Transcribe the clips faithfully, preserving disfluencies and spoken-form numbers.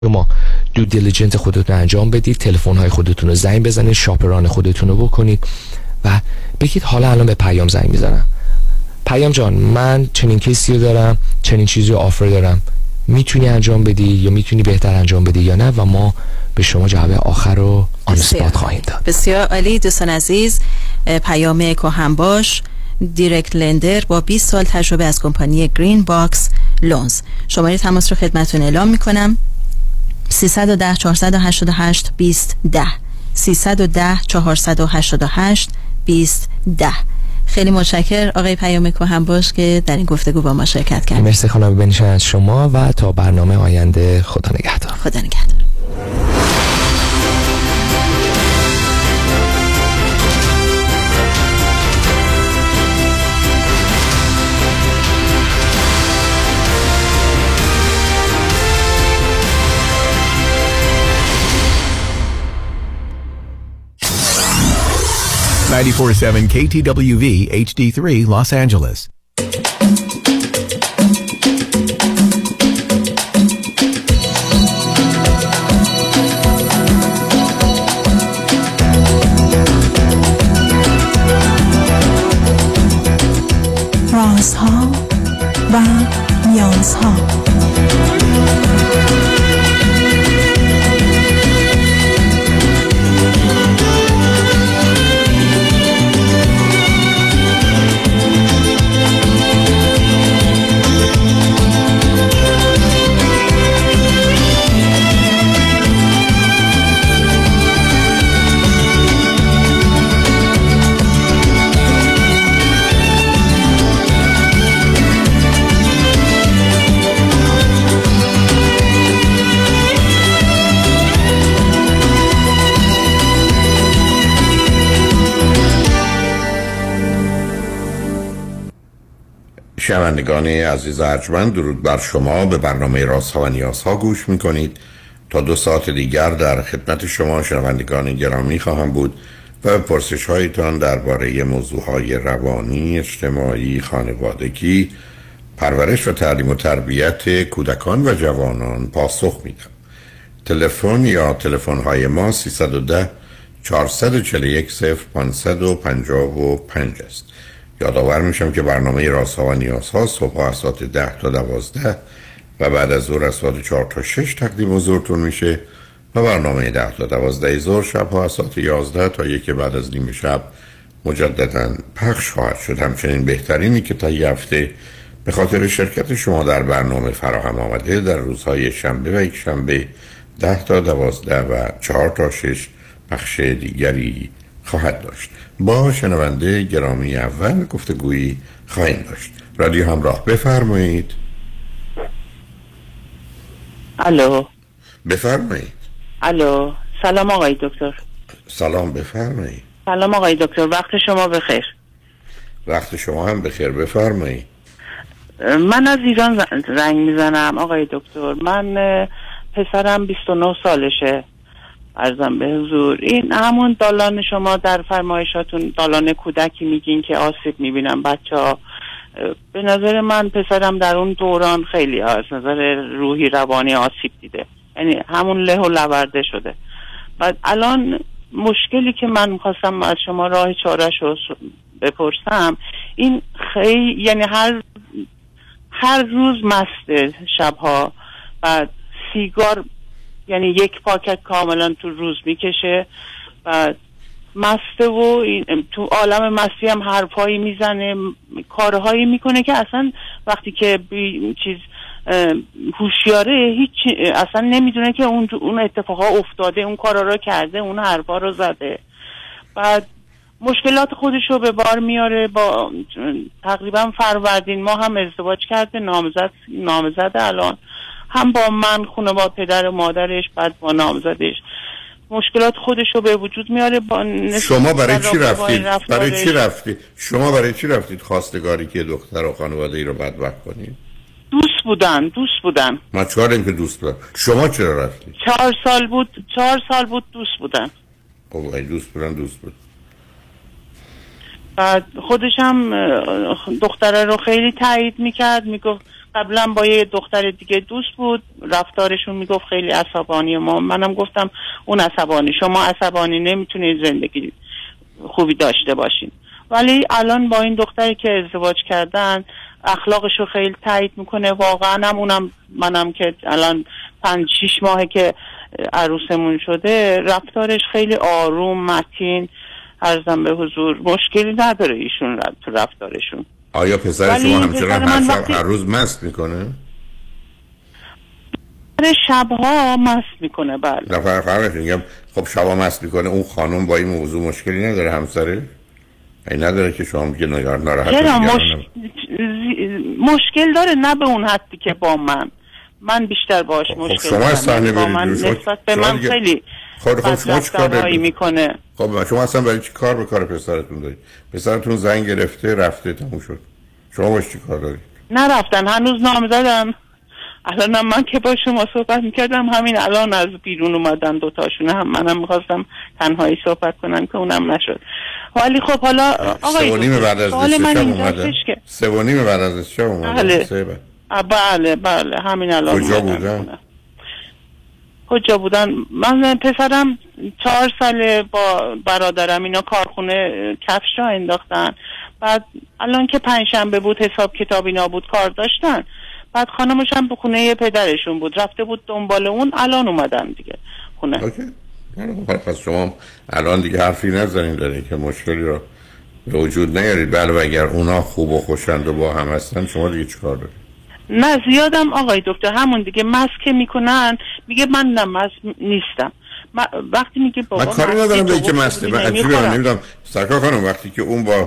شما دو دیلیجنت خودتون انجام بدید، تلفن های خودتون رو زنگ بزنید، شاپران خودتون رو بکنید و بگید حالا الان به پیام زنگ میزنم، پیام جان من چنین کیسی رو دارم، چنین چیزی رو آفر دارم، میتونی انجام بدی یا میتونی بهتر انجام بدی یا نه، و ما به شما جواب آخر رو آن اسپات خواهیم داد. بسیار عالی. دوستان عزیز، پیام کهنباش دایرکت لندر با بیست سال تجربه از کمپانی گرین باکس لونز. شماره تماس رو خدمتتون اعلام میکنم: سیصد و ده چهارصد و هشتاد و هشت بیست ده سیصد و ده چهارصد و هشتاد و هشت بیست ده. خیلی متشکر آقای پیام کهنباش که در این گفتگو با ما شرکت کردید. مرسی خانم بنشن از شما و تا برنامه آینده خدا نگهدار. خدا نگهدار. ninety-four point seven K T W V H D three Los Angeles. رازها و نیازها. شنوندگان عزیز ارجمند، درود بر شما. به برنامه رازها و نیازها گوش میکنید. تا دو ساعت دیگر در خدمت شما شنوندگان گرامی خواهم بود و پرسش هایتان درباره موضوع های روانی، اجتماعی، خانوادگی، پرورش و تعلیم و تربیت کودکان و جوانان پاسخ میدم. تلفن یا تلفن های ما سیصد و ده چهارصد و چهل و یک صفر پانصد و پنجاه و پنج است. یادآور میشم که برنامه رازها و نیازها صبح از ساعت ده تا دوازده و بعد از ظهر از ساعت چهار تا شش تقدیم حضورتون میشه و برنامه ده تا دوازده ظهر شبها از ساعت یازده تا یک بعد از نیم شب مجددا پخش خواهد شد. همچنین بهترینی که تا یه هفته به خاطر شرکت شما در برنامه فراهم آمده در روزهای شنبه و یک شنبه ده تا دوازده و چهار تا شش پخش دیگری خواهد داشت. با شنونده گرامی اول گفتگویی خواهیم داشت. رادیو همراه، بفرمایید. الو. بفرمایید. الو. سلام آقای دکتر. سلام، بفرمایید. سلام آقای دکتر، وقت شما بخیر. وقت شما هم بخیر، بفرمایید. من از ایران زنگ میزنم آقای دکتر. من پسرم بیست و نه سالشه. عرضم به حضور این همون دالان شما در فرمایشاتون دالان کودکی میگین که آسیب میبینن بچه ها. به نظر من پسرم در اون دوران خیلی از نظر روحی روانی آسیب دیده، یعنی همون له و لورده شده. بعد الان مشکلی که من میخواستم از شما راه چاره‌ش رو بپرسم، این خیلی یعنی هر هر روز مسته شبها، بعد سیگار یعنی یک پاکت کاملا تو روز میکشه، بعد مسته و این تو عالم مستی هم حرفایی میزنه، کارهایی میکنه که اصلا وقتی که بی چیز هوشیاره هیچ اصلا نمیدونه که اون اون اتفاقا افتاده، اون کارا رو کرده، اون حرفا رو زده. بعد مشکلات خودش رو به بار میاره. با تقریبا فروردین ما هم ازدواج کرده، نامزد نامزد الان هم با من، خونه با پدر و مادرش، بعد با نامزدش مشکلات خودش رو به وجود میاره. با شما برای چی رفتید؟ برای چی رفتید؟ شما برای چی رفتید خواستگاری که دختر و خانواده ای رو بدبخت کنید؟ دوست بودن، دوست بودن. ما چهارم که دوست بودن. شما چرا رفتید؟ چهار سال بود، چهار سال بود دوست بودن. اوه دوست بودن، دوست بود. بعد خودش هم دختره رو خیلی تایید میکرد، میگفت قبلا با یه دختر دیگه دوست بود، رفتارشون میگفت خیلی عصبانی. ما منم گفتم اون عصبانی، شما عصبانی نمیتونید زندگی خوبی داشته باشین. ولی الان با این دختری که ازدواج کردن اخلاقشو خیلی تایید میکنه. واقعا هم اونم منم که الان پنج شیش ماهه که عروسمون شده، رفتارش خیلی آروم متین، عرضم به حضور مشکلی نداره ایشون تو رفتارشون. آیا پسر شما همچنان هر شب وقتی... هر روز مست میکنه؟ شبها مست میکنه. بله. نه فرق فرق میگم. خب شبها مست میکنه، اون خانم با این موضوع مشکلی نداره همسره؟ این نداره که شما میگه ناراحت؟ چرا مش... مشکل داره، نه به اون حدی که با من. من بیشتر باش خب مشکل شما دارم. با من نسبت به من دیگه... خیلی خب خب شما چیکار میکنه؟ خب شما اصلا برای چی کار به کار پسرتون دارید؟ پسرتون زنگ گرفته رفته تموم شد. شما باش چی کار دارید؟ نرفتن، هنوز نامزدن. الان من که با شما صحبت میکردم همین الان از بیرون اومدن دوتاشون، هم منم میخواستم تنهایی صحبت کنم که اونم نشد. ولی خب حالا آقای سه و نیم بعد از دستشم اومده که... سه و نیم بعد از دستشم اومده. بله. بله بله همین الان کجا بودن؟ کجا بودن؟ من پسرم چهار ساله با برادرم اینا کارخونه کفش را انداختن. بعد الان که پنجشنبه بود حساب کتاب اینا بود کار داشتن. بعد خانمش هم به خونه پدرشون بود، رفته بود دنبال اون، الان اومدن دیگه خونه. اوکی. پس شما الان دیگه حرفی نزنید دارید که مشکلی رو به وجود نیارید. بله اگر اونا خوب و خوشند و با هم هستن شما دیگه چیکار دارید؟ نه زیادم آقای دکتر، همون دیگه مسک میکنن، میگه من نه مسک نیستم. وقتی میگه بابا من کاری ندارم به اینکه مسته، من عجیبه نمیدونم سرکار خانم وقتی که اون با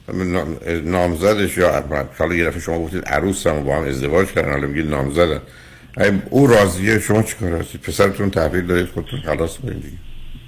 نامزدش یا حالا یه دفعه شما گفتید عروسم و با هم ازدواج کردن حالا میگید نامزدن، او راضیه شما چیکار هستید؟ پسرتون تحویل دارید خودتون خلاص کنید دیگه.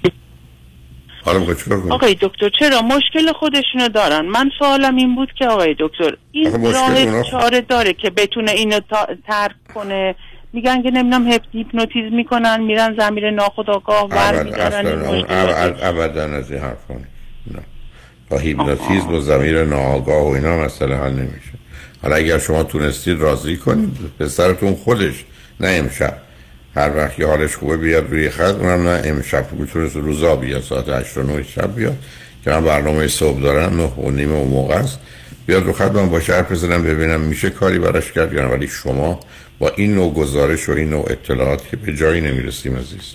حالا میخواید چیکار کنید؟ آقای دکتر چرا مشکل خودشونو دارن؟ من سوالم این بود که آقای دکتر این راه چاره داره که بتونه اینو ترک کنه؟ میگن که نمیدونم هیپنوتیزم میکنن، میرن ضمیر ناخودآگاه ور میدارن. ابدا از این حرفا نه. با هیپنوتیزم و ضمیر ناآگاه و اینا مسئله حل نمیشه. حالا اگر شما تونستید راضی کنید پسرتون خودش، نه امشب، هر وقت که حالش خوبه بیاد روی خط، اونم نه امشب میتونه روزا بیاد ساعت هشت و نه شب بیاد که من برنامه صبح دارم نه و نیم اون موقع است، بیاد رو خط من با شرف بزنم ببینم میشه کاری براش کرد یا نه. ولی شما با این نوع گزارش و این نوع اطلاعات که به جایی نمیرسیم عزیز.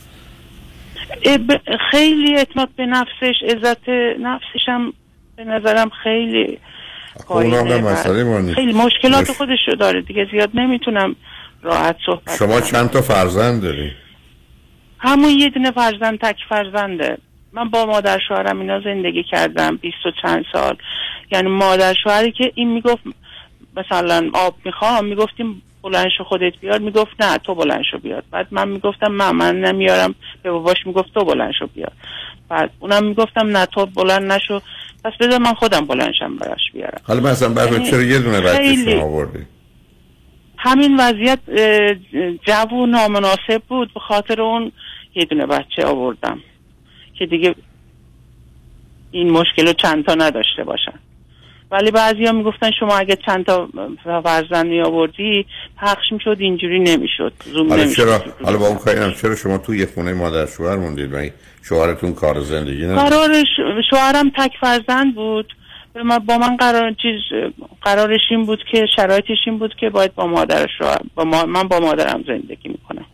خیلی اعتماد به نفسش، عزت نفسش هم به نظرم خیلی پایینه، خیلی مشکلات مش... خودش رو داره دیگه، زیاد نمیتونم راحت صحبت. شما چند تا فرزند داری؟ همون یه دونه فرزند، تک فرزنده. من با مادر شوهرم اینا زندگی کردم بیست و چند سال. یعنی مادر شوهری که این میگفت مثلا آب میخوام، میگفتیم بلند شو خودت بیار، میگفت نه تو بلند شو بیار. بعد من میگفتم نه من نمیارم، به باباش میگفت تو بلند شو بیار. بعد اونم میگفتم نه تو بلند نشو، پس بذار من خودم بلند شم براش بیارم. حالا مثلا بعد چرا یه دونه بچه شما آوردی؟ همین وضعیت جو و نامناسب بود، به خاطر اون یه دونه بچه آوردم که دیگه این مشکل رو چند تا نداشته باشن. ولی بعضی ها میگفتن شما اگه چند تا فرزند می آوردی پخش میشد، اینجوری نمیشد، زوم حالا نمیشد. چرا حالا با اون کاریم چرا شما تو یه خونه مادر شوهر موندید و شوهرتون کار زندگی نداشت؟ قرارش شوهرم تک فرزند بود، با من قرار چیز قرارش این بود که شرایطش این بود که باید با مادرش رو با ما... من با مادرم زندگی میکنم.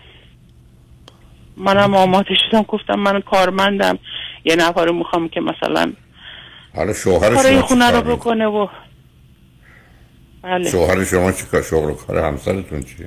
منم آماده شدم، گفتم من کارمندم، یه نفر رو میخوام که مثلا حالا شوهر شما خونه رو بکنه و بله. شوهر شما چی کار شغل و کار همسرتون چیه؟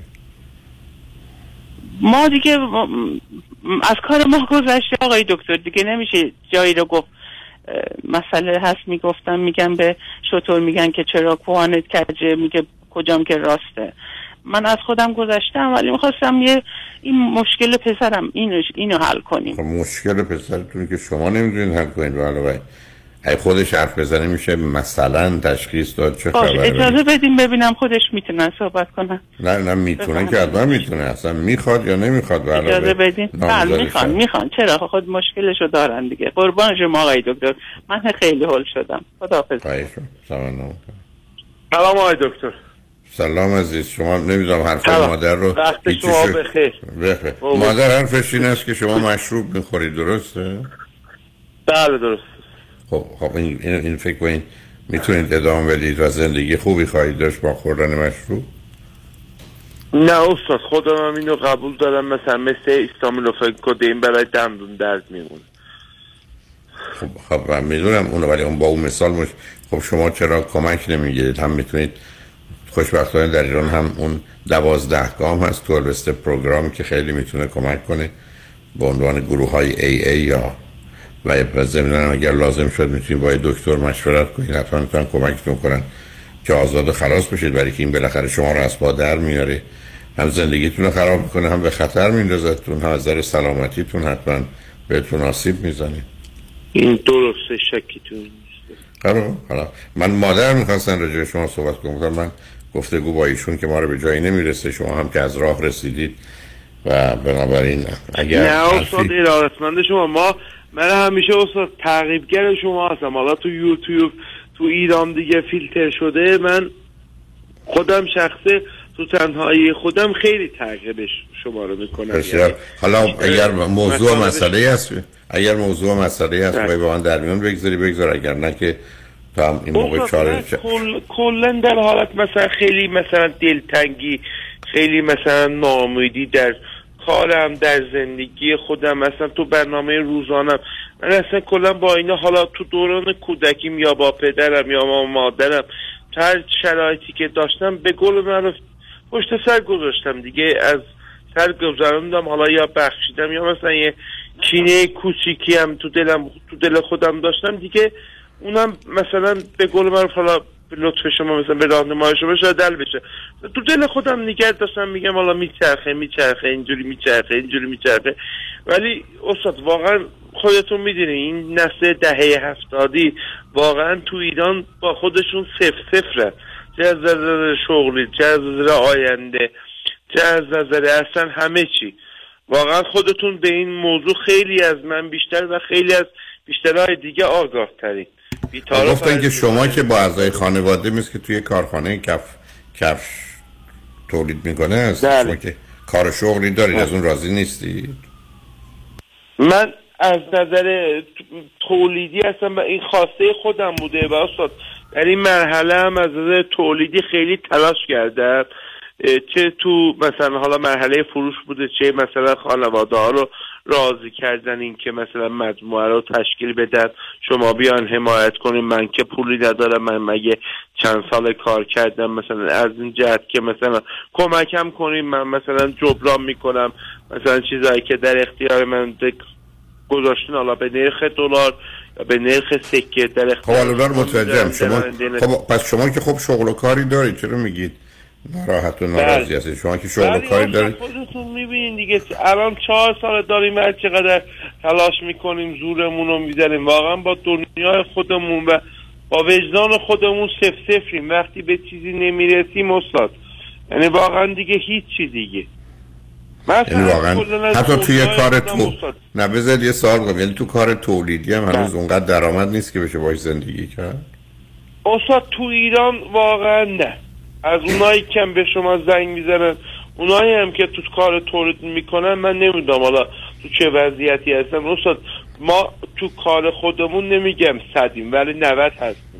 ما دیگه از کار ما گذشته آقای دکتر، دیگه نمیشه جایی رو گفت. مسئله هست میگفتم میگن به شطور میگن که چرا کوهانت کجه، میگه کجام که راسته. من از خودم گذاشتم ولی میخواستم یه این مشکل پسرم اینو اینو حل کنیم. مشکل پسرتون که شما نمیدونید حل کنید، علاوه اگه خودش حرف بزنه میشه مثلا تشخیص داد چه خبره. اجازه بدیم ببینم خودش میتونه صحبت کنه. نه نه میتونه که حتما میتونه، اصلا میخواد یا نمیخواد. اجازه بدیم. بله میخوان میخوان چرا خود مشکلشو دارن دیگه. قربان شما آقای دکتر، من خیلی هول شدم. خداحافظ. سلام سلام آقای دکتر. سلام عزیز. شما نمیدونم حرف مادر رو وقت شما بخیر. بخیر. مادر حرفش این است که شما مشروب میخورید، درسته؟ بله درست. خب خب این این فکر کنید میتونید ادامه بدید و زندگی خوبی خواهید داشت با خوردن مشروب؟ نه استاد، خودم هم اینو قبول دارم، مثلا مثل استامینوفن کدین برای دندون درد میمونه. خب خب من میدونم اونو، ولی اون با اون مثال مش... خب شما چرا کمک نمیگیرید؟ هم میتونید خوشبختانه در ایران هم اون دوازده گام هست تو البسته پروگرام که خیلی میتونه کمک کنه با عنوان گروه های ای ای یا و ضمناً اگر لازم شد میتونید با دکتر مشورت کنید، حتما میتونن کمکتون کنن که آزاد و خلاص بشید، برای که این بالاخره شما رو از پا در میاره، هم زندگیتون رو خراب میکنه، هم به خطر میندازتون، هم از نظر سلامتیتون حتما بهتون آسیب میزنه. این درسته، شکی تو نیست. حالا حالا من مادر میخواستن راجع به شما صحبت کنم، من گفتگو با ایشون که ما رو به جایی نمیرسه، شما هم که از راه رسیدید و بنابراین اگر نه استاد ارادتمند شما، ما من همیشه استاد تعقیبگر شما هستم، حالا تو یوتیوب تو ایران دیگه فیلتر شده، من خودم شخصه تو تنهایی خودم خیلی تعقیب شما رو میکنم. یعنی حالا اگر موضوع مسئله هست، اگر موضوع مسئله هست باید با من در میون بگذاری بگذار، اگر نه که تا هم این موقع چاره کل کلا در حالت مثلا خیلی مثلا دلتنگی، خیلی مثلا ناامیدی در کارم، در زندگی خودم، مثلا تو برنامه روزانم، من اصلا کلا با اینا، حالا تو دوران کودکیم یا با پدرم یا با مادرم، هر شرایطی که داشتم به قول من پشت سر گذاشتم دیگه، از سر گذراندم، حالا یا بخشیدم یا مثلا یه کینه کوچیکی هم تو دلم تو دل خودم داشتم دیگه، اونم مثلا به قول من حالا به لطف شما مثلا به راهنمای شما شاید دل بشه، تو دل خودم نگه داشتم، میگم حالا میچرخه میچرخه اینجوری میچرخه اینجوری میچرخه. ولی استاد واقعا خودتون میدونی این نسل دهه هفتادی واقعا تو ایران با خودشون صفر صفره، چه از نظر شغلی، چه از نظر آینده، چه از نظر اصلا همه چی. واقعا خودتون به این موضوع خیلی از من بیشتر و خیلی از بیشترهای دیگه آگاه ترین. گفتن که شما که با اعضای خانواده مثل که توی کارخانه کف کفش تولید میکنه هست، شما که کار شغلی دارید، از اون راضی نیستید؟ من از نظر تولیدی هستم و این خواسته خودم بوده و استاد در این مرحله هم از نظر تولیدی خیلی تلاش کردم، چه تو مثلا حالا مرحله فروش بوده، چه مثلا خانواده ها رو راضی کردن این که مثلا مجموعه رو تشکیل بدن، شما بیان حمایت کنین، من که پولی ندارم، من مگه چند سال کار کردم، مثلا از این جهت که مثلا کمکم کنین، من مثلا جبران میکنم مثلا چیزایی که در اختیار من گذاشتین، حالا به نرخ دلار یا به نرخ سکه در اختیار. خب الان متوجهم شما. خب پس شما که خب شغل و کاری دارید، چرا میگید ناراحت و ناراضی هستید؟ شما که شغل و کاری دارید، خودتون میبینید دیگه، الان چهار سال داریم هر چقدر تلاش میکنیم زورمون رو میزنیم، واقعا با دنیای خودمون و با وجدان خودمون صفر صفریم، وقتی به چیزی نمیرسیم استاد یعنی واقعا دیگه هیچی دیگه. یعنی واقعا حتی توی کار تو نه بذارید یه سوال کنم، یعنی تو کار تولیدی هم هنوز اونقدر درآمد نیست که بشه باش زندگی کرد؟ استاد تو ایران واقعا نه، از اونایی که به شما زنگ میزنن، اونایی هم که تو کار تولید میکنن، من نمیدونم حالا تو چه وضعیتی هستن استاد. ما تو کار خودمون نمیگم صدیم ولی نود هستیم،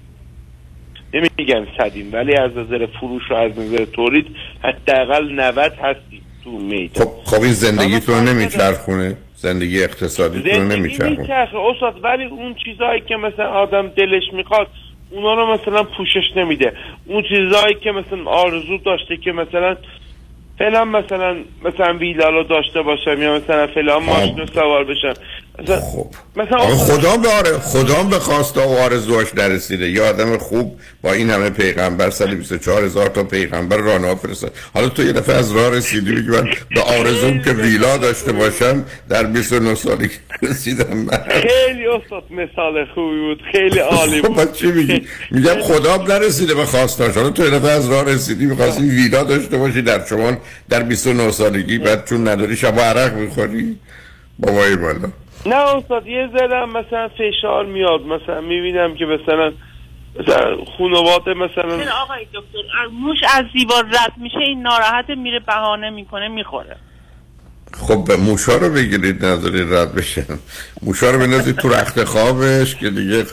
نمیگم صدیم ولی از نظر فروش و از نظر تولید حداقل نود هستیم تو میدان. خب خب این زندگیتون رو نمیچرخونه؟ زندگی اقتصادیتون رو نمیچرخونه؟ زندگی میچرخه استاد، ولی اون چیزایی که مثلا آدم دلش میخواد اونا رو مثلا پوشش نمیده، اون چیزایی که مثلا آرزو داشته که مثلا فلان مثلا مثلا ویلا رو داشته باشم یا مثلا فلان ماشین رو سوار بشم مثلا خب مثلا خدا به آره خدا به خواسته و آرزوهاش نرسیده. یه آدم خوب با این همه پیغمبر، صد و بیست و چهار هزار تا پیغمبر راه فرستاد، حالا تو یه دفعه از راه رسیدی میگی من به آرزوم که ویلا داشته باشم در بیست و نه سالگی رسیدم. خیلی استاد مثال خوبی بود، خیلی عالی بود. خب چی میگی؟ میگم خدا نرسیده به خواستاش، حالا تو یه دفعه از راه رسیدی می‌خواستی ویلا داشته باشی در شما در بیست و نه سالگی، بعد چون نداری شب عرق می‌خوری. بابای بالا نه استاد یه ذره مثلا فشار میاد، مثلا میبینم که مثلا مثلا خانواده مثلا آقای دکتر موش از دیوار رد میشه این ناراحت میره بهانه میکنه میخوره. خب موشا رو بگیرید نذارید رد بشن، موشا رو بنازید تو رخت خوابش که دیگه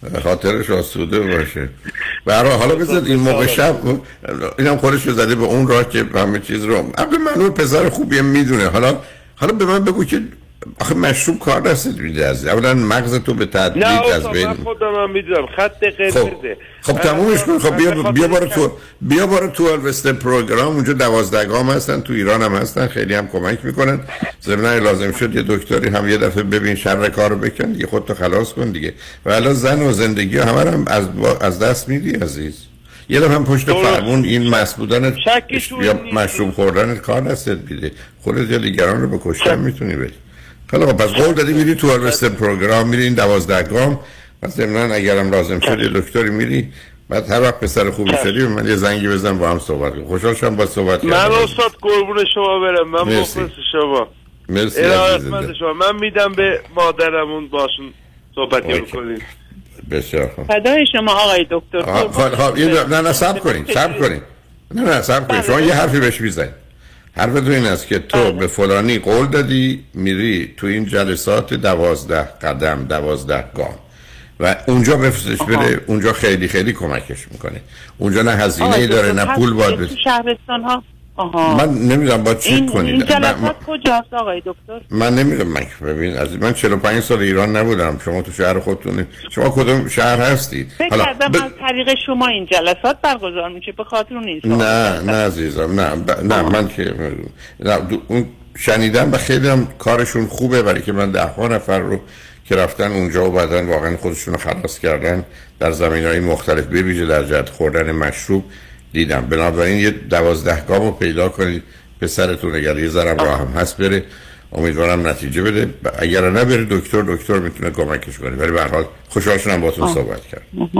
خاطرش آسوده باشه. برای حالا بذارید این موقع شب اینم خودش رو زده به اون راه که همه چیز رو عقل منو پسر خوبیه میدونه. حالا حالا به من بگو که آخه مشروب کار دستت میده از اولا مغز تو به تدریج از بین. نه خودم هم میدونم خط قرمزه. خب خب تمومش کن. خب بیا بیا بار تو بیا بار تو الوست پروگرام اونجا دوازده گام هستن، تو ایران هم هستن، خیلی هم کمک میکنن. ضمن لازم شد یه دکتری هم یه دفعه ببین شر کارو بکن دیگه، خودتو خلاص کن دیگه. و الان زن و زندگی همه هم از از دست میدی عزیز. یه دفعه هم پشت فرمون این مس بودن یا مشروب خوردن کار دستت میده، خودت یا دیگران رو به کشتن میتونی بری. حالا پس قول دادی میری تو الوست پروگرام، میری این دوازده گام، پس ضمن اگرم لازم شد یه دکتری میری، بعد هر وقت پسر خوبی شدی من یه زنگی بزن با هم صحبت کنیم. خوشحال شدم با صحبت کردم. من استاد قربون شما برم، من مخلص شما. مرسی عزیزم. شما من میدم به مادرمون باشون صحبت کنیم. بسیار خوب. فدای شما آقای دکتر. خب نه نه صبر کنین صبر کنین نه نه صبر کنین شما یه حرفی بهش میزنید. حرف تو این است که تو به فلانی قول دادی میری تو این جلسات دوازده قدم دوازده گام و اونجا بفرستش بره، اونجا خیلی خیلی کمکش میکنه. اونجا نه هزینه ای داره نه پول باید بده. تو شهرستان ها آها. من نمیدونم باید چک کنید این جلسات کجاست آقای دکتر؟ من نمیدونم. من ببین از من چهل و پنج سال ایران نبودم، شما تو شهر خودتونه. شما کدوم شهر هستید؟ حالا ب... از طریق شما این جلسات برگزار میشه به خاطر اون نیست. نه نه عزیزم نه ب... نه من که نه اون شنیدم و خیلی هم کارشون خوبه، برای که من ده ها نفر رو که رفتن اونجا و بعدن واقعا خودشون رو خلاص کردن در زمینه‌های مختلف به ویژه در جهت خوردن مشروب دیدم. بنابراین یه دوازده گام رو پیدا کنید، پسرتون اگر یه ذرم راه هم هست بره، امیدوارم نتیجه بده. اگر نه بره دکتر، دکتر میتونه کمکش کنه. ولی به هر حال خوشحال شدم باهاتون صحبت کردم.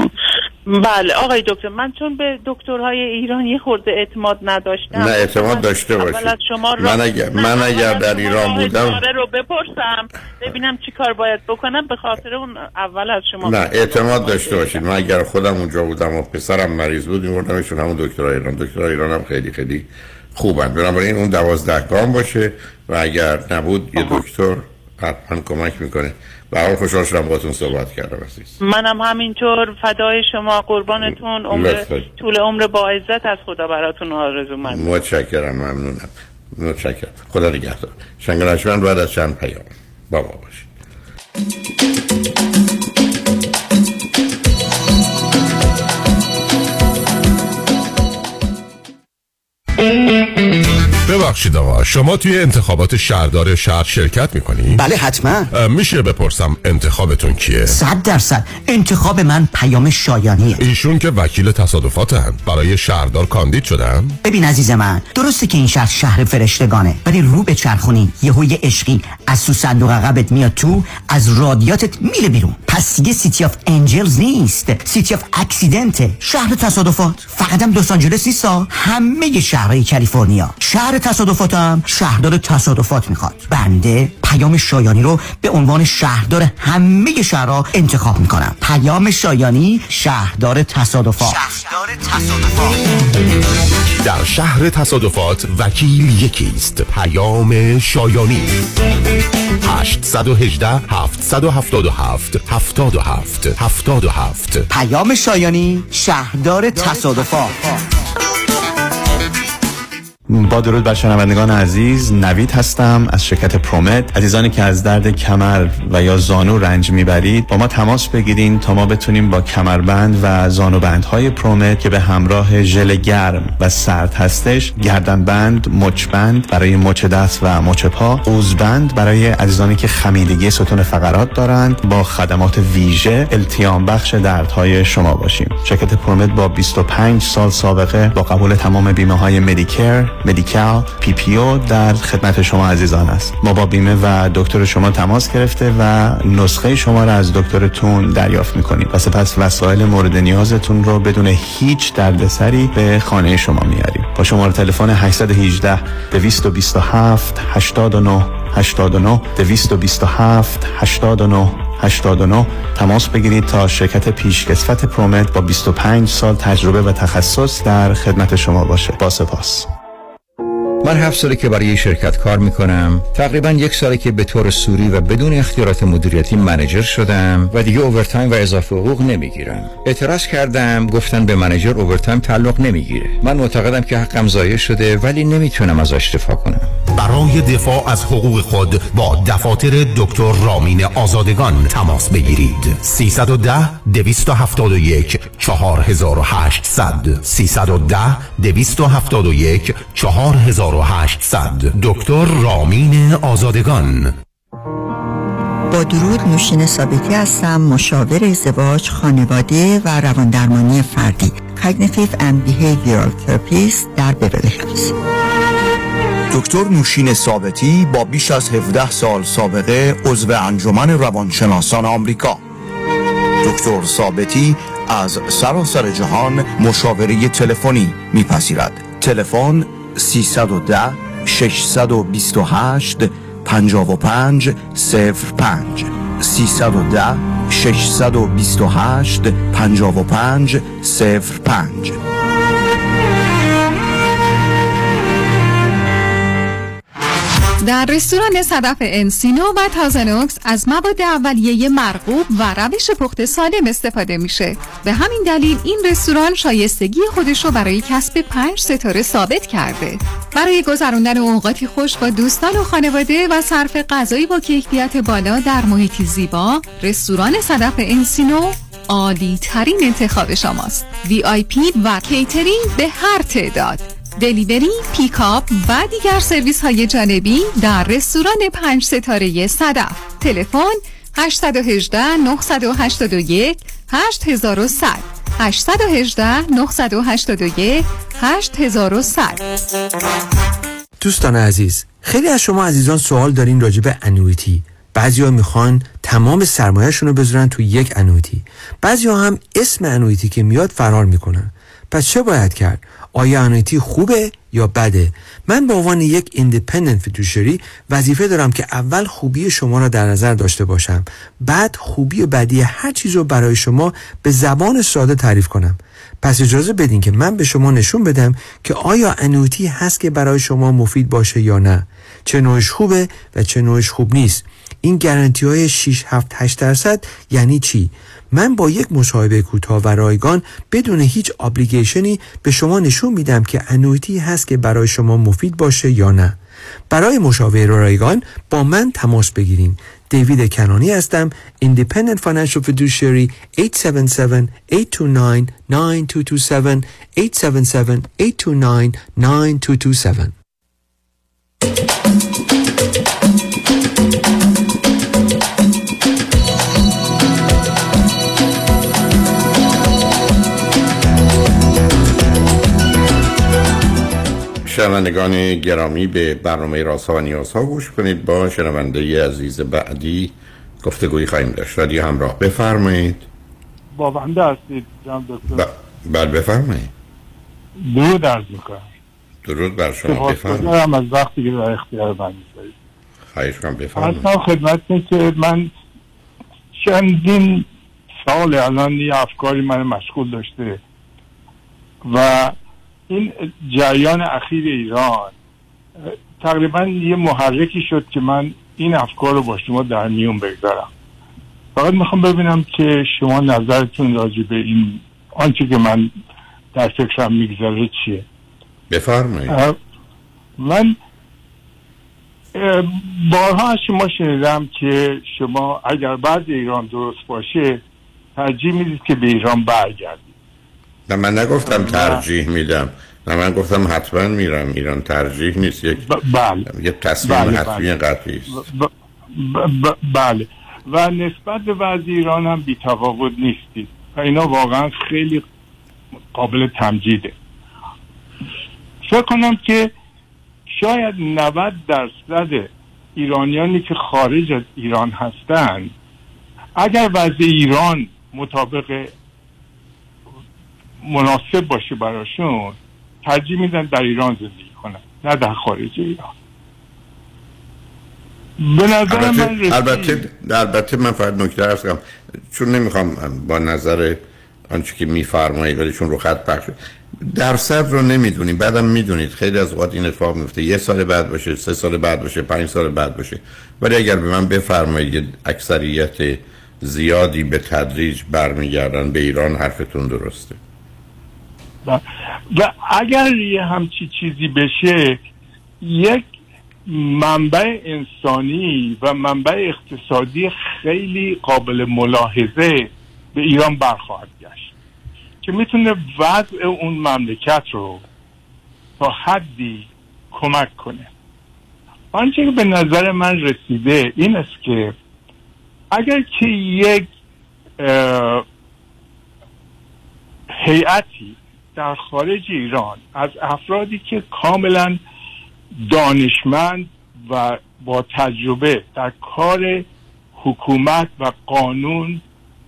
بله آقای دکتر، من چون به دکترهای ایران یه خورده اعتماد نداشتم. نه اعتماد داشته باشید. من اگر من اگر در ایران بودم رو بپرسم ببینم چی کار باید بکنم، به خاطر اون اول از شما. نه اعتماد داشته باشید. من اگر خودم اونجا بودم و پسرم مریض بود می‌بردمشون همون دکترهای ایران. دکترهای ایران هم خیلی خیلی خوبن. بنابراین اون دوازده گام باشه و اگر نبود یه دکتر حتما کمک میکنه. به هر خوشحال شدم باهاتون صحبت کردم عزیز. منم همینطور فدای شما، قربانتون. عمر طول عمر با عزت از خدا براتون آرزو مندم. متشکرم، ممنونم. متشکرم. خدا نگهدار. شنگرشمن بعد از چند پیام با ما باشید. ببخشید آقا، شما توی انتخابات شهردار شهر شرکت میکنی؟ بله حتما. میشه بپرسم انتخابتون کیه؟ صد درصد انتخاب من پیام شایانیه. ایشون که وکیل تصادفاتن، برای شهردار کاندید شدن؟ ببین عزیز من، درسته که این شهر شهر فرشتگانه، ولی رو به چرخونی یهوی عشقی از تو صندوق عقبت میاد تو، از رادیاتت میره بیرون. پس دیگه سیتی آف انجلز نیست، سیتی آف اکسیدنته. شهر تصادفات. فقط هم لس آنجلس نیست، همه شهرهای کالیفرنیا. شهر تصادفاتم شهردار تصادفات میخواد. بنده پیام شایانی رو به عنوان شهردار همه شهرها انتخاب میکنم. پیام شایانی، شهردار تصادفات. شهردار تصادفات. در شهر تصادفات وکیل یکیست، پیام شایانی. هشت یک هشت هفت هفت هفت هفت هفت هفت هفت. پیام شایانی، شهردار تصادفات. با درود بر شنوندگان عزیز، نوید هستم از شرکت پرومت. عزیزانی که از درد کمر و یا زانو رنج میبرید با ما تماس بگیرین تا ما بتونیم با کمربند و زانوبندهای پرومت که به همراه ژل گرم و سرد هستش، گردنبند، مچبند برای مچ دست و مچ پا، قوزبند برای عزیزانی که خمیدگی ستون فقرات دارند، با خدمات ویژه التیام بخش دردهای شما باشیم. شرکت پرومت با بیست و پنج سال سابقه با قبول تمام بیمه های مدیکر، مدیکال، پی پی او در خدمت شما عزیزان است. ما با بیمه و دکتر شما تماس گرفته و نسخه شما را از دکترتون دریافت می‌کنیم و سپس وسایل مورد نیازتون رو بدون هیچ دردسری به خانه شما میاریم. با شماره تلفن هشت یک هشت دویست و بیست و هفت هشتاد و نه هشتاد و نه دویست و بیست و هفت هشتاد و نه هشتاد و نه تماس بگیرید تا شرکت پیشکسوت پرومت با بیست و پنج سال تجربه و تخصص در خدمت شما باشه. با سپاس. من هفت ساله که برای شرکت کار میکنم. تقریبا یک ساله که به طور سوری و بدون اختیارات مدیریتی منیجر شدم و دیگه اوورتایم و اضافه حقوق نمیگیرم. اعتراض کردم، گفتن به منیجر اوورتایم تعلق نمیگیره. من معتقدم که حقم ضایع شده ولی نمیتونم ازش دفاع کنم. برای دفاع از حقوق خود با دفاتر دکتر رامین آزادگان تماس بگیرید. سیصد و ده دویست و هفتاد و یک چهار هزار و هشتصد سیصد و ده دویست و هفتاد و یک چهار هزار و هشتصد دکتر رامین آزادگان. با درود، نوشین ثابتی هستم، مشاور ازدواج، خانواده و رواندرمانی فردی، Cognitive and Behavioral Therapist در بیورلی هیلز. دکتر نوشین ثابتی با بیش از هفده سال سابقه عضو انجمن روانشناسان آمریکا. دکتر ثابتی از سراسر جهان مشاوره تلفنی میپذیرد. تلفن سیصد و ده ششصد و بیست و هشت پنجاه و پنج صفر پنج سیصد و ده ششصد و بیست و هشت پنجاه و پنج صفر پنج. در رستوران صدف انسینو و تازنوکس از مواد اولیه مرغوب و روش پخت سالم استفاده میشه. به همین دلیل این رستوران شایستگی خودش رو برای کسب پنج ستاره ثابت کرده. برای گذراندن اوقاتی خوش با دوستان و خانواده و صرف غذایی با کیفیت بالا در محیطی زیبا، رستوران صدف انسینو عالی ترین انتخاب شماست. وی آی پی و کیترینگ به هر تعداد، دلیوری، پیکاپ و دیگر سرویس های جانبی در رستوران پنج ستاره صدف. تلفن هشت یک هشت نه هشت یک هشت صفر صفر صفر هشت یک هشت نه هشت یک هشت صفر صفر صفر. دوستان عزیز، خیلی از شما عزیزان سوال دارین راجع به انویتی. بعضیا میخوان تمام سرمایه‌شون رو بذارن تو یک انویتی، بعضیا هم اسم انویتی که میاد فرار میکنن. پس چه باید کرد؟ آیا انویتی خوبه یا بده؟ من به عنوان یک ایندیپندنت فیدوشری وظیفه دارم که اول خوبی شما را در نظر داشته باشم، بعد خوبی و بدی هر چیز رو برای شما به زبان ساده تعریف کنم. پس اجازه بدین که من به شما نشون بدم که آیا انویتی هست که برای شما مفید باشه یا نه، چه نوعش خوبه و چه نوعش خوب نیست. این گارانتی های شش هفت هشت درصد یعنی چی؟ من با یک مصاحبه کوتاه و رایگان بدون هیچ ابلیگیشنی به شما نشون میدم که انویتی هست که برای شما مفید باشه یا نه. برای مشاوره رایگان با من تماس بگیرین. دیوید کنانی هستم، Independent Financial Fiduciary. هشت هفت هفت هشت دو نه نه دو دو هفت هشت هفت هفت هشت دو نه نه دو دو هفت. شنوندگان گرامی، به برنامه رازها و نیازها گوش کنید. با شنونده عزیز بعدی گفتگویی خواهیم داشت. رادیو همراه، بفرمایید. با بنده هستید جناب دکتر؟ بله بفرمایید. درود عرض میکنم. درود بر شما، بفرمایید. سپاسگزارم از وقتی که در اختیار من میذارید. خواهش کنم، بفرمایید. اصلا خدمتتون که من چندین سال الان یه افکاری من مشغول داشته و این جریان اخیر ایران تقریبا یه محرکی شد که من این افکار رو با شما در میون بگذارم. فقط میخوام ببینم که شما نظرتون راجع به این آنچه که من در فکرم میگذاره چیه. بفرمایید. من بارها از شما شنیدم که شما اگر بعد ایران درست باشه ترجیح میدید که به ایران برگردید. نه من نگفتم ترجیح میدم، نه من گفتم حتما میرم ایران. ترجیح نیست، یک بله یک تصمیم بله حتمی بله. قطعی است. ب... ب... ب... بله و نسبت به وضع ایران هم بی تفاوت نیستید و اینا واقعا خیلی قابل تمجیده. فکر کنم که شاید نود درصد ایرانیانی که خارج از ایران هستند اگر وضع ایران مطابق مناسب باشه براشون ترجیح میدن در ایران زندگی کنن، نه در خارج ایران. به نظر البته من رسید. البته البته من فقط نکته عرض کنم، چون نمیخوام با نظر آنچه که میفرمایید ولی چون رو خط پخش درصد رو نمیدونیم، بعدم میدونید خیلی از اوقات این اتفاق میفته یه سال بعد باشه، سه سال بعد باشه، پنج سال بعد باشه. ولی اگر به من بفرمایید اکثریت زیادی به تدریج برمیگردن به ایران، حرفتون درسته. و, و اگر یه همچی چیزی بشه، یک منبع انسانی و منبع اقتصادی خیلی قابل ملاحظه به ایران برخواهد گشت که میتونه وضع اون مملکت رو تا حدی کمک کنه. آنچه که به نظر من رسیده این است که اگر که یک هیئتی در خارج ایران از افرادی که کاملا دانشمند و با تجربه در کار حکومت و قانون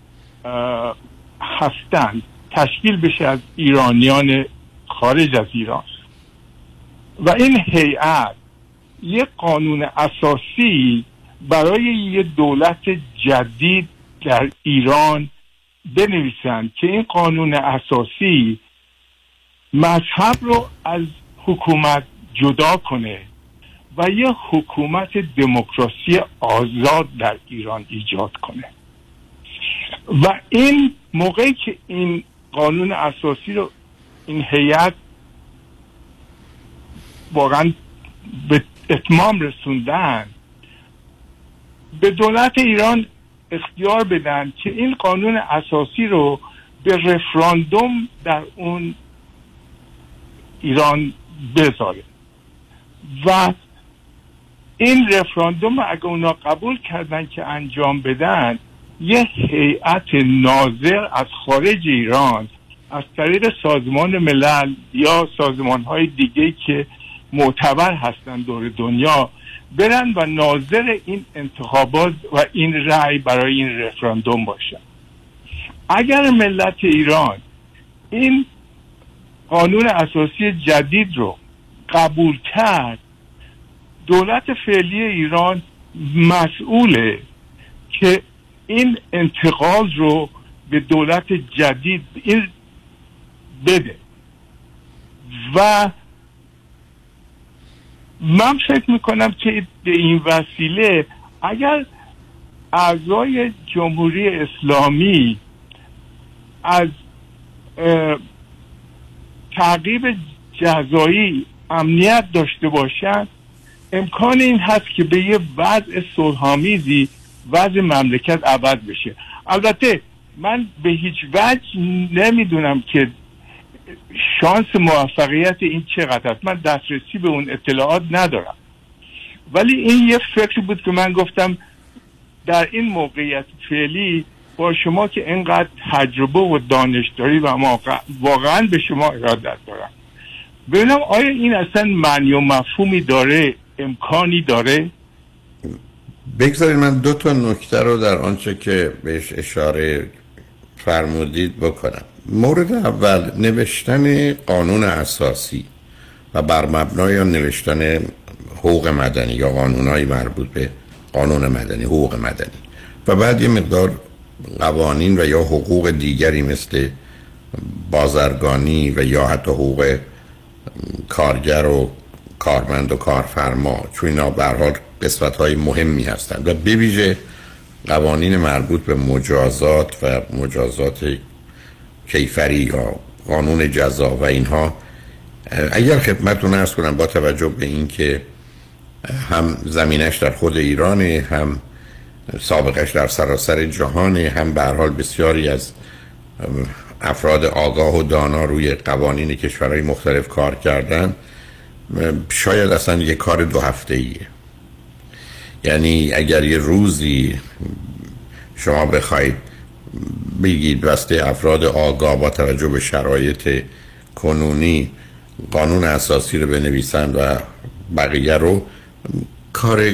هستند تشکیل بشه از ایرانیان خارج از ایران و این هیئت یک قانون اساسی برای یک دولت جدید در ایران بنویسند که این قانون اساسی مذهب رو از حکومت جدا کنه و یه حکومت دموکراسی آزاد در ایران ایجاد کنه. و این موقعی که این قانون اساسی رو این هیئت واقعا به اتمام رسوندن، به دولت ایران اختیار بدن که این قانون اساسی رو به رفراندوم در اون ایران بذاره و این رفراندوم اگه اونا قبول کردن که انجام بدن، یه هیئت ناظر از خارج ایران از طریق سازمان ملل یا سازمان‌های دیگه که معتبر هستن دور دنیا برن و ناظر این انتخابات و این رأی برای این رفراندوم باشن. اگر ملت ایران این قانون اساسی جدید رو قبول کرد، دولت فعلی ایران مسئوله که این انتقال رو به دولت جدید این بده و من فکر میکنم که به این وسیله اگر اعضای جمهوری اسلامی از تعقیب جزایی امنیت داشته باشند، امکان این هست که به یه وضع صلح‌آمیزی وضع مملکت عوض بشه. البته من به هیچ وجه نمیدونم که شانس موفقیت این چقدر است، من دسترسی به اون اطلاعات ندارم، ولی این یه فکر بود که من گفتم در این موقعیت فعلی با شما که اینقدر تجربه و دانش داری و واقعا به شما ارادت دارم، ببینم آیا این اصلا معنی و مفهومی داره، امکانی داره؟ بگذارید من دو تا نکته رو در آنچه که بهش اشاره فرمودید بکنم. مورد اول، نوشتن قانون اساسی و بر مبنای آن نوشتن حقوق مدنی یا قانونهای مربوط به قانون مدنی، حقوق مدنی و بعد یه مقدار قوانین و یا حقوق دیگری مثل بازرگانی و یا حتی حقوق کارگر و کارمند و کارفرما، چون اینا به هر حال قسمت‌های مهمی هستند و به ویژه قوانین مربوط به مجازات و مجازات کیفری یا قانون جزا و اینها، اگر خدمتتون عرض کنم با توجه به این که هم زمینش در خود ایرانه، هم سابقش در سراسر جهانه، هم به هر حال بسیاری از افراد آگاه و دانا روی قوانین کشورهای مختلف کار کردن، شاید اصلا یک کار دو هفته‌ایه. یعنی اگر یه روزی شما بخواید بگید واسه افراد آگاه با توجه به شرایط کنونی قانون اساسی رو بنویسن و بقیه رو، کار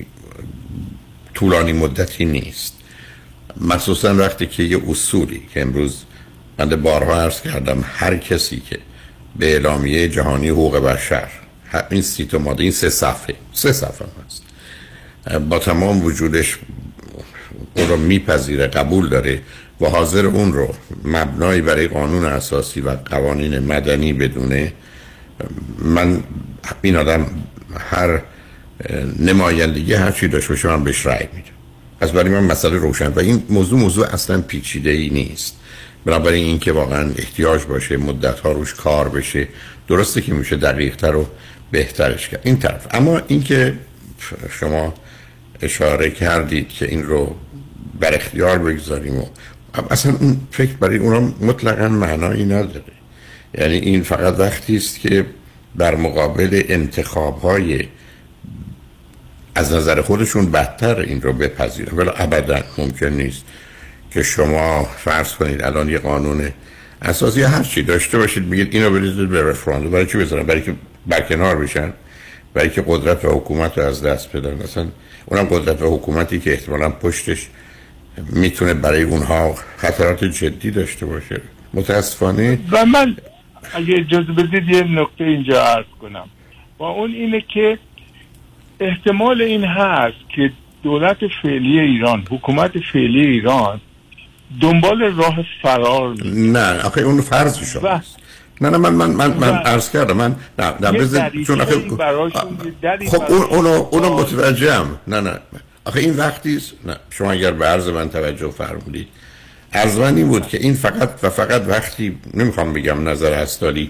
طولانی مدتی نیست، مخصوصا وقتی که یه اصولی که امروز من بارها عرض کردم، هر کسی که به اعلامیه جهانی حقوق بشر، این سی تا ماده، این سه صفحه سه صفحه هست، با تمام وجودش اون رو میپذیره، قبول داره و حاضر اون رو مبنایی برای قانون اساسی و قوانین مدنی بدونه، من این آدم هر نمایندگی هر چی داشته باشه من بهش رأی میدم. از برای من مسئله روشن و این موضوع موضوع اصلا پیچیده ای نیست. بنابراین این که واقعا احتیاج باشه مدت ها روش کار بشه، درسته که میشه دقیق تر و بهترش کرد این طرف. اما این که شما اشاره کردید که این رو بر اختیار بگذاریم و اصلا اون فکر برای اونا مطلقا معنایی نداره. یعنی این فقط وقتی است که در مقابل انتخاب‌های از نظر خودشون بدتر این رو بپذیرن، ولی ابدا ممکن نیست که شما فرض کنید الان یه قانون اساسی هر چی داشته باشید بگید اینو بریزید به رفراندوم. برای چی بذارن؟ برای که برکنار بشن، برای که قدرت و حکومت رو از دست بدن. مثلا اونم قدرت و حکومتی که احتمالاً پشتش میتونه برای اونها خطرات جدی داشته باشه. متاسفانه و من اگه اجازه بدید یه نکته اینجا عرض کنم و اون اینه که احتمال این هست که دولت فعلی ایران، حکومت فعلی ایران دنبال راه فرار میشه. نه آخه اون فرض شماست. نه نه من من من من عرض کردم من نه نه بذار چون آخه خب اون اونو اونو متوجهم. نه نه آخه این وقتی است، نه شما اگر به عرض من توجه فرمودید، عرض من این بود که این فقط و فقط وقتی نمیخوام بگم نظر هستالی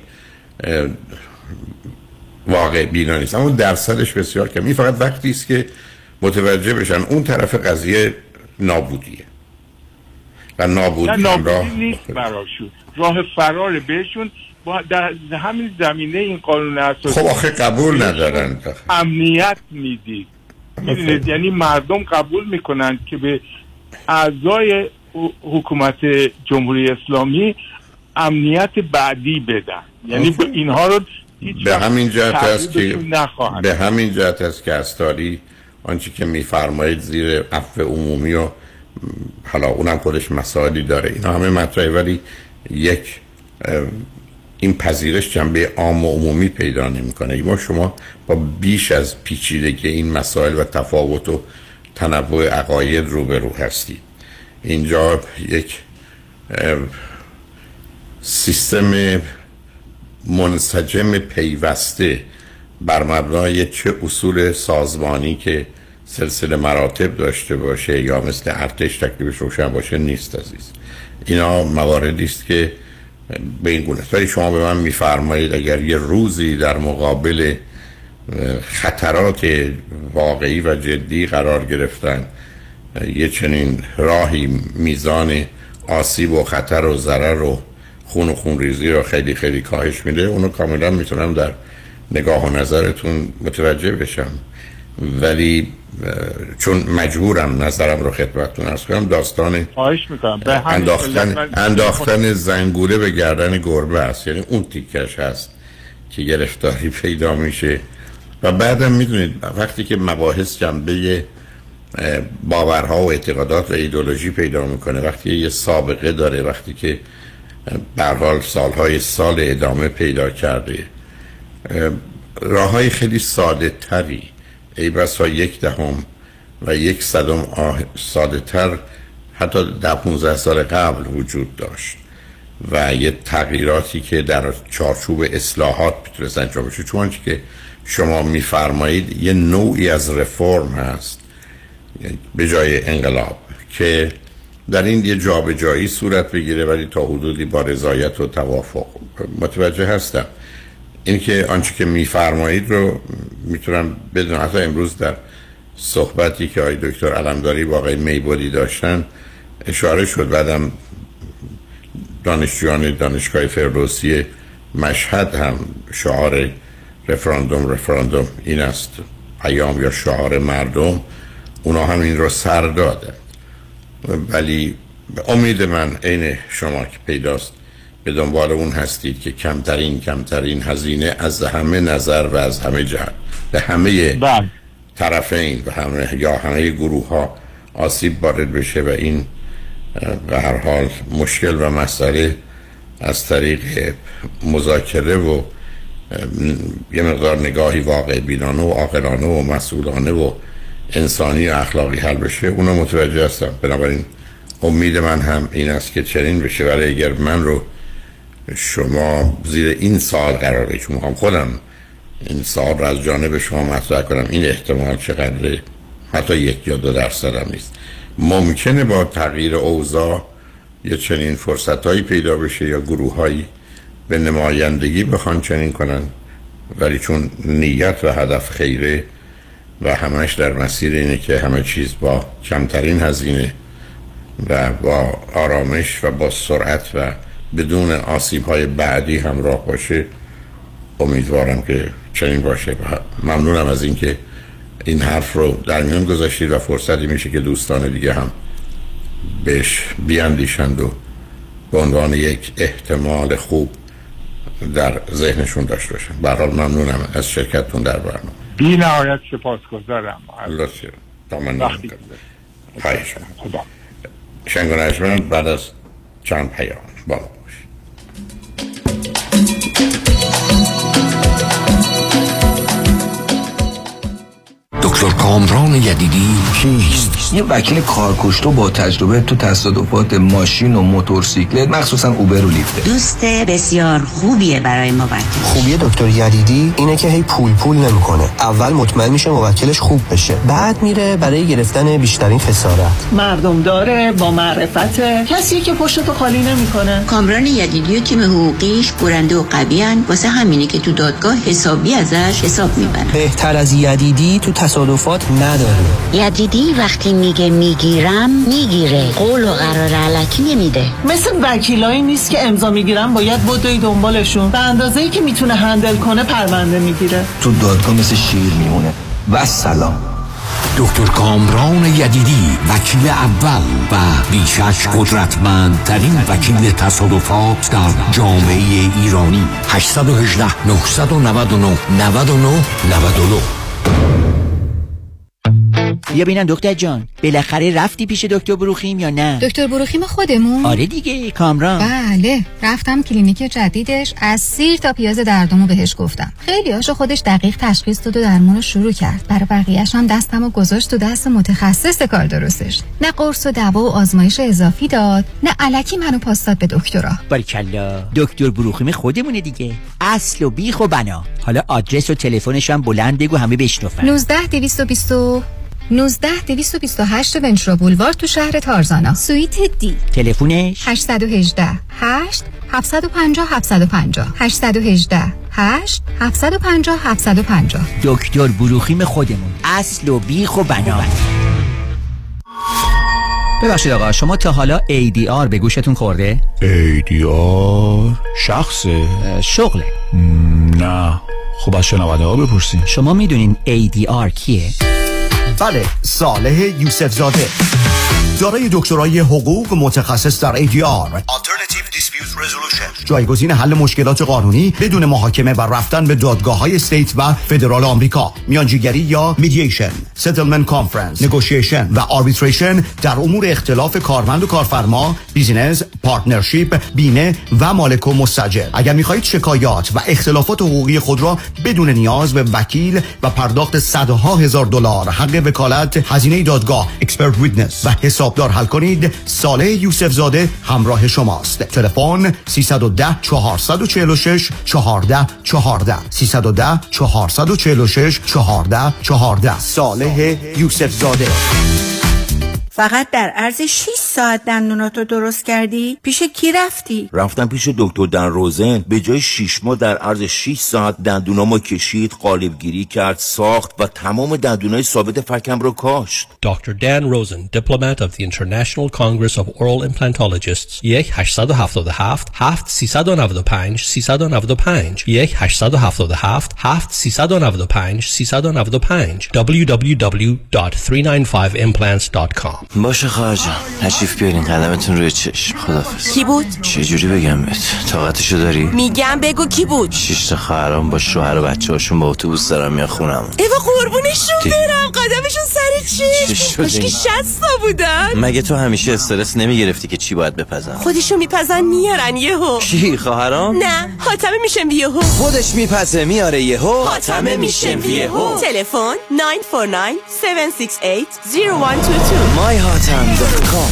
واقع بینا نیست، اما درصدش بسیار کم. این فقط وقتی است که متوجه بشن اون طرف قضیه نابودیه و نابودی نه نابودی نیست براشون، راه فرار بهشون با در همین زمینه این قانون اساسی. خب آخه قبول ندارن، امنیت میدید. میدونید یعنی مردم قبول میکنن که به اعضای حکومت جمهوری اسلامی امنیت بعدی بدن، یعنی به اینها رو به همین جهت است که به همین جهت است که استاری آنچه که میفرمایید زیر عفو عمومی و حالا اونم خودش مسائلی داره، اینا همه مطرحه، ولی یک این پذیرش جنبه عام و عمومی پیدا نمیکنه. ما شما با بیش از پیچیدگی این مسائل و تفاوت و تنوع عقاید روبرو هستید. اینجا یک سیستم منسجم پیوسته بر مبنای چه اصول سازمانی که سلسله مراتب داشته باشه یا مثل ارتش تکلیفش روشن باشه نیست عزیز. اینا مواردی است که به این گونه است. ولی شما به من میفرمایید اگر یه روزی در مقابل خطرات واقعی و جدی قرار گرفتن یه چنین راهی میزان آسیب و خطر و ضرر و خون و خونریزی رو خیلی خیلی کاهش میده، اونو کاملا میتونم در نگاه و نظرتون متوجه بشم، ولی چون مجبورم نظرم رو خدمتتون عرض کنم، داستان انداختن انداختن زنگوله به گردن گربه است. یعنی اون تیکش هست که گرفتاری پیدا میشه و بعدم میدونید وقتی که مباحث جنبه باورها و اعتقادات و ایدئولوژی پیدا میکنه، وقتی یه سابقه داره، وقتی که به هر حال سالهای سال ادامه پیدا کرده، راههای خیلی ساده تری ای بسا یک دهم و یک صدم ساده تر حتی ده پونزده سال قبل وجود داشت و یه تغییراتی که در چارچوب اصلاحات میتونست انجام بشه. چون که شما میفرمایید یه نوعی از رفرم هست به جای انقلاب که در این یه جابجایی صورت بگیره، ولی تا حدودی با رضایت و توافق. متوجه هستم این که آنچه که میفرمایید رو میتونم بدونم. حتی امروز در صحبتی که آقای دکتر علمداری با آقای میبودی داشتن اشاره شد، بعدم دانشجویان دانشگاه فردوسی مشهد هم شعار رفراندوم رفراندوم این است پیام یا شعار مردم، اونا هم این رو سر دادن. ولی امید من عین شما که پیداست به دنبال اون هستید که کمترین کمترین هزینه از همه نظر و از همه جهت به همه بله. طرفین و همه یا همه گروه ها آسیب وارد بشه و این به هر حال مشکل و مسئله از طریق مذاکره و یه مقدار نگاهی واقع بینانه و عاقلانه و مسئولانه و انسانی و اخلاقی حل بشه اونو متوجه هستم. بنابراین امید من هم این است که چنین بشه. ولی اگر من رو شما زیر این سوال قرار بدید، چون میخوام خودم این سوال رو از جانب شما مطرح کنم، این احتمال چقدره؟ حتی یک یا دو درصد هم نیست. ممکنه با تغییر اوضاع یه چنین فرصتایی پیدا بشه یا گروههایی به نمایندگی بخوان چنین کنن، ولی چون نیت و هدف خیره و همش در مسیر اینه که همه چیز با کمترین هزینه و با آرامش و با سرعت و بدون آسیب‌های بعدی همراه باشه، امیدوارم که چنین باشه. ممنونم از اینکه این حرف رو در میان گذاشتید و فرصتی میشه که دوستان دیگه هم بهش بیاندیشند و به عنوان یک احتمال خوب در ذهنشون داشته باشن. به هر حال ممنونم از شرکتتون در برنامه. بی نهایت سپاسگزارم. لطفاً تا من وقتی خواهش خدا شنگ و نجمن بعد از چند پیام بالا باشید. دکتر کامران یدیدی کیست؟ یه وکیل کارکشته با تجربه تو تصادفات ماشین و موتورسیکلت، مخصوصا اوبر و لیفت. دوست بسیار خوبیه برای موکل. خوبیه دکتر یدیدی اینه که هی پول پول نمیکنه. اول مطمئن میشه موکلش خوب بشه، بعد میره برای گرفتن بیشترین خسارت. مردم داره، با معرفته، کسی که پشتتو خالی نمیکنه. کامران یدیدی و تیم حقوقیش برنده و قویان، واسه همینه که تو دادگاه حسابی ازش حساب میبرن. بهتر از یدیدی تو تصادفات نداره. یدیدی وقتی میگه میگیرم میگیره، قول و قرار الکی نمیده. مثل وکیلایی نیست که امضا میگیرن باید بدوی دنبالشون، به اندازه‌ای که میتونه هندل کنه پرونده میگیره. تو دادگاه مثل شیر میمونه. و سلام. دکتر کامران یدیدی، وکیل اول و بیشش قدرتمندترین وکیل تصادفات در جامعه ایرانی. هشت یک هشت نه نه نه نه نه نه نه. بیا ببینم دکتر جان، بالاخره رفتی پیش دکتر بروخیم یا نه؟ دکتر بروخیم خودمون؟ آره دیگه، کامران. بله، رفتم کلینیک جدیدش، از سیر تا پیاز دردمو بهش گفتم. خیلی هاشو خودش دقیق تشخیص داد و درمونو شروع کرد. برای بقیه‌اش هم دستمو گذاشت تو دست متخصص کار درستش. نه قرص و دوا و آزمایش اضافی داد، نه الکی منو پاس داد به دکترا. باریکلا، دکتر بروخیم خودمونه دیگه. اصل و بیخ و بنا. حالا آدرس و تلفنش هم بلند بگو همه بشنفن. نوزده دویست و بیست نوزده دویست و بیست و هشت ونچرا بولوار تو شهر تارزانا، سویت دی. تلفونش هشت یک هشت هشت هفت پنج صفر هفت پنج صفر هشت یک هشت هشت هفت پنج صفر هفت پنج صفر. دکتر بروخیم خودمون، اصل و بیخ و بنا. ببخشید آقا، شما تا حالا ای دی آر به گوشتون خورده؟ ای دی آر شخصه؟ شغله. نه. خب از شنونده ها بپرسین. شما میدونین ای دی آر کیه؟ بله، صالح یوسف زاده، دارای دکترای حقوق متخصص در ای دی آر Alternative Dispute Resolution، جایگزین حل مشکلات قانونی بدون محاکمه و رفتن به دادگاه‌های استیت و فدرال آمریکا، میانجیگری یا میدییشن، ستلمنت کانفرنس، نگوشیشن و آربیتریشن در امور اختلاف کارمند و کارفرما، بیزینس، پارتنرشیپ، بیمه و مالک و مستاجر. اگر می‌خواهید شکایات و اختلافات حقوقی خود را بدون نیاز به وکیل و پرداخت صدها هزار دلار حق وکالت، هزینه دادگاه، اکسپرت ویتنس و حسابدار حل کنید، صالح یوسف زاده همراه شماست. تلفن سیصد و ده چهارصد و چهل و شش چهارده چهارده سیصد و ده چهارصد و چهل و شش چهارده چهارده. صالح یوسف زاده. فقط در عرض شش ساعت دندوناتو درست کردی؟ پیش کی رفتی؟ رفتم پیش دکتر دن روزن. به جای شش ماه در عرض شش ساعت دندونامو کشید، قالبگیری کرد، ساخت و تمام دندونای ثابت فکم رو کاشت. دکتر Dan Rosen, diplomat of the International Congress of Oral Implantologists. یک هشتصد و هفتاد و هفت هفت سیصد و نود و پنج سیصد و نود و پنج یک هشتصد و هفتاد و هفت هفت سیصد و نود و پنج سیصد و نود و پنج دبلیو دبلیو دبلیو دات سیصد و نود و پنج implants دات کام. باشه خواهر جان، تشریف بیارین، قدمتون روی چشم. خدافظ. کی بود؟ چه جوری بگم بهت؟ طاقتشو داری؟ میگم بگو کی بود؟ شش تا خواهرام با شوهر و بچه‌هاشون با اتوبوس دارن میان خونمون. ایوا قربونشون برم، قدمشون سر چشم. کاش که شصت تا بودن. مگه تو همیشه استرس نمیگرفتی که چی باید بپزن؟ خودشو میپزن میارن یهو. کی خواهرام؟ نه، حاتمه میشم یهو. خودش میپزه میاره یهو. حاتمه میشم یهو. تلفن نه چهار نه هفت شش هشت صفر یک دو دو. مای هاتم دات کام.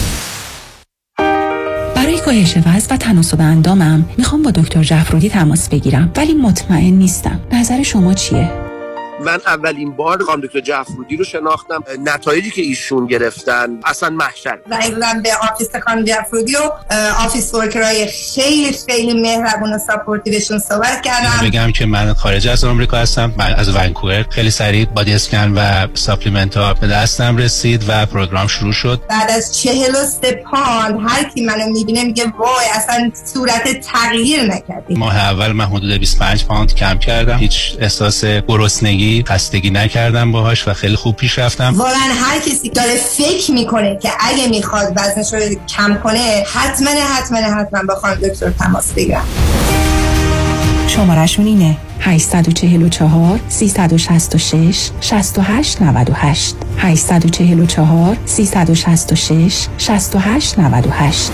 برای کاهش وزن و تناسب اندامم میخوام با دکتر جعفرودی تماس بگیرم، ولی مطمئن نیستم. نظر شما چیه؟ من اولین بار خانم دکتر جعفرودی رو شناختم. نتایجی که ایشون گرفتن اصلا محشر. زنگ زدم به آفیس خانم جعفرودی و آفیس ورکرای خیلی خیلی مهربون و ساپورتیوشون صحبت کردم. بگم که من خارج از آمریکا هستم، من از ونکوور. خیلی سریع بادی اسکن و ساپلیمنت ها به دستم رسید و پروگرام شروع شد. بعد از چهل و سه پاند هر کی منو میبینه میگه وای اصلا صورت تغییر نکردی. ماه اول من حدود بیست و پنج پوند کم کردم. هیچ احساس گرسنگی، خستگی نکردم باهاش و خیلی خوب پیش رفتم. واقعا هر کسی داره فکر میکنه که اگه میخواد وزنش رو کم کنه حتما حتما حتما با خانم دکتر تماس بگیرم. شماره‌شون اینه هشت چهار چهار سه شش شش شش هشت نه هشت هشت چهار چهار سه شش شش شش هشت نه هشت.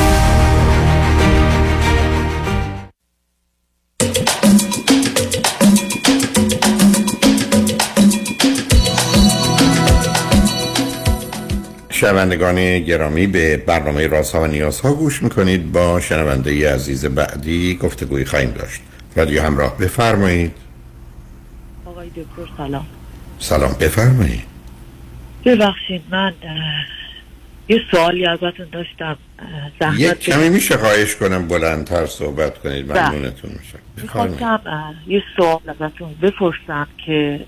شنوندگان گرامی، به برنامه رازها و نیازها گوش میکنید. با شنونده عزیز بعدی گفتگوی خواهیم داشت. رادیو همراه، بفرمایید. آقای دکتر سلام. سلام، بفرمایید. ببخشید من یه سوالی ازتون داشتم. یک کمی میشه خواهش کنم بلندتر صحبت کنید؟ ممنونتون میشم. میخواستم یه سوال ازتون بپرسم که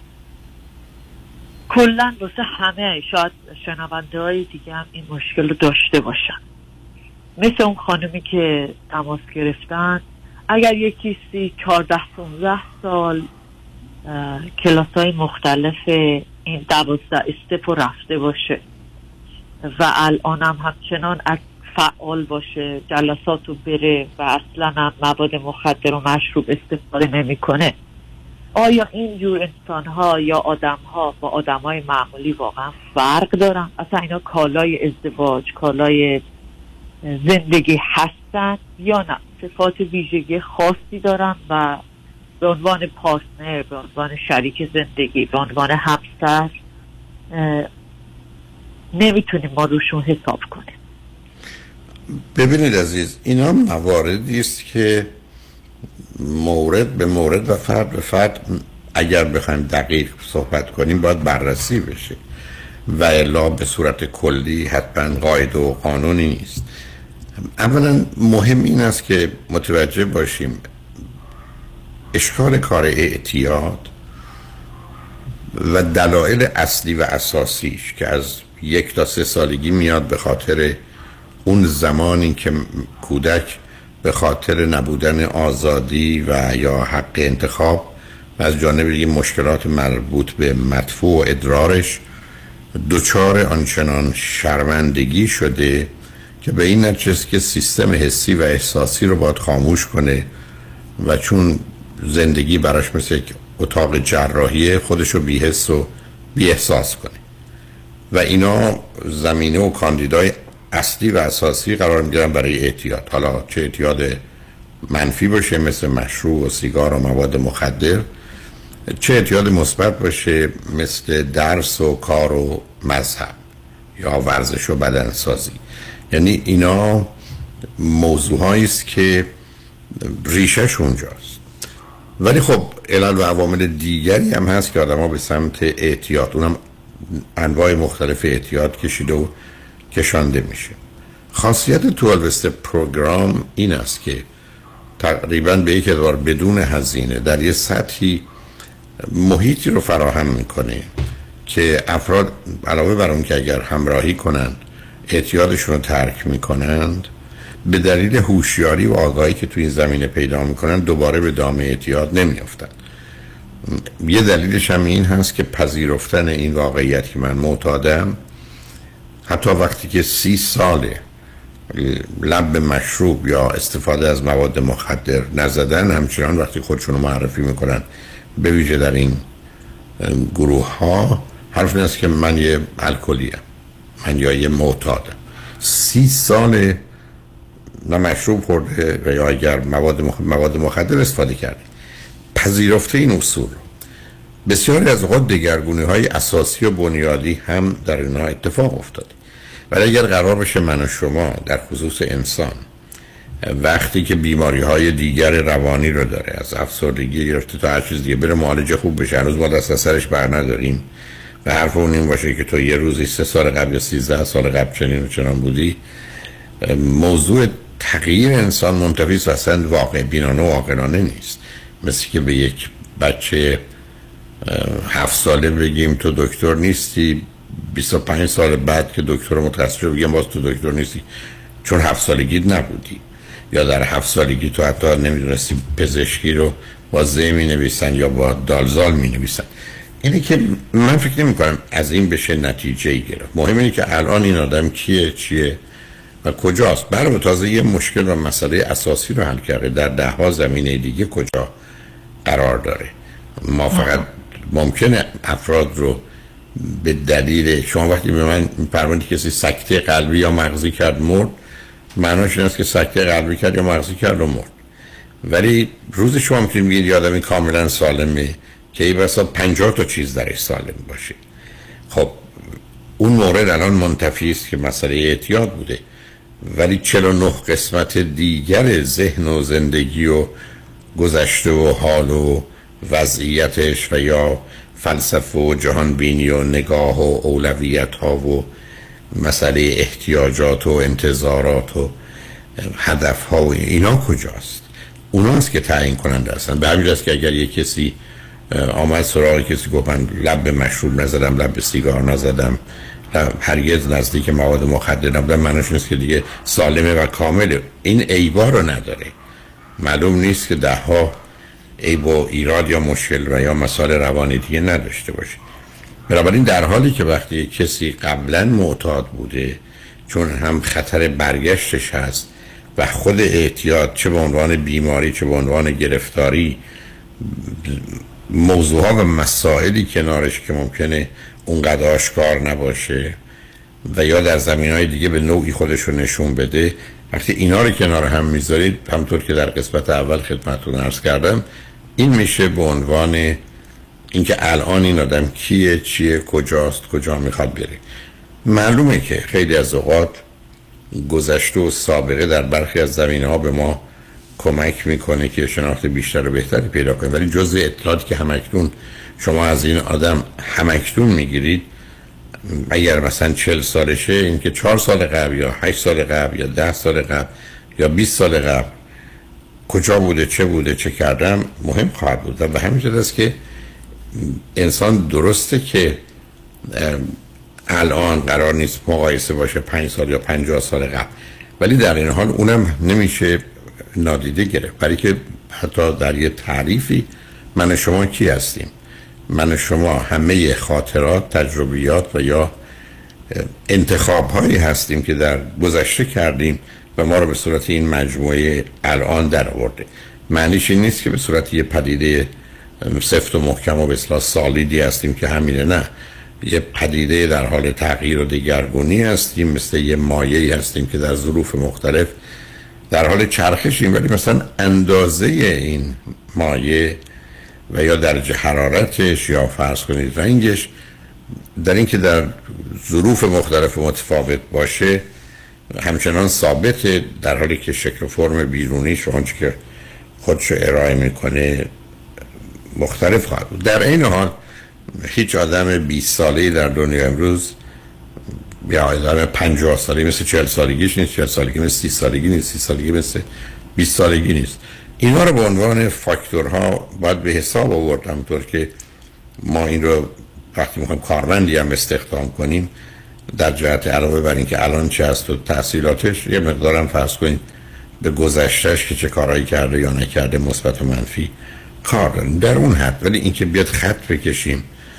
کلن واسه همه، شاید شنونده های دیگه هم این مشکل رو داشته باشن، مثل اون خانمی که تماس گرفتن، اگر یکی سی چهارده پانزده سال کلاس های مختلف این دوازده استپ رو رفته باشه و الان هم همچنان فعال باشه، جلسات رو بره و اصلا هم مواد مخدر و مشروب استفاده نمی کنه، آیا این جور انسان ها یا آدم ها با آدم های معمولی واقعا فرق دارن؟ اصلا اینا کالای ازدواج، کالای زندگی هستن یا نه صفات ویژگی خاصی دارن و به عنوان پارتنر، به عنوان شریک زندگی، به عنوان همسر نمیتونیم ما روشون حساب کنیم؟ ببینید عزیز، اینا مواردی است که مورد به مورد و فرد به فرد اگر بخوایم دقیق صحبت کنیم باید بررسی بشه و الا به صورت کلی حتما قاعده و قانونی نیست. اولا مهم این است که متوجه باشیم اشکال کار اعتیاد و دلایل اصلی و اساسیش که از یک تا سه سالگی میاد به خاطر اون زمانی که کودک به خاطر نبودن آزادی و یا حق انتخاب و از جانب دیگه مشکلات مربوط به مدفوع و ادرارش دوچار آنچنان شرمندگی شده که به این نتیجه که سیستم حسی و احساسی رو باید خاموش کنه و چون زندگی براش مثل یک اتاق جراحی خودش رو بی‌حس و بی احساس کنه و اینا زمینه و کاندیدای اصلی و اساسی قرار میگیرن برای اعتیاد. حالا چه اعتیاد منفی باشه مثل مشروب و سیگار و مواد مخدر، چه اعتیاد مثبت باشه مثل درس و کار و مذهب یا ورزش و بدنسازی. یعنی اینا موضوعهایی است که ریشش اونجاست. ولی خب علل و عوامل دیگری هم هست که آدم‌ها به سمت اعتیاد، اونم انواع مختلف اعتیاد کشیده و کشانده میشه. خاصیت دوازده استپ پروگرام این است که تقریبا به یک ادوار بدون هزینه در یه سطحی محیطی رو فراهم میکنه که افراد علاوه بر اون که اگر همراهی کنند اعتیادشون رو ترک میکنند، به دلیل هوشیاری و آگاهی که توی این زمینه پیدا میکنن دوباره به دام اعتیاد نمیافتن. یه دلیلش هم این هست که پذیرفتن این واقعیت که من معتادم حتی وقتی که سی ساله لب مشروب یا استفاده از مواد مخدر نزدن، همچنان وقتی خودشون رو معرفی میکنن، به ویژه در این گروه ها، حرف این است که من یه الکلیم، من یا یه معتادم. سی سال نه مشروب خورده و یا اگر مواد مخ... مواد مخدر استفاده کرده. پذیرفته این اصول بسیاری از اوقات دگرگونی های اساسی و بنیادی هم در اینها اتفاق افتاده. ولی اگر قرار بشه من و شما در خصوص انسان وقتی که بیماری های دیگر روانی رو داره، از افسردگی گرفته تا هر چیز دیگه، بره معالجه خوب بشه، هنوز ما دست از سرش بر نداریم و حرف اون این باشه که تو یه روزی سه سال قبل یا سیزده سال قبل چنین و چنان بودی، موضوع تغییر انسان منتفی است و اصلا واقع بینانه و عاقلانه نیست. مثل که به یک بچه هفت ساله بگیم تو دکتر نیستی، بیست و پنج سال بعد که دکتر متخصص شو بگیم باز تو دکتر نیستی چون هفت سالگی نبودی، یا در هفت سالگی تو حتی نمیدونستی پزشکی رو با ز می نویسن یا با دالزال می نویسن. اینه که من فکر نمی کنم از این بشه نتیجه گرفت. مهم اینه که الان این آدم کیه، چیه و کجاست. برای تازه یه مشکل و مسئله اساسی رو حل کرده، در ده ها زمینه دیگه کجا قرار داره. ما فقط ممکنه افراد رو به دلیل، شما وقتی به من فرمودید کسی سکته قلبی یا مغزی کرد مرد، معناش این است که سکته قلبی کرد یا مغزی کرد و مرد. ولی روز شما میتونید بگید یه آدمی کاملا سالمه که ای بسا پنجاه تا چیز درش سالم باشه. خب اون مورد الان منتفی است که مسئله اعتیاد بوده، ولی چهل و نه قسمت دیگر ذهن و زندگی و گذشته و حال و وضعیتش و یا فلسفه و جهان بینی و نگاه و اولویت ها و مسئله احتیاجات و انتظارات و هدف ها و اینا کجاست؟ اوناست که تعیین کننده هستن. به همین جاست که اگر یک کسی آمد سراغ کسی گفت من لب مشروب نزدم، لب سیگار نزدم، هرگز نزدیک مواد مخدر نبودم، معنیش نیست که دیگه سالمه و کامله. این عیبا رو نداره. معلوم نیست که ده ها عیب و ایراد یا مشکل و یا مسائل روانی دیگه نداشته باشه. بنابراین در حالی که وقتی کسی قبلا معتاد بوده، چون هم خطر برگشتش هست و خود اعتیاد چه به عنوان بیماری چه به عنوان گرفتاری، موضوعها و مسائلی کنارش که ممکنه اونقدر آشکار نباشه و یا در زمینهای دیگه به نوعی خودش رو نشون بده، وقتی اینا رو کنار هم میذارید، همطور که در قسمت اول خدمتتون عرض کردم، این میشه به عنوان اینکه الان این آدم کیه، چیه، کجاست، کجا میخواد بره. معلومه که خیلی از اوقات گذشته و سابقه در برخی از زمینه‌ها به ما کمک میکنه که شناخت بیشتر و بهتری پیدا کنیم، ولی جزء اطلاعاتی که همکنون شما از این آدم همکنون میگیرید، اگر مثلا چهل سالشه، این که چهار سال قبل یا هشت سال قبل یا ده سال قبل یا بیست سال قبل کجا بوده، چه بوده، چه کردم، مهم خواهد بود. و به همین جهت است که انسان درسته که الان قرار نیست مقایسه باشه پنج سال یا پنجاه سال قبل، ولی در این حال اونم نمیشه نادیده گرفت، برای که حتی در یه تعریفی من شما کی هستیم؟ من شما همه خاطرات، تجربیات و یا انتخاب هایی هستیم که در گذشته کردیم و ما رو به صورت این مجموعه الان در آورده. معنیش این نیست که به صورت یه پدیده سفت و محکم و به اصطلاح سالیدی هستیم که همینه، نه، یه پدیده در حال تغییر و دگرگونی هستیم، مثل یه مایعی هستیم که در ظروف مختلف در حال چرخشیم، ولی مثلا اندازه این مایع و یا درجه حرارتش یا فرض کنید رنگش در این که در ظروف مختلف متفاوت باشه همچنان ثابته، در حالی که شکل و فرم بیرونیش و آنچه که خودشو ارائه میکنه مختلف خواهد بود. در این حال هیچ آدم بیست ساله‌ای در دنیا امروز یا آدم پنجاه ساله‌ای مثل چهل سالگیش نیست، چهل سالگی مثل سی سالگی نیست، سی سالگی مثل بیست سالگی نیست. اینا رو به عنوان فاکتورها باید به حساب آورد، همونطور که ما این رو وقتی میخوایم کارمندی هم استخدام کنیم در جهت علاوه بر این که الان چه هست و تحصیلاتش، یه مقدارم فرض کنید به گذشتهش که چه کارهایی کرده یا نکرده مثبت و منفی کار داریم در اون حد. ولی اینکه بیاد خط بکشیم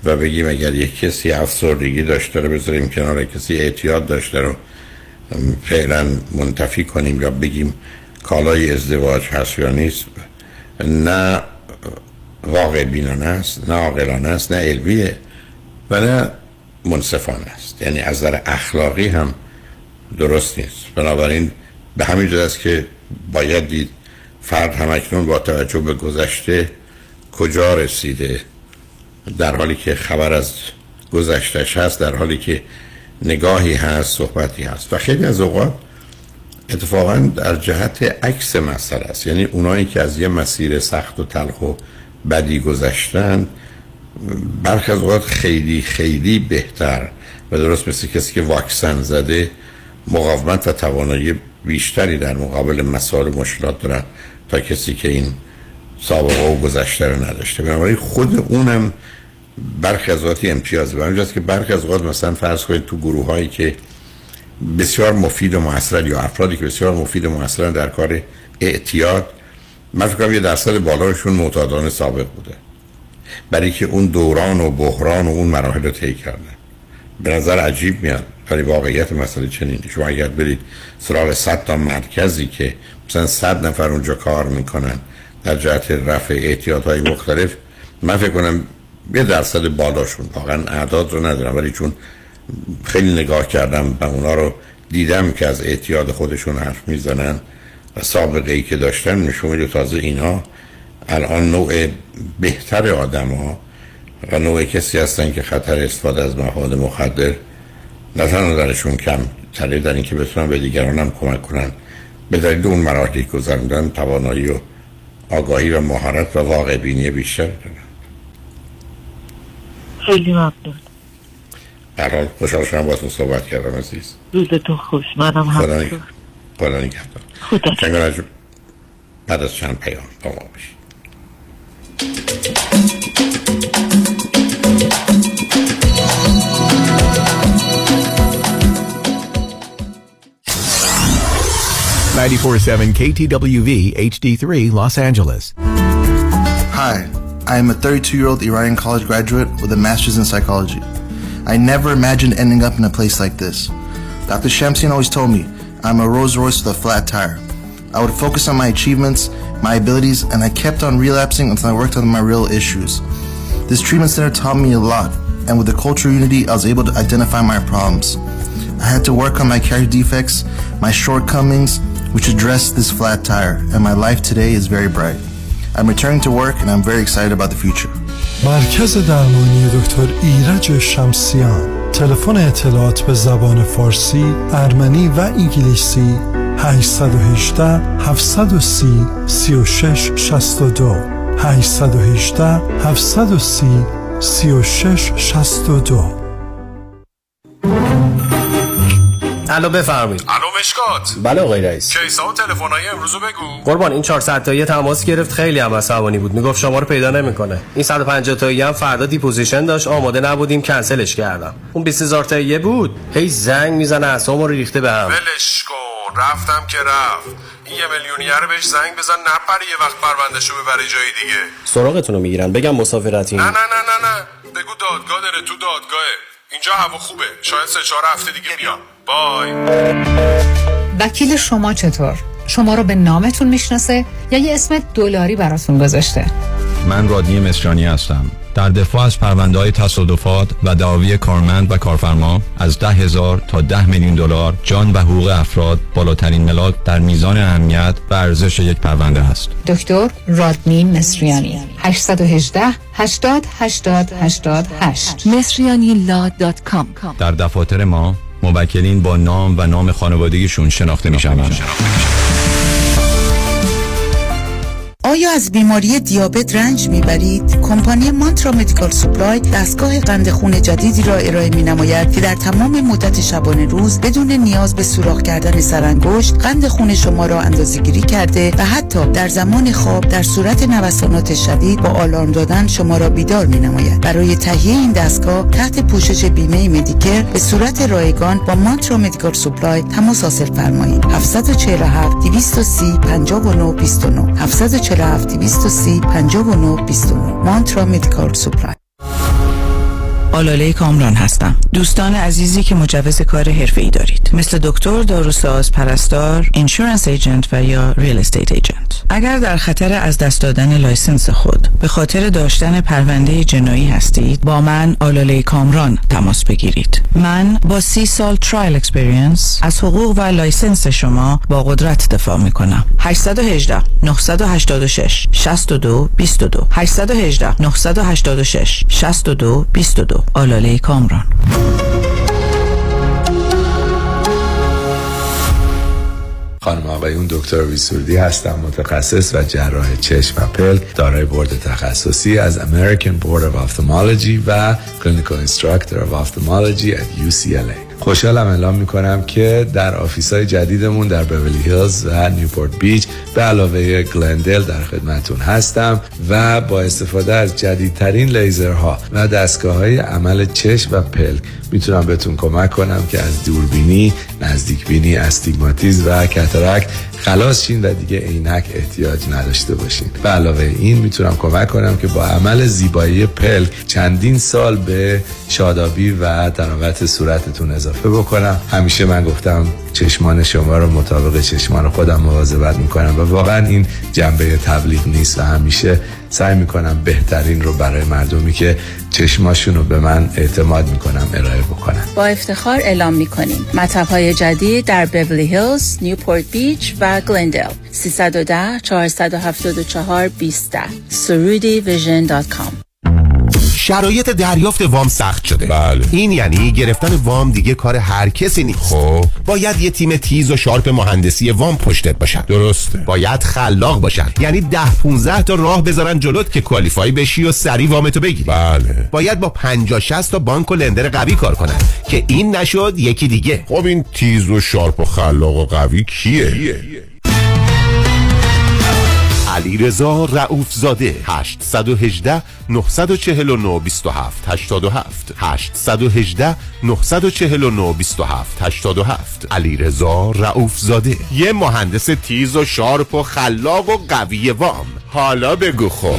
و بگیم اگر یک کسی افسردگی داشته رو بذاریم کنار، کسی اعتیاد داشته رو فعلا منتفی کنیم یا بگیم کالای ازدواج هست یا نیست، نه واقع بینانه است، نه عاقلانه است، نه علمیه و نه منصفانه است. یعنی از نظر اخلاقی هم درست نیست. بنابراین به همین جهت است که باید دید فرد همکنون با توجه به گذشته کجا رسیده، در حالی که خبر از گذشتهش هست، در حالی که نگاهی هست، صحبتی هست. و خیلی از اوقات اتفاقا در جهت عکس مسئله است. یعنی اونایی که از یه مسیر سخت و تلخ و بدی گذشتن برخی از اوقات خیلی خیلی بهتر و درست مثل کسی که واکسن زده مقاومت و توانایی بیشتری در مقابل مسائل و مشکلات دارن تا کسی که این سابقه و گذشته رو نداشته. بنابراین خود اونم برخی از اوقات امتیازه. برای همینجاست که برخی از اوقات مثلا فرض کنید تو گروه هایی که بسیار مفید و موثر یا افرادی که بسیار مفید و موثرن در کار اعتیاد، من فکر کنم یه درصد بالاشون معتادان سابق بوده، برای که اون دوران و بحران و اون مراحل رو طی کردن. به نظر عجیب میاد ولی واقعیت مسئله چنینه. شما اگر برید سراغ صد تا مرکزی که مثلا صد نفر اونجا کار میکنن در جهت رفع اعتیادهای مختلف، من فکر کنم یه درصد بالاشون، واقعا اعداد رو ندارم ولی چون خیلی نگاه کردم و اونا رو دیدم که از اعتیاد خودشون حرف میزنن و سابقه ای که داشتن، نشون میده تازه اینا الان نوع بهتر آدم ها و نوع کسی هستن که خطر استفاده از مواد مخدر نه تنها درشون کم تره، در این که بتونن به دیگران هم کمک کنن به دلیل اون مراحلی که گذروندن توانایی و آگاهی و مهارت و واقع بینی بیشتر دارن. خیلی ممنون. در حال خوشحال شدم باهاتون صحبت کردم عزیز. روزتون خوش. منم همینطور. خدا نگهدار. خدا چنگانجو بعد از چند پیام با ما باشید. ninety-four point seven K T W V H D three Los Angeles. Hi, I am a thirty-two-year-old Iranian college graduate with a master's in psychology. I never imagined ending up in a place like this. Doctor Shamsian always told me I'm a Rolls Royce with a flat tire. I would focus on my achievements, my abilities, and I kept on relapsing until I worked on my real issues. This treatment center taught me a lot, and with the cultural unity, I was able to identify my problems. I had to work on my character defects, my shortcomings, which addressed this flat tire, and my life today is very bright. I'm returning to work, and I'm very excited about the future. مرکز درمانی دکتر ایرج شمسیان. تلفن اطلاعات به زبان فارسی، ارمنی و انگلیسی هشت یک هشت هفت سه صفر سه شش شش دو هشت یک هشت هفت سه صفر سه شش شش دو. الو بفرمایید. الو مشکات. بله آقای رئیس. کیسا و تلفن‌های امروزو بگو. قربان این چهارصد تایی تماس گرفت، خیلی هم عصبانی بود، میگفت شما رو پیدا نمیکنه. این صد و پنجاه تایی هم فردا دیپوزیشن داشت، آماده نبودیم کنسلش کردم. اون بیست هزار تایی بود، هی زنگ میزنه اعصابمو رو ریخته بهم. ولش کن، رفتم که رفت. این یه میلیونیر بهش زنگ بزن نپره یه وقت پروندهشو ببره جای دیگه. سراغتون رو میگیرن، بگم مسافرتین. نه نه نه نه نه. بگو دادگاه داره، تو دادگاهه. اینجا هوا خوبه، شاید سه چهار هفته دیگه بیام. بای. وکیل شما چطور؟ شما رو به نامتون میشناسه یا یه اسم دلاری براتون گذاشته؟ من رادنی مصریانی هستم. در دفاع از پرونده‌های تصادفات و دعاوی کارمند و کارفرما از ده هزار تا ده میلیون دلار جان و حقوق افراد بالاترین ملاک در میزان اهمیت و ارزش یک پرونده است. دکتر رادنی مصریانی. هشت یک هشت هشتاد هشتاد هشتاد هشت مصریانی لا دات کام. در دفاتر ما موکلین با نام و نام خانوادگیشون شناخته میشوند. آیا از بیماری دیابت رنج میبرید؟ کمپانی مانترا مدیکال سوپلای دستگاه قند خون جدیدی را ارائه می‌نماید که در تمام مدت شبانه روز بدون نیاز به سوراخ کردن سرانگشت قند خون شما را اندازه‌گیری کرده و حتی در زمان خواب در صورت نوسانات شدید با آلارم دادن شما را بیدار می‌نماید. برای تهیه این دستگاه تحت پوشش بیمه مدیکر به صورت رایگان با مانترا مدیکال سوپلای تماس حاصل فرمایید. هفت چهار هفت دویست و سی پنجاه و نه بیست و نه هفت چهار هفت دویست و سی پنجاه و نه بیست و نه مانترا مدیکال سوپلای. آلاله کامران هستم. دوستان عزیزی که مجوز کار حرفه‌ای دارید، مثل دکتر، داروساز، پرستار، اینشورنس ایجنت و یا ریل استیت ایجنت، اگر در خطر از دست دادن لایسنس خود به خاطر داشتن پرونده جنایی هستید، با من آلاله کامران تماس بگیرید. من با سی سال ترایل اکسپریانس از حقوق و لایسنس شما با قدرت دفاع میکنم. هشت یک هشت نه هشت شش شش دو دو دو هشت یک هشت نه هشت شش شش دو دو دو آلاله کامران. خانم آقایون، دکتر ویسوردی هستم، متخصص و جراح چشم و پلک، دارای بورد تخصصی از American Board of Ophthalmology و Clinical Instructor of Ophthalmology at یو سی ال ای. خوشحالم اعلام میکنم که در آفیس‌های جدیدمون در بیولی هیلز و نیوپورت بیچ به علاوه گلندل در خدمتون هستم و با استفاده از جدیدترین لیزرها و دستگاه‌های عمل چشم و پلک میتونم بهتون کمک کنم که از دوربینی، نزدیکبینی، استیگماتیسم و کاتاراکت خلاص شین و دیگه عینک احتیاج نداشته باشین. به علاوه این میتونم کمک کنم که با عمل زیبایی پلک چندین سال به شادابی و تراوت صورتتون اضافه بکنم. همیشه من گفتم چشمان شما رو مطابق چشمان خودم مواظبت میکنم و واقعا این جنبه تبلیغ نیست و همیشه سعی میکنم بهترین رو برای مردمی که چشماشون رو به من اعتماد میکنم ارائه بکنم. با افتخار اعلام میکنیم مطب‌های جدید در بیولی هیلز، نیوپورت بیچ و گلندل. سه یک صفر چهار هفت چهار دو صفر سرودی ویژن دات کام. شرایط دریافت وام سخت شده. بله. این یعنی گرفتن وام دیگه کار هر کسی نیست. خب باید یه تیم تیز و شارپ مهندسی وام پشتت باشن. درسته. باید خلاق باشن، یعنی ده پونزده تا راه بذارن جلوت که کوالیفای بشی و سری وامتو بگیری. بله. باید با پنجاه شصت تا بانک و لندر قوی کار کنن که این نشد یکی دیگه. خب این تیز و شارپ و خلاق و قوی کیه؟ کیه؟ علیرضا رؤوف زاده. هشت یک هشت نه چهار نه دو هفت هشت هفت هشت یک هشت نه چهار نه دو هفت هشت هفت. علیرضا رؤوف زاده، یه مهندس تیز و شارپ و خلاق و قوی وام. حالا بگو خب.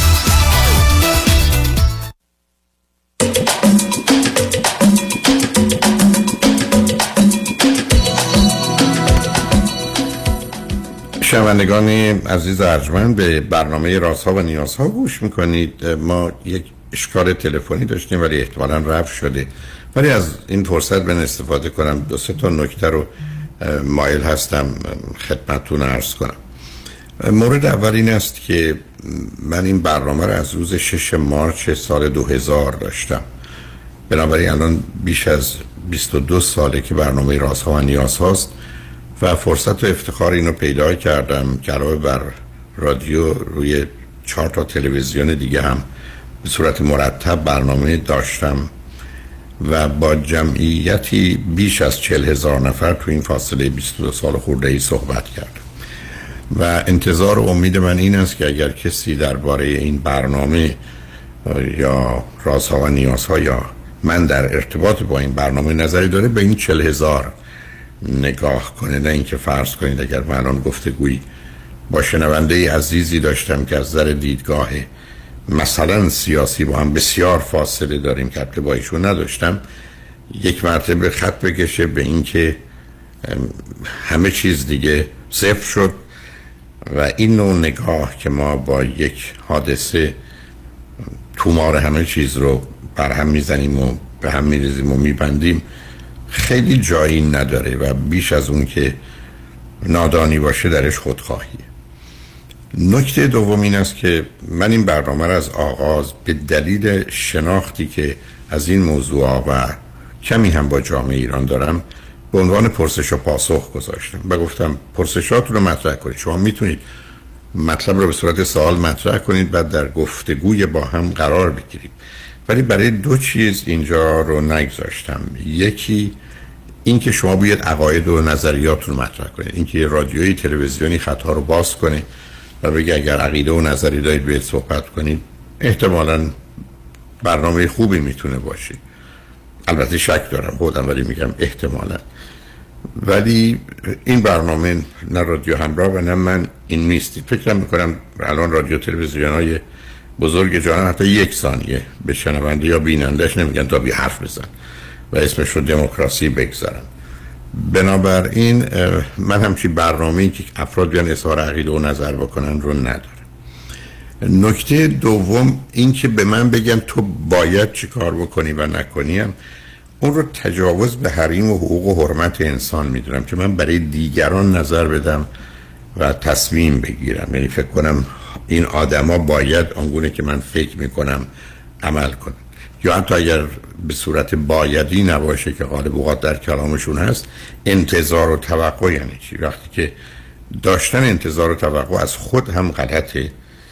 شنوندگان عزیز ارجمند، به برنامه رازها و نیازها گوش میکنید. ما یک اشکال تلفنی داشتیم ولی احتمالاً رفع شده، ولی از این فرصت من استفاده کنم دو سه تا نکته رو مایل هستم خدمتتون عرض کنم. مورد اول این است که من این برنامه رو از روز شش مارس سال دو هزار داشتم، بنابراین الان بیش از بیست و دو ساله که برنامه رازها و نیازهاست و فرصت و افتخار اینو پیدا کردم که علاوه بر رادیو روی چهار تا تلویزیون دیگه هم به صورت مرتب برنامه داشتم و با جمعیتی بیش از چهل هزار نفر تو این فاصله بیست و دو سال خورده ای صحبت کردم و انتظار و امید من این است که اگر کسی درباره این برنامه یا رازها و نیازها یا من در ارتباط با این برنامه نظری داره به این چهل هزار نگاه کنه، نه اینکه فرض کنید اگر من الان گفتگویی با شنونده عزیزی داشتم که از نظر دیدگاه مثلا سیاسی با هم بسیار فاصله داریم که البته با ایشون نداشتم، یک مرتبه خط بکشه به اینکه همه چیز دیگه صفر شد و این نوع نگاه که ما با یک حادثه تومار همه چیز رو بر هم میزنیم و به هم میریزیم و میبندیم خیلی جایی نداره و بیش از اون که نادانی باشه درش خودخواهیه. نکته دوم این است که من این برنامه را از آغاز به دلیل شناختی که از این موضوع و کمی هم با جامعه ایران دارم به عنوان پرسش و پاسخ گذاشتم و گفتم پرسشاتون رو مطرح کنید. شما میتونید مطلب رو به صورت سوال مطرح کنید، بعد در گفتگوی با هم قرار بگیرید، ولی برای دو چیز اینجا رو نگذاشتم. یکی این که شما باید عقاید و نظریاتون رو مطرح کنید، اینکه رادیویی تلویزیونی خطا رو باز کنه و بگه اگر عقیده و نظری دارید باید صحبت کنید، احتمالاً برنامه خوبی میتونه باشه. البته شک دارم خودم ولی میگم احتمالاً. ولی این برنامه نه رادیو همراه و نه من این نیستید. فکر میکنم الان رادیو تلویزیون‌های بزرگ جانم حتی یک ثانیه به شنونده یا بینندش نمیگن تا بی حرف بزن و اسمش رو دموکراسی بگذارم. بنابراین من همچی برنامه‌ای که افراد بیان اظهار عقیده و نظر بکنن رو ندارم. نکته دوم این که به من بگن تو باید چی کار بکنی و نکنیم، اون رو تجاوز به حریم و حقوق و حرمت انسان میدونم که من برای دیگران نظر بدم و تصمیم بگیرم. یعنی فکر کنم این آدما باید آنگونه که من فکر میکنم عمل کنن، یا حتی اگر به صورت بایدی نباشه که غالب اوقات در کلامشون هست، انتظار و توقع یعنی چی؟ وقتی که داشتن انتظار و توقع از خود هم غلطه،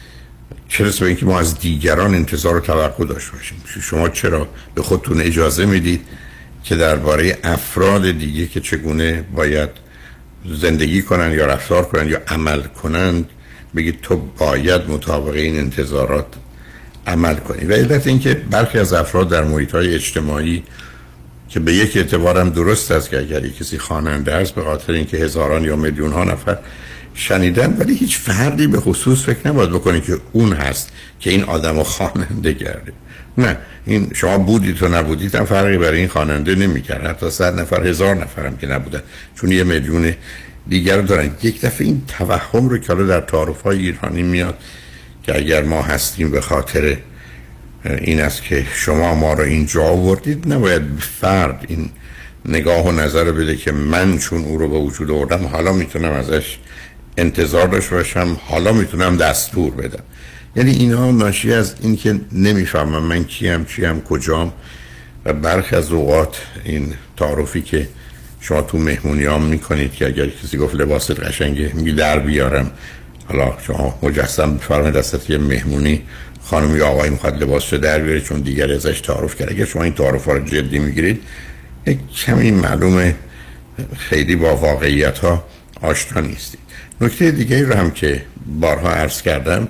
چرا به اینکه ما از دیگران انتظار و توقع داشته باشیم؟ شما چرا به خودتون اجازه میدید که درباره افراد دیگه که چگونه باید زندگی کنن یا رفتار کنن یا عمل کنن بگید تو باید مطابق این انتظارات عمل کنی؟ و علت این که برخی از افراد در محیط‌های اجتماعی که به یک اعتبارم درست است که اگر کسی خواننده است به خاطر اینکه هزاران یا میلیون ها نفر شنیدن، ولی هیچ فردی به خصوص فکر نباید بکنی که اون هست که این آدمو خواننده کرده. نه، این شما بودید و نبودید هم فرقی برای این خواننده نمی‌کرد. حتی صد نفر هزار نفرم که نبودن، چون یه میلیون دیگر دارن. یک دفعه این توهم رو که حالا در تعارف‌های ایرانی میاد که اگر ما هستیم به خاطر این است که شما ما رو اینجا آوردید، نباید فرد این نگاه و نظر بده که من چون او رو به وجود آوردم حالا میتونم ازش انتظار داشته باشم، حالا میتونم دستور بدم. یعنی اینا ناشی از این که نمیفهمم من کیم، چیم، کجام. و برخی از اوقات این تعارفی که شما تو مهمونیام میکنید که اگر کسی گفت لباست قشنگه میگی در بیارم، حالا شما مجسم بفرمایید دستت یه مهمونی خانم یا آقای میخواد لباسشو در بیاره چون دیگر ازش تعارف کرد. اگر شما این تعارف ها رو جدی میگیرید یک کمی معلومه خیلی با واقعیت ها آشنا نیستید. نکته دیگه رو هم که بارها عرض کردم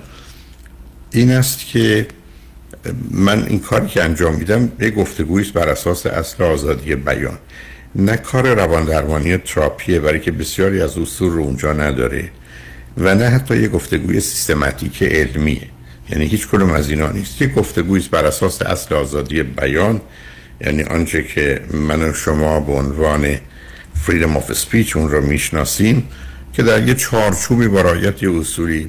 این است که من این کاری که انجام میدم یه گفتگویی است بر اساس اصل آزادی بیان، نه کار روان درمانی تراپیه برای که بسیاری از اصول رو اونجا نداره، و نه حتی یه گفتگوی سیستماتیک علمیه. یعنی هیچ کدوم از اینا نیست. یه گفتگویی است بر اساس اصل آزادی بیان، یعنی آنچه که من و شما به عنوان freedom of speech اون رو میشناسیم که در یه چارچوبی با رعایت یه اصولی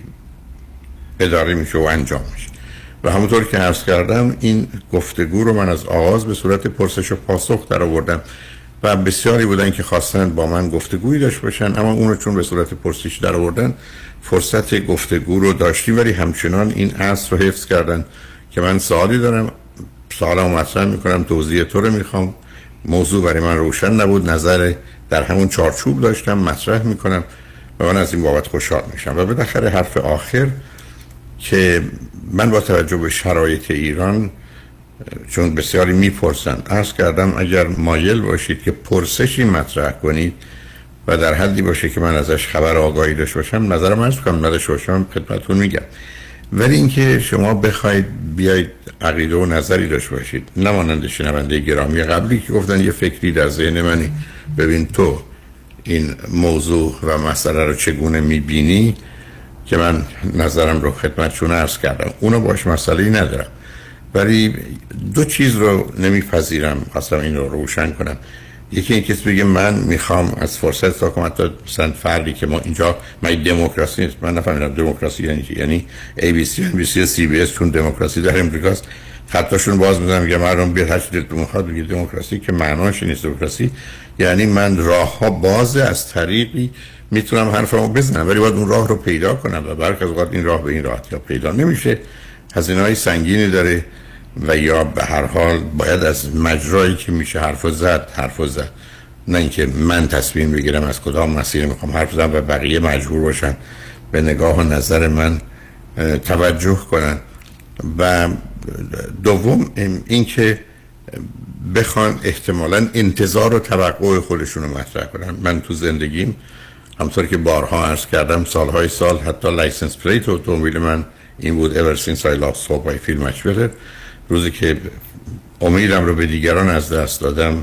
اداره میشه و انجام میشه. و همونطور که عرض کردم این گفتگو رو من از آغاز به صورت پرسش و پاسخ در آوردم و بسیاری بودن که خواستن با من گفتگویی داشته باشن، اما اون رو چون به صورت پرسش در آوردن فرصت گفتگو رو داشتیم، ولی همچنان این اصل رو حفظ کردن که من سوالی دارم، سوالمو مطرح میکنم، توضیح تو رو میخوام، موضوع برای من روشن نبود، نظر در همون چارچوب داشتم مطرح میکنم و من از این بابت خوشحال میشم. و بالاخره حرف آخر که من با توجه به شرایط ایران، چون بسیاری میپرسن، عرض کردم اگر مایل باشید که پرسشی مطرح کنید و در حدی باشه که من ازش خبر آگاهی داشته باشم، نظرم عرض کنم، نداشته باشم خدمتتون میگم. ولی اینکه شما بخواید بیاید عقیده و نظری داشته باشید، نمانند شنونده گرامی قبلی که گفتن یه فکری در ذهن منی، ببین تو این موضوع و مسئله رو چگونه میبینی، که من نظرم رو خدمتشون عرض کردم، اونو باش مسئله‌ای ندارم. ولی دو چیز رو نمیپذیرم، خواستم این رو روشن کنم. یکی این کسی بگه من میخوام از فرصت تا کنم، حتی مثلا فردی که ما اینجا ما دموکراسی نیست، من نفهمیدم دموکراسی یعنی چی. یعنی ای بی سی، ام بی سی، سی بی اس چون دموکراسی در امریکاست خطاشون باز میذارم میگم مردم بیاد هر چی دلتون میخواد بگید دموکراسی، که معناش نیست. دموکراسی یعنی من راهها بازه، از طریقی میتونم حرفمو بزنم، ولی باید اون راه رو پیدا کنم و برخی از اوقات این راه به این راحتی پیدا نمیشه، هزینه‌های سنگینی داره و یا به هر حال باید از مجرایی که میشه حرفو زد حرفو زد، نه اینکه من تصمیم بگیرم از کدام مسیر میخوام حرف بزنم و بقیه مجبور باشن به نگاه و نظر من توجه کنن. و دوم اینکه بخوان احتمالاً انتظار و توقع خودشون رو مطرح کنن. من تو زندگیم همطور که بارها عرض کردم سالهای سال حتی لایسنس پلیت اتومبیل من این بود ever since I lost hope I feel much better. روزی که امیدم رو به دیگران از دست دادم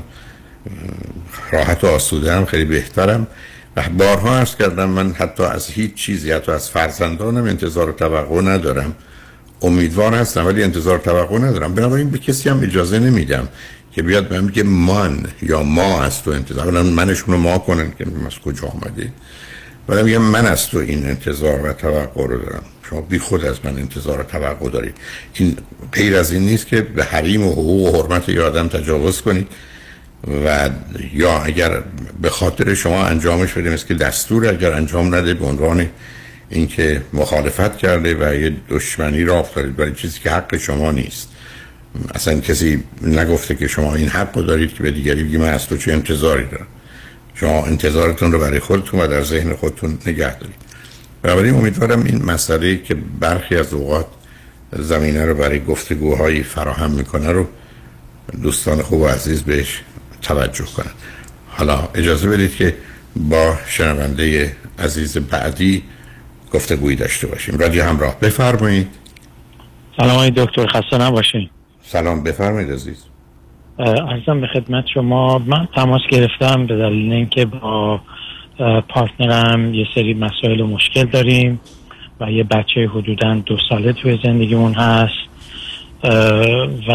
راحت و آسوده‌ام، خیلی بهترم. و بارها عرض کردم من حتی از هیچ چیزی، حتی از فرزندانم انتظار و توقع ندارم. امیدوار هستم ولی انتظار توقع ندارم. بنابراین به کسی هم اجازه نمیدم که بیاد بهم بگه من یا ما از تو انتظار دارم، منشون رو ما کنن که از کجا آمده، ولی میگم من از تو این انتظار و توقع رو دارم. شما بی خود از من انتظار و توقع دارید. این غیر از این نیست که به حریم و حقوق و حرمت یه آدم تجاوز کنید و یا اگر به خاطر شما انجامش بدیم است که دستور اگر انجام نده به عنوان اینکه مخالفت کرده و یه دشمنی را افتادید برای چیزی که حق شما نیست. اصلا کسی نگفته که شما این حق رو دارید که به دیگری بگید من از تو چه انتظاری دارم. شما انتظارتون رو برای خودتون و در ذهن خودتون نگه دارید. بنابراین امیدوارم این مسئله که برخی از اوقات زمینه رو برای گفتگوهایی فراهم میکنه رو دوستان خوب و عزیز بهش توجه کنن. حالا اجازه بدید که با شنونده عزیز بعدی گفتگویی داشته باشیم. رادیو همراه، بفرمایید. سلام آقای دکتر، خسته نباشین. سلام، بفرمایید عزیز. عرضم به خدمت شما، من تماس گرفتم به دلیل اینکه با پارتنرم یه سری مسائل و مشکل داریم و یه بچه حدوداً دو ساله توی زندگیمون هست و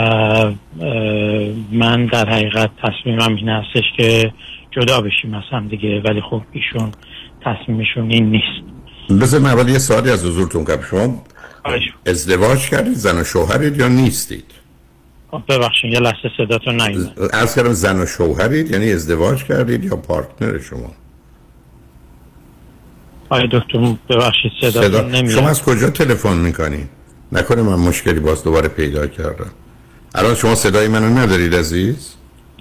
من در حقیقت تصمیمم این هستش که جدا بشیم از هم دیگه، ولی خب ایشون تصمیمشون این نیست. بذار من اول یه سوالی از حضورتون کنم. شما ازدواج کردید، زن و شوهرید یا نیستید؟ ببخشید یه لحظه صداتون نیومد. عرض کردم زن و شوهرید یعنی ازدواج کردید یا پارتنر شما؟ آقای دکتر ببخشید صداتون صدا... نمیاد. شما از کجا تلفن میکنید؟ نکنه من مشکلی باز دوباره پیدا کردم. الان شما صدای منو ندارید عزیز؟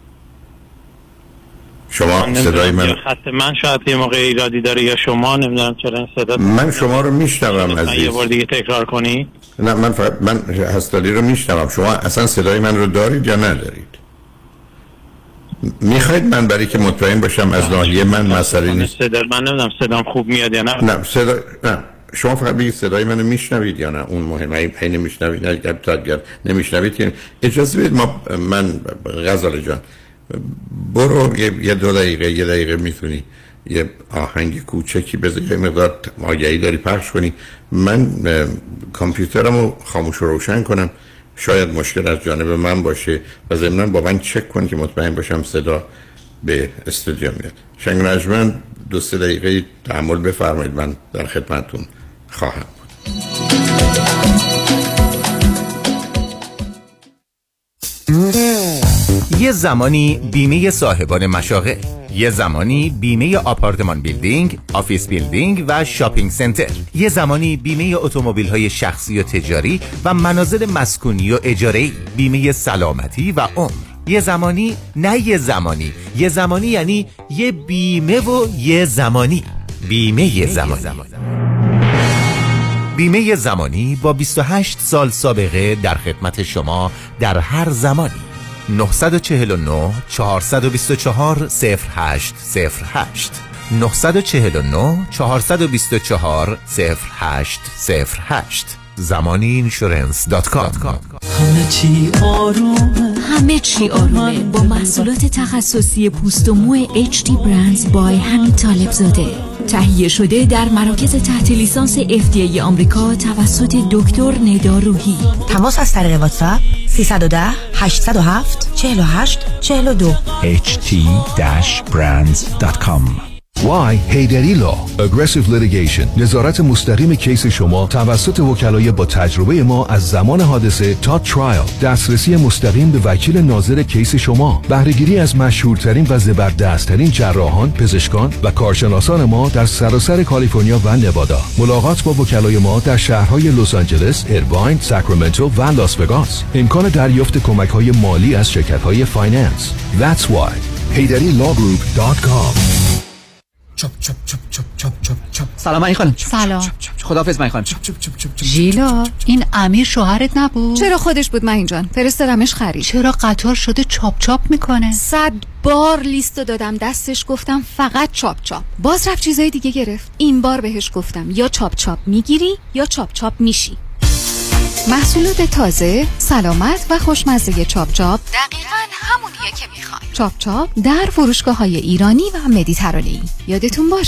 شما من صدای من خط من شاید یه موقع ایرادی داره یا شما، نمیدونم چرا این صدا. من شما رو میشنوم عزیز. یه بار دیگه تکرار کنی؟ نه من فقط من هستالی رو میشنوم. شما اصلا صدای من رو دارید یا ندارید؟ میخواید من برای که مطمئن باشم از ناحیه من مسئله نیست؟ صدا من نمیدونم صدام خوب میاد یا نه. نه صدا نه. شما فقط بگید صدای منو میشنوید یا نه، اون مهمه. این نمیشنوید اگر تاگر نمیشنوید اجازه بدید ما من غزاله جان برو یه, یه دو دقیقه یه دقیقه میتونی یه آهنگ کوچکی بذاری، یه مقدار آگهی داری پخش کنی، من کامپیوترمو خاموش و روشن کنم، شاید مشکل از جانب من باشه و ضمناً با من چک کن که مطمئن باشم صدا به استودیو میاد. شنگ نجمن دو سه دقیقه تحمل بفرمایید، من در خدمتتون خواهم بود. یه زمانی بیمه صاحبان مشاغل، یه زمانی بیمه آپارتمان بیلدینگ، آفیس بیلدینگ و شاپینگ سنتر، یه زمانی بیمه اتومبیل‌های شخصی و تجاری و منازل مسکونی و اجاره‌ای، بیمه سلامتی و عمر. یه زمانی نه یه زمانی، یه زمانی یعنی یه بیمه و یه زمانی. بیمه یه زمانی. بیمه زمانی با بیست و هشت سال سابقه در خدمت شما در هر زمانی. نه چهار نه چهار دو چهار صفر هشت صفر هشت نه چهار نه چهار دو چهار صفر هشت صفر هشت زمانی اینشورنس دات کام. همه چی آرومه، همه چی آرومه با محصولات تخصصی پوست و مو اچ دی برندز بای همین طالب زاده، تهیه شده در مراکز تحت لیسانس اف دی ای آمریکا توسط دکتر ندا روحی. تماس از طریق واتساپ سیصد و ده هشتصد و هفت چهل و هشت چهل و دو اچ تی برندز دات کام. Why هیدری Law Aggressive Litigation، نظارت مستقیم کیس شما توسط وکلای با تجربه ما از زمان حادثه تا ترایل، دسترسی مستقیم به وکیل ناظر کیس شما، بهره‌گیری از مشهورترین و زبردستترین جراحان، پزشکان و کارشناسان ما در سراسر کالیفرنیا و نوادا. ملاقات با وکلای ما در شهرهای لس آنجلس، ایرواین، ساکرامنتو و لاس وگاس. امکان دریافت کمک‌های مالی از شرکت‌های فایننس. That's why هیدری لا گروپ دات کام. چپ چپ چپ چپ چپ چپ چپ. سلام علی خانم. سلام. خداحافظ من خانم. ژیلا این امیر شوهرت نبود؟ چرا خودش بود من جان؟ فرستادمش خرید. چرا قطار شده چاپ چاپ میکنه؟ صد بار لیستو دادم دستش، گفتم فقط چاپ چاپ. باز رفت چیزای دیگه گرفت. این بار بهش گفتم یا چاپ چاپ میگیری یا چاپ چاپ میشی. محصولات تازه، سلامت و خوشمزه چاپ چاپ دقیقاً همونیه که میخوای. چاپ چاپ در فروشگاه‌های ایرانی و مدیترانه‌ای. یادتون باشه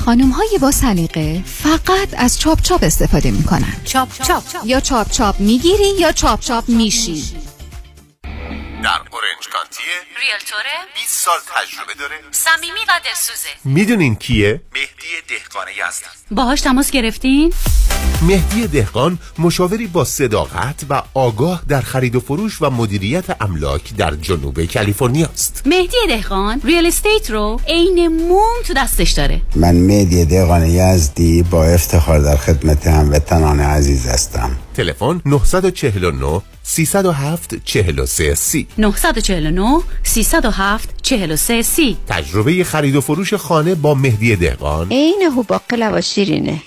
خانم‌های با سلیقه فقط از چاپ چاپ استفاده می‌کنن. چاپ چاپ یا چاپ چاپ میگیری یا چاپ چاپ میشی. در اورنج کانتیه، ریلتوره، بیست سال تجربه داره، صمیمی و دلسوزه. میدونین کیه؟ مهدی دهقان یزدی. باهاش تماس گرفتین؟ مهدی دهقان مشاوری با صداقت و آگاه در خرید و فروش و مدیریت املاک در جنوب کالیفرنیا است. مهدی دهقان ریال استیت رو عین موم تو دستش داره. من مهدی دهقان یزدی با افتخار در خدمت هموطنان عزیز هستم. تلفن نه چهار نه سه صفر هفت چهار سه سی نه چهار نه سه صفر هفت چهار سه سی. تجربه خرید و فروش خانه با مهدی دهقان عین هوباقلا و شیرینه.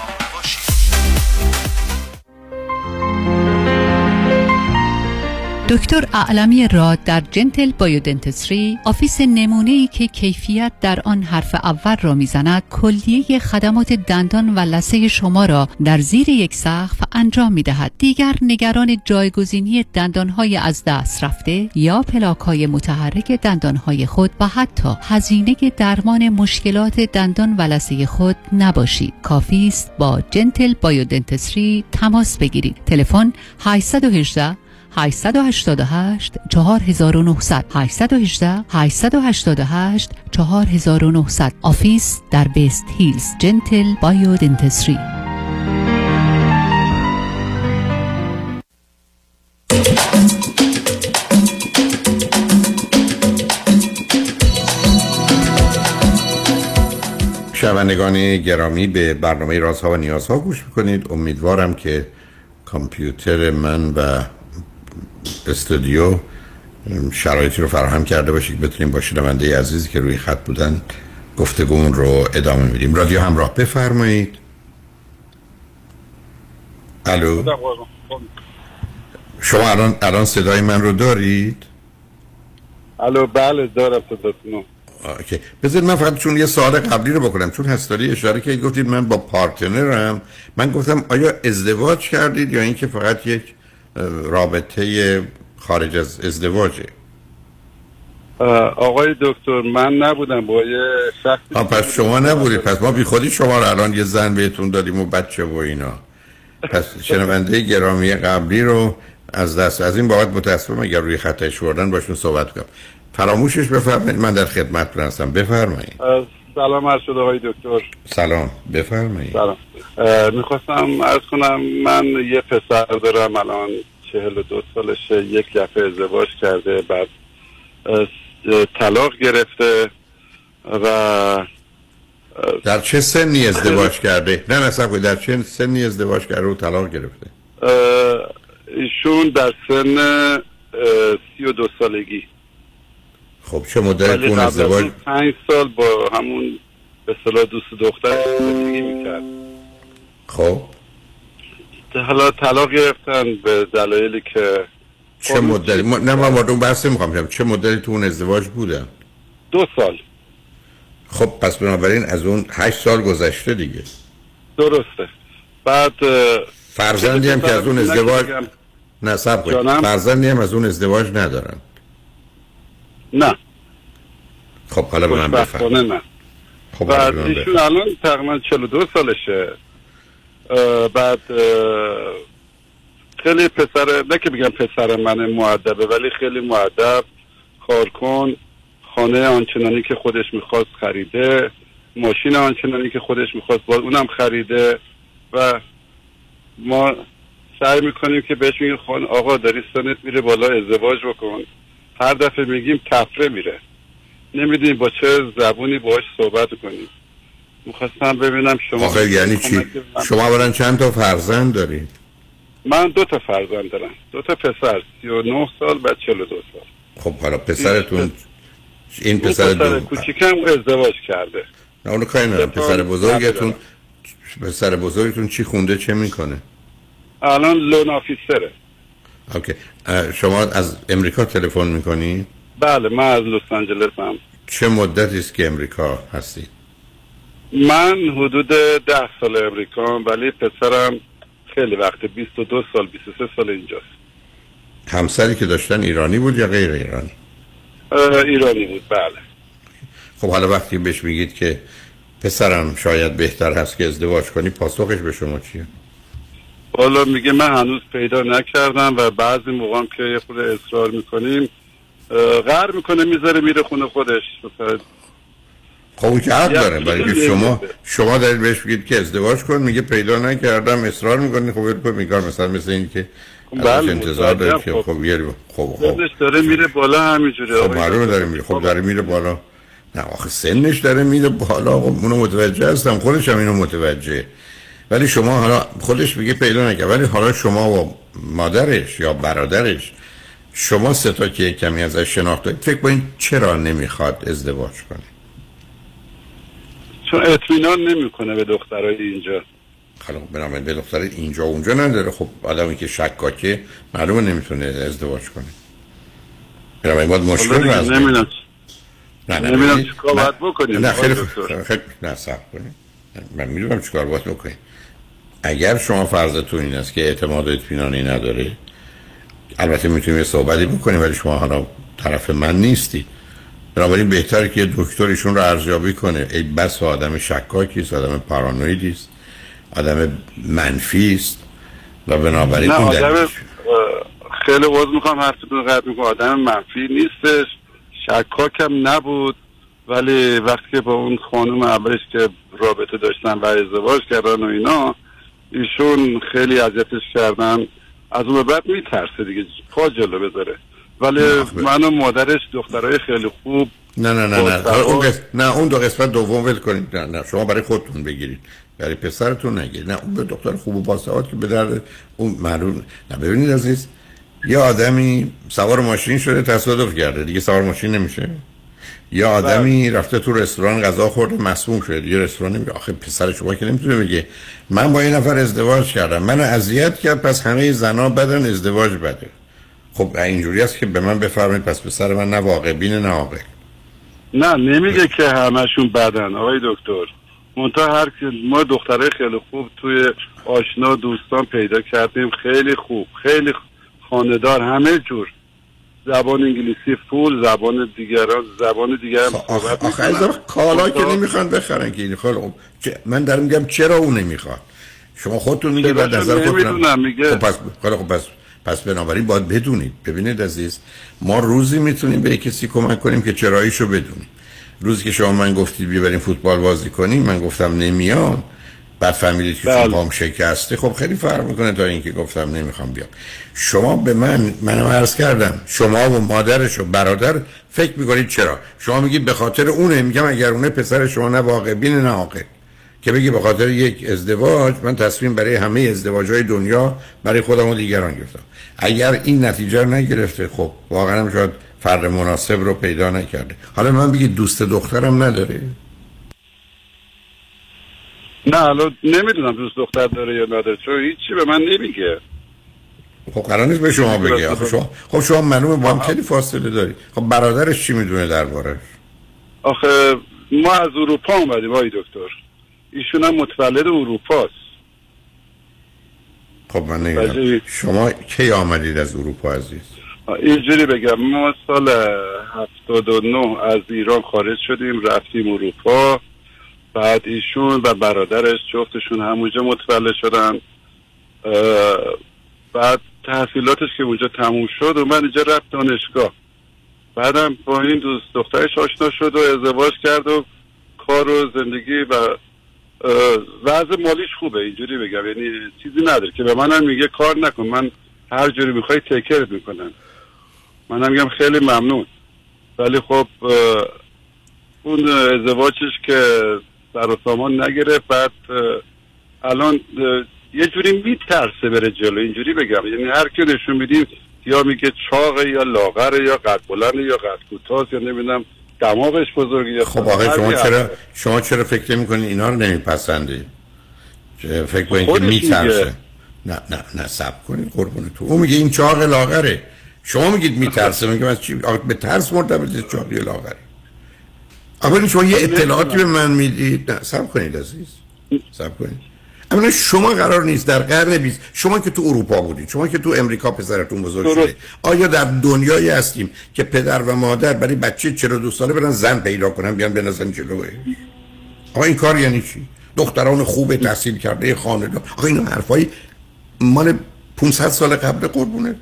دکتر اعلمی راد در جنتل بایودنتسری، آفیس نمونه‌ای که کیفیت در آن حرف اول را میزند، کلیه خدمات دندان و لثه شما را در زیر یک سقف انجام میدهد. دیگر نگران جایگزینی دندانهای از دست رفته یا پلاک‌های متحرک دندانهای خود و حتی هزینه درمان مشکلات دندان و لثه خود نباشید. کافی است با جنتل بایودنتسری تماس بگیرید. تلفن هشت یک هشت هشت هشت هشت چهار نه صفر صفر هشت یک هشت هشت هشت هشت چهار نه صفر صفر. آفیس در بیست هیلز، جنتل بایودنتسری. شنوندگان گرامی، به برنامه رازها و نیازها گوش میکنید. امیدوارم که کامپیوتر من و استودیو شرایطی رو فراهم کرده باشید بتونیم با شنونده عزیزی که روی خط بودن گفتگومون رو ادامه میدیم. رادیو همراه، بفرمایید. الو، شما الان الان صدای من رو دارید؟ الو، بله دارم صداتونو. اوکی، بذارید من فقط چون یه سوال قبلی رو بکنم، چون هستاری اشاره که گفتید من با پارتنرم، من گفتم آیا ازدواج کردید یا اینکه فقط یک رابطه خارج از ازدواجه؟ آقای دکتر من نبودم، با یه شخصی. آه پس شما نبودید، پس ما بی خودی شما رو الان یه زن بهتون دادیم و بچه و اینا. پس شنونده گرامی قبلی رو از دست از این بابت متاسفم. اگر روی خطش بردن باشون صحبت کنم. فراموشش بفرمایید، من در خدمتتون هستم. بفرمایید. سلام عرض شد آقای دکتر. سلام، بفرمایید. سلام. میخواستم عرض کنم من یه پسر دارم الان چهل و دو سالشه، یک دفعه ازدواج کرده، بعد طلاق گرفته و در چه سنی ازدواج کرده؟ نه نصب کنید، در چه سنی ازدواج کرده و طلاق گرفته؟ ایشون در سن سی و دو سالگی. خب چه مدتی اون ازدواج؟ پنج سال با همون به اصطلاح دوست دختر زندگی میکرد. خب حالا طلاق گرفتن به دلایلی که چه مدتی؟ م... نه من وارد اون بحث نمیخوام. چه مدتی تو اون ازدواج بودن؟ دو سال. خب پس بنابراین از اون هشت سال گذشته دیگه. درسته. بعد فرزندی هم که از اون ازدواج نصب کنید، فرزندی هم از اون ازدواج ندارن؟ نه. خب حالا به من بفرمایید. نه. خب بعد ایشون الان تقریبا چهل و دو سالشه. بعد خیلی پسر، نه که بگم پسر من مؤدبه، ولی خیلی مؤدب، کارکن، خانه آنچنانی که خودش میخواست خریده، ماشین آنچنانی که خودش میخواست باز اونم خریده و ما سعی میکنیم که بهش میگیم خان آقا داری سنت میره بالا، ازدواج بکن. هر دفعه میگیم تفره میره، نمیدونیم با چه زبونی باهاش صحبت کنیم. میخواستم ببینم شما آخه یعنی چی؟ شما برن چند تا فرزند دارید؟ من دو تا فرزند دارم، دو تا پسر، سی و نه سال بعد چهل و دو سال. خب حالا پسرتون این پسر, پسر دو کوچیکم ازدواج کرده. نه اونو کاری ندارم. پسر بزرگتون پسر بزرگتون چی خونده، چه میکنه؟ الان لون آفیسره. اوکی. شما از امریکا تلفن میکنی؟ بله من از لس آنجلس هم. چه مدتی است که امریکا هستید؟ من حدود ده سال امریکا، ولی پسرم خیلی وقت بیست و دو سال بیست و سه سال اینجاست. همسری که داشتن ایرانی بود یا غیر ایرانی؟ ایرانی بود. بله. خب حالا وقتی بهش میگید که پسرم شاید بهتر هست که ازدواج کنی، پاسخش به شما چیه؟ والا میگه من هنوز پیدا نکردم و بعضی موقعم که یه خود اصرار میکنیم غر میکنه میذاره میره خونه خودش. خب اون که حق داره، برای که شما شما دارید بهش بگید که ازدواج کن، میگه پیدا نکردم، اصرار میکنی. خب ول کن میگار مثلا مثل این که ازش انتظار دارید که خب یه خب خب داره میره بالا همینجوری. خب معلومه داره میره، خب داره میره بالا. نه آخه سنش داره میره بالا، خب اونو متوجه هستم، خودش هم اینو متوجه. ولی شما حالا خودش میگه پیدا نکرد، ولی حالا شما و مادرش یا برادرش شما سه تا که کمی ازش شناخت دارید، فکر کنید چرا نمیخواد ازدواج کنه؟ چون اطمینان نمیکنه به دخترای اینجا. خب بنابراین به دختر اینجا و اونجا نداره. خب آدمی که شکاکه معلومه نمیتونه ازدواج کنه. بنابراین باید مشکل رو از نمیدونم نه نه نمیدونم چیکار باید بکنیم. نه خیلی خیلی نه صبر کنید. من میدونم چیکار باید بکنید. اگر شما فرضتون این است که اعتماد و اطمینانی نداره، البته میتونیم یه صحبتی بکنیم، ولی شما حالا طرف من نیستی. بنابراین بهتره که دکتر ایشون رو ارزیابی کنه. ای بس آدم شکاکی است، آدم پارانویدی است، آدم منفی است و بنابراین نه اون آدم خیلی عذر میخوام حرفتون قطع میکنم، آدم منفی نیستش، شکاکم نبود، ولی وقتی که با اون خانم اولش که رابطه داشتن و ازدواج کردن و اینا، ایشون خیلی اذیتش کردن، از اون به بعد میترسه دیگه پا جلو بذاره. ولی من و مادرش دخترای خیلی خوب. نه نه نه نه اون قسمت نه اون دو قسمت دوم ول کنید. نه نه شما برای خودتون بگیرید، برای پسرتون نگیرید. نه اون به دختر خوب و باسواد که به درد اون معلوم. نه ببینید عزیز، یه آدمی سوار ماشین شده تصادف کرده دیگه سوار ماشین نمیشه. یه آدمی رفته تو رستوران غذا خورده مسموم شده دیگه رستوران نمیره. آخه پسر شما که نمیتونه بگه من با این نفر ازدواج کردم، منو اذیت کرد، پس همه زنا بدن، ازدواج بده. خب اینجوری است که به من بفرمایید پس پسر من نه واقع بین نه عاقل. نه نمیگه که همشون بدن آقای دکتر، منتها هر ما دختره خیلی خوب توی آشنا دوستان پیدا کردیم، خیلی خوب، خیلی خانه‌دار، همه جور، زبان انگلیسی فول، زبان دیگران زبان دیگر هم صحبت می‌کنن. آخه کالا که نمیخوان بخرن که خب من دارم میگم چرا اون نمیخواد. شما خودتون میگید بعد نظر خودتون میگه. خب پس خب پس پس بنابراین باید بدونید. ببینید عزیز، ما روزی میتونیم به کسی کمک کنیم که چراییشو بدونیم. روزی که شما من گفتید ببریم فوتبال بازی کنیم، من گفتم نمیام، بعد فهمیدید که پام شکسته، خب خیلی فرق میکنه تا اینکه گفتم نمیخوام بیام. شما به من منم عرض کردم شما و مادرش و برادر فکر میکنید چرا؟ شما میگید به خاطر اونه. میگم اگر اونه پسر شما نه واقع بین نه عاقل، که بگی به خاطر یک ازدواج من تصمیم برای همه ازدواج‌های دنیا برای خودم و دیگران گرفتم. اگر این نتیجه رو نگرفته، خب واقعا شاید فرد مناسب رو پیدا نکرده. حالا من بگید دوست دخترم نداره؟ نه الان نمیدونم دوست دختر داره یا نداره، چون هیچی به من نمیگه. خب قرار نیست به شما بگه. آخه شما خب شما معلومه با هم خیلی فاصله داری. خب برادرش چی میدونه دربارش؟ آخه ما از اروپا اومدیم آقای دکتر، ایشون هم متولد اروپاست. خب من نمیدونم شما کی آمدید از اروپا عزیز؟ اینجوری بگم، ما سال هفتاد و نه از ایران خارج شدیم رفتیم اروپا، بعد ایشون و برادرش جفتشون همونجا متولد شدن. بعد تحصیلاتش که اونجا تموم شد و من اینجا رفت دانشگاه، بعدم با این دوست دخترش آشنا شد و ازدواج کرد و کار و زندگی و وضع مالیش خوبه. اینجوری بگم، یعنی چیزی نداره که به منم میگه کار نکن، من هر جوری میخوای تکرت میکنم. منم میگم خیلی ممنون، ولی خب اون ازدواجش که سر و سامان نگرفت، بعد الان یه جوری میترسه بره جلو. اینجوری بگم، یعنی هر کی نشون میدیم یا میگه چاقه یا لاغره یا قد بلنده یا قد کوتاه یا نمیدونم دماغش بزرگه یا خب آقا شما چرا شما چرا فکر نمی‌کنید اینا رو نمیپسندید؟ فکر کنید که میترسه؟ نه نه نه صبر کنید قربون تو. اون میگه این چاق لاغره، شما میگید میترسه. میگم از چی به ترس مرتبط چاقی لاغره؟ اولا شما یه اطلاعاتی به من میدید. نه صبر کنید عزیز، صبر کنید. اما شما قرار نیست در قرن بیست، شما که تو اروپا بودید، شما که تو امریکا پسرتون بزرگ شده، آیا در دنیایی هستیم که پدر و مادر برای بچه چهل و دو ساله برن زن پیدا کنن بیان بنازن جلوه؟ آقا این کار یعنی چی؟ دختران خوب تحصیل کرده خانواده، آقا این حرفای مال پانصد سال قبل قربونت.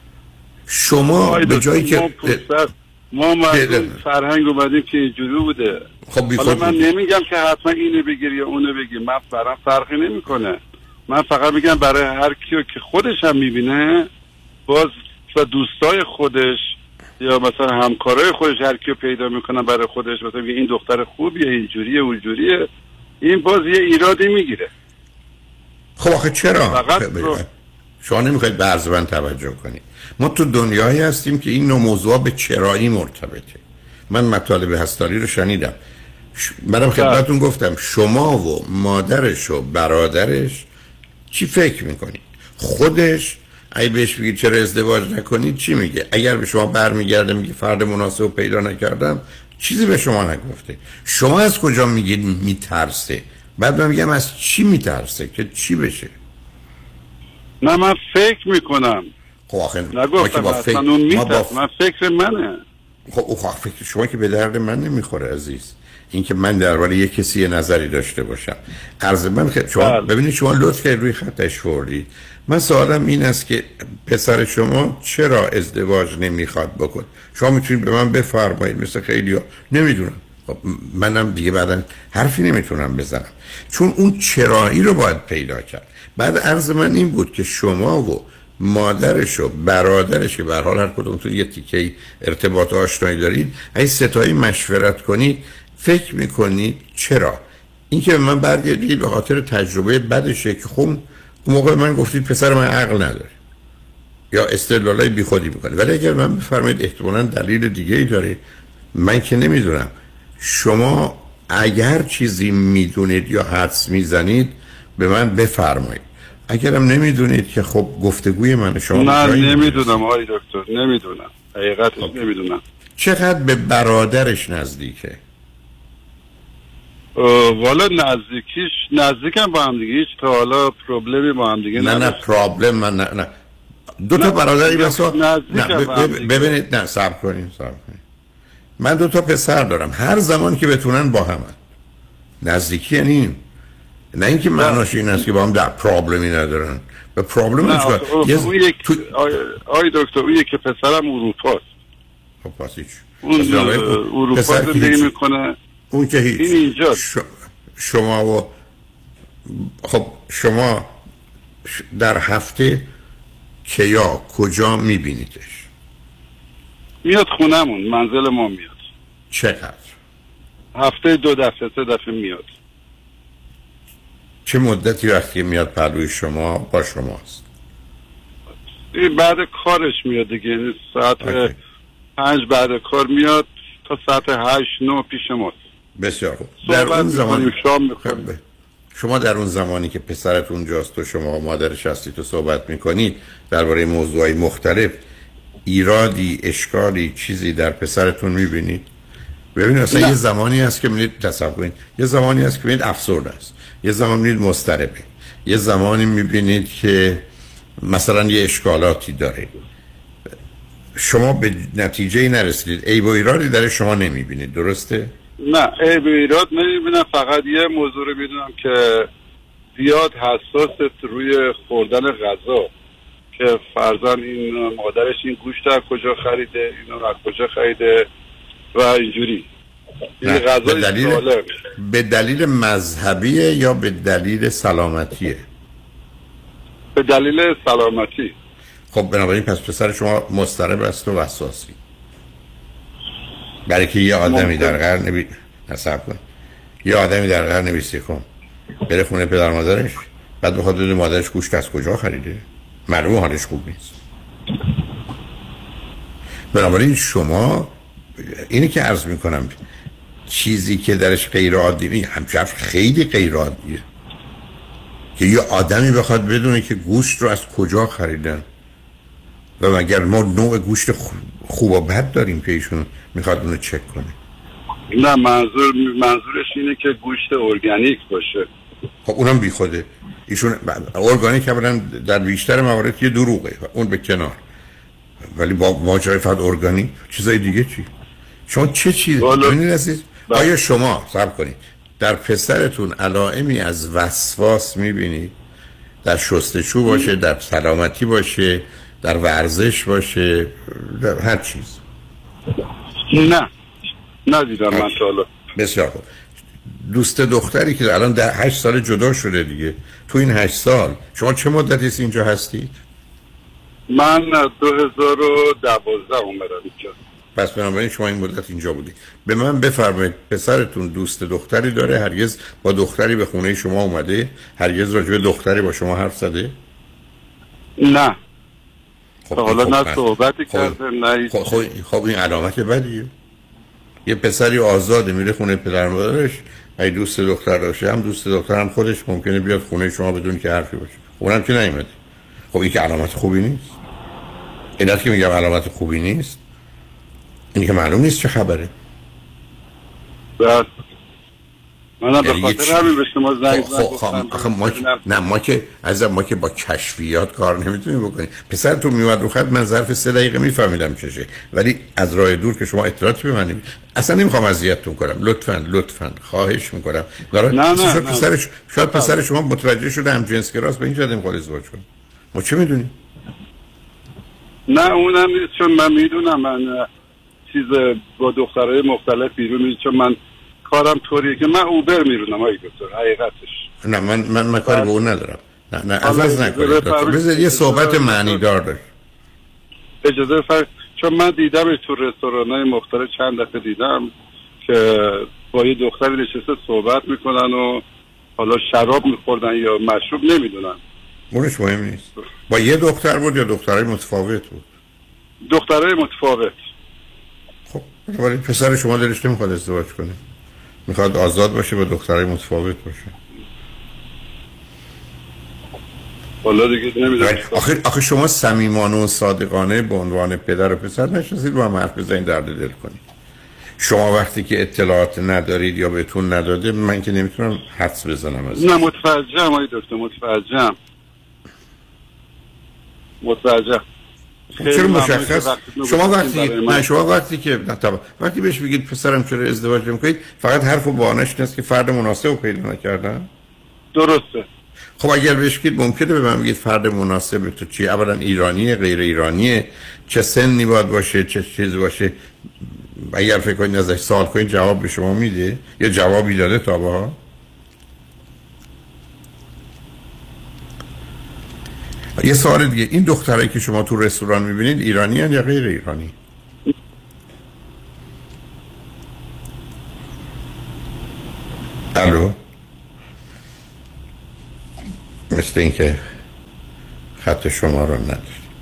شما به جایی که ما مردم فرهنگ اومدیم که اینجوری بوده. خب حالا من نمیگم که حتما اینو بگیر یا اونو بگیر، من برام فرقی نمیکنه. من فقط میگم برای هر کیو که خودش هم میبینه باز و دوستای خودش یا مثلا همکارای خودش هر کیو پیدا میکنن برای خودش، مثلا این دختر خوبیه اینجوریه اونجوریه، این باز یه ایرادی میگیره. خب آخه چرا؟ شما نمیخواید به عرض من توجه کنید. ما تو دنیایی هستیم که این نوع موضوع به چرایی مرتبطه. من مطالب هستاری رو شنیدم، منم خدمتتون گفتم شما و مادرش و برادرش چی فکر میکنید؟ خودش اگه بهش بگید چرا ازدواج نکنید چی میگه؟ اگر به شما برمیگرده میگه فرد مناسب پیدا نکردم، چیزی به شما نگفته. شما از کجا میگید میترسه؟ بعد من میگم از چی میترسه که چی بشه؟ نه من فکر میکنم. خب آخه نگفتم با فکر... اون میترس با... من فکر منه. خب او فکر شما که به درد من نمیخوره عزیز. این که من درباره یک کسی نظری داشته باشم. عرض من خ... شما ببینید شما لطف کردید روی خطش فوردید. من سوالم این است که پسر شما چرا ازدواج نمیخواد بکن؟ شما میتونید به من بفرمایید مثل خیلی‌ها نمیدونم. خب منم دیگه بعدن حرفی نمیتونم بزنم، چون اون چرایی رو باید پیدا کرد. بعد عرض من این بود که شما و مادرش و برادرش که به هر حال هر کدوم تو یه تیکه ارتباط آشنایی دارید، اگه ستایی مشورت کنید فکر میکنید چرا اینکه به من برگردید به خاطر تجربه بدشه که خب اون موقع من گفتید پسر من عقل نداره یا استدلالای بیخودی میکنه. ولی اگر من بفرمایید احتمالاً دلیل دیگه ای داره، من که نمیدونم. شما اگر چیزی میدونید یا حدس میزنید به من بفرمایید. اگرم نمیدونید که خب گفتگوی من شما نه نمیدونم آقای دکتر، نمیدونم حقیقتش خب. نمیدونم. چقدر به برادرش نزدیکه؟ والا نزدیکیش نزدیکم با هم دیگه، هیچ تا حالا پروبلمی با هم دیگه نه نه پروبلم من نه نه دو تا برادری بسا نه ببینید نه صبر کنیم صبر کنیم من دو تا پسر دارم، هر زمان که بتونن با هم نزدیکی یعنی نه اینکه معناش این است که با هم در پروبلمی ندارن. به پروبلم چیکار؟ اون یک آی دکتر اون یک پسرم اروپاست. خب پس هیچ اون اروپا زندگی میکنه، اون که هیچ. این اینجا شما و خب شما در هفته کیا کجا میبینیدش؟ میاد خونمون، منزل ما میاد. چقدر؟ هفته دو دفعه سه دفعه میاد. چه مدتی وقتی میاد پلوی شما با شماست؟ بعد کارش میاد دیگه، ساعت okay. پنج بعد کار میاد تا ساعت هشت نه پیش ماست. بسیار خوب. در اون زمان شما در اون زمانی که پسرت اونجاست و شما مادرش هستید و صحبت میکنید درباره موضوعی مختلف، ایرادی، اشکالی، چیزی در پسرتون میبینید؟ ببینید اصلا یه زمانی هست که میبینید تصور کنید، یه زمانی هست که میبینید افسرده است، یه زمانی میبینید مضطربه، یه زمانی میبینید که مثلا یه اشکالاتی داره. شما به نتیجه نرسیدید، عیب و ایرادی در شما نمیبینید، درسته؟ نه عیب و ایراد نمیبینم، فقط یه موضوع رو میدونم که زیاد حساس روی خوردن غذا، که فرضاً این مادرش این گوشت از کجا خریده، اینو از کجا خریده و اینجوری. این غذا به دلیل به دلیل مذهبیه یا به دلیل سلامتیه؟ به دلیل سلامتی. خب بنابراین پس پسر شما مضطرب است و حساسی. برای که یه آدمی در قرن نبی نصب کن یه آدمی در قرن بیست کن بره خونه پدر مادرش، بعد بخواد بدونه مادرش گوشت از کجا خریده، معلومه حالش خوب نیست. بنابراین شما اینی که عرض میکنم چیزی که درش غیر عادی نیست، همچنین خیلی غیر عادیه که یه آدمی بخواد بدونه که گوشت رو از کجا خریدن و مگر ما نوع گوشت خوب و بد داریم که ایشون میخواد اونو چک کنه؟ نه منظور منظورش اینه که گوشت ارگانیک باشه. خب اونم بی خوده. ایشون ارگانیک اولا در بیشتر موارد یه دروغه، اون به کنار، ولی با ماجرای فقط ارگانیک چیزای دیگه چی؟ شما چه چیزی ببینید عزیز؟ آیا شما صبر کنید در پسرتون علائمی از وسواس میبینید؟ در شستشو باشه، در سلامتی باشه، در ورزش باشه، در هر چیز؟ نه ندیدم من تا حالا. بسیار خوب. دوست دختری که الان در هشت سال جدا شده دیگه، تو این هشت سال شما چه مدتی است اینجا هستید؟ من دو هزار و دوازده اومدم اینجا. پس بنابراین شما این مدت اینجا بودید. به من بفرمایید پسرتون دوست دختری داره؟ هرگز با دختری به خونه شما اومده؟ هرگز راجع به دختری با شما حرف زده؟ نه. خب حالا خب نه صحبتی خب کرده نه. خب, خب, خب این علامت بدیه. یه پسری آزاده میره خونه پدر مادرش، اگه دوست دختر داشته هم دوست دختر هم خودش ممکنه بیاد خونه شما بدون که حرفی باشه. اونم که نیومده. خب این که علامت خوبی نیست. اینات که میگم علامت خوبی نیست. این که معلوم نیست چه خبره. بس منم به خاطر همین به شما زنگ زدم. آخه ما نه ما که از ما که با کشفیات کار نمیتونیم بکنیم. پسرتون میومد رو خط من ظرف سه دقیقه میفهمیدم چشه، ولی از راه دور که شما اطلاعاتی به من نمیدید. اصلا نمیخوام اذیتتون کنم. لطفاً لطفاً خواهش میکنم. نه نه شاید پسرش شاید پسر شما متوجه شده هم جنس گراست به این جهت میخواد ازدواج کنه. ما چه میدونیم؟ نه اونم نیست، چون من میدونم من چیز با دخترای مختلف بیرون میرم، چون من کارم طوریه که من اوبر میرونم آقای دکتر. حقیقتش نه من من من کاری به اون ندارم. نه نه عوض نکنید دکتر. بذار یه صحبت معنی دار داشت. اجازه فرق، چون من دیدم تو رستوران‌های مختلف چند دفعه دیدم که با یه دختری نشسته صحبت میکنن و حالا شراب میخوردن یا مشروب نمیدونن. اونش مهم نیست. با یه دختر بود یا دخترای متفاوت بود؟ دخترای متفاوت. خب ولی پسر شما دلش نمیخواد ازدواج کنه، میخواد آزاد باشه با دخترای متفاوت باشه. والا دیگه نمیدونم. آخه آخه شما صمیمانه و صادقانه به عنوان پدر و پسر نشستید رو هم حرف بزنید درد دل کنید. شما وقتی که اطلاعات ندارید یا بهتون نداده من که نمیتونم حدس بزنم از نه. متوجهم آقای دکتر، متوجهم متوجهم. چرا مشخص شما وقتی نه شما وقتی که طبعا وقتی بهش بگید پسرم چرا ازدواج نمی‌کنید فقط حرف و بهانه‌اش اینه که فرد مناسب رو پیدا نکردن. درسته. خب اگر بهش بگید ممکنه به من بگید فرد مناسب تو چی؟ اولا ایرانیه، غیر ایرانیه، چه سنی باید باشه، چه چیزی باشه. اگر فکر کنید ازش سوال کنید جواب به شما میده یا جوابی داده تا بها؟ یه سوال دیگه، این دخترایی که شما تو رستوران میبینید ایرانی هن یا غیر ایرانی؟ الو؟ مثل این که خط شما رو نداشت.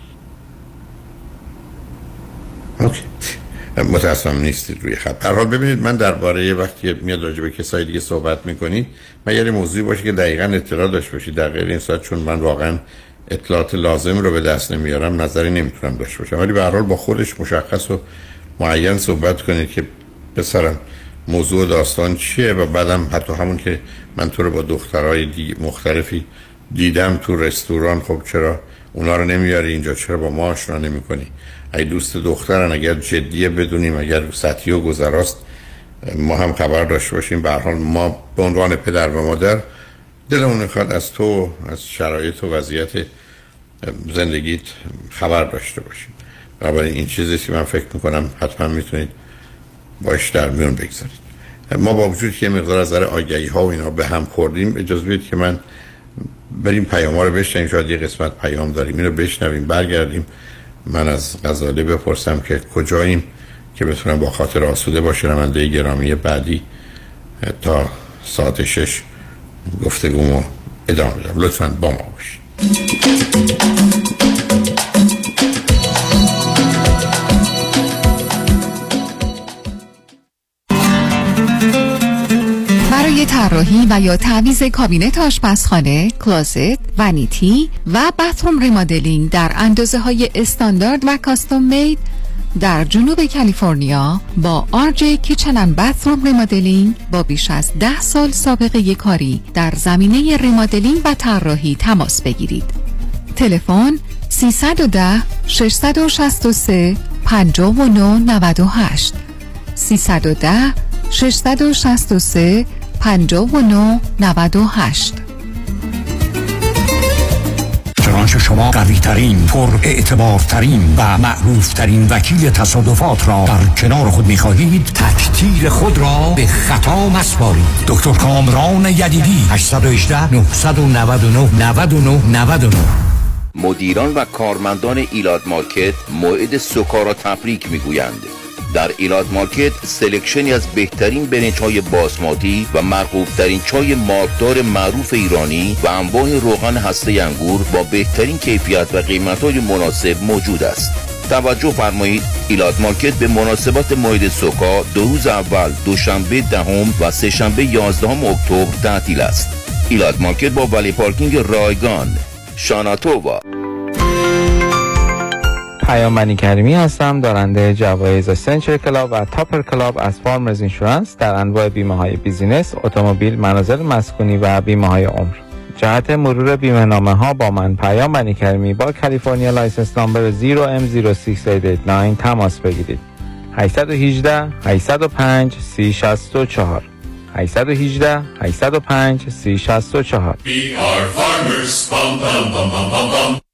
اوکی. متاسفم نیستید روی خط. هر حال ببینید من درباره وقتی میاد راجع به کسای دیگه صحبت میکنید مگر موضوعی باشه که دقیقاً اطلاع داشته باشید. در غیر این صورت چون من واقعاً اطلاعات لازم رو به دست نمیارم نظری نمیتونم داشته باشم، ولی به هر حال با خودش مشخص و معین صحبت کنید که پسرم موضوع داستان چیه و بعدم حتی همون که من تو رو با دخترای دی مختلفی دیدم تو رستوران، خب چرا اونا رو نمیاری اینجا، چرا با ما آشنا نمی‌کنی؟ اگه دوست دخترن اگر جدیه بدونیم، اگر سطحی و گذراست ما هم خبر داشته باشیم. به هر حال ما به عنوان پدر و مادر دلمون میخواد از تو، از شرایط و وضعیت زندگیت خبر داشته باشیم. بنابراین این چیزی که من فکر میکنم حتما میتونید باش در میون بگذارید. ما با وجود که مقدار از نظر آگهی ها و اینا به هم خوردیم، اجازه بدید که من بریم پیام ها رو بشنویم. شاید یه قسمت پیام داریم، اینو بشنویم برگردیم من از غزاله بپرسم که کجاییم که بتونم با خاطر آسوده با شنونده گرامی بعدی تا ساعت شش گفتگومو ادامه بدم. لطفاً با ما باشید. برای طراحی و یا تعویض کابینت آشپزخانه، کلازت، ونیتی و باتروم ریمادلینگ در اندازه های استاندارد و کاستوم مید در جنوب کالیفرنیا با آر جی کیچن اند باتروم ریمادلینگ با بیش از ده سال سابقه کاری در زمینه ریمادلینگ و طراحی تماس بگیرید. تلفن سیصد و ده ششصد و شصت و سه پنجاه و نه نود و هشت سیصد و ده ششصد و شصت و سه پنجاه و نه نود و هشت. چنانچه شما قوی ترین، پر اعتبار ترین و معروف ترین وکیل تصادفات را در کنار خود می خواهید، تکتیر خود را به خطا مسپارید. دکتر کامران یدیدی. هشت یک هشت نه نه نه نه نه نه نه. مدیران و کارمندان ایلاد مارکت موعد سوکا را تبریک میگویند. در ایلاد مارکت سلکشنی از بهترین برنج‌های باسماتی و مرغوب‌ترین چای مارکدار معروف ایرانی و انواع روغن هسته انگور با بهترین کیفیت و قیمت‌های مناسب موجود است. توجه فرمایید، ایلاد مارکت به مناسبت موعد سوکا دو روز اول دوشنبه دهم و سه شنبه یازدهم اکتبر تعطیل است. ایلاد مارکت با ولی پارکینگ رایگان، شاناتووا. پیامبری کریمی هستم، دارنده جوایز سنچر کلاب و تاپر کلاب از فارمرز اینشورنس در انواع بیمه های بیزینس، اتومبیل، منازل مسکونی و بیمه های عمر. جهت مرور بیمه نامه ها با من پیامبری کریمی با کالیفرنیا لایسنس نامبر صفر ام صفر شش هشت هشت نه تماس بگیرید. هشت یک هشت هشت صفر پنج سه شش چهار هشت یک هشت هشت صفر پنج سه شش چهار. We are farmers. Bum, bum, bum, bum, bum, bum.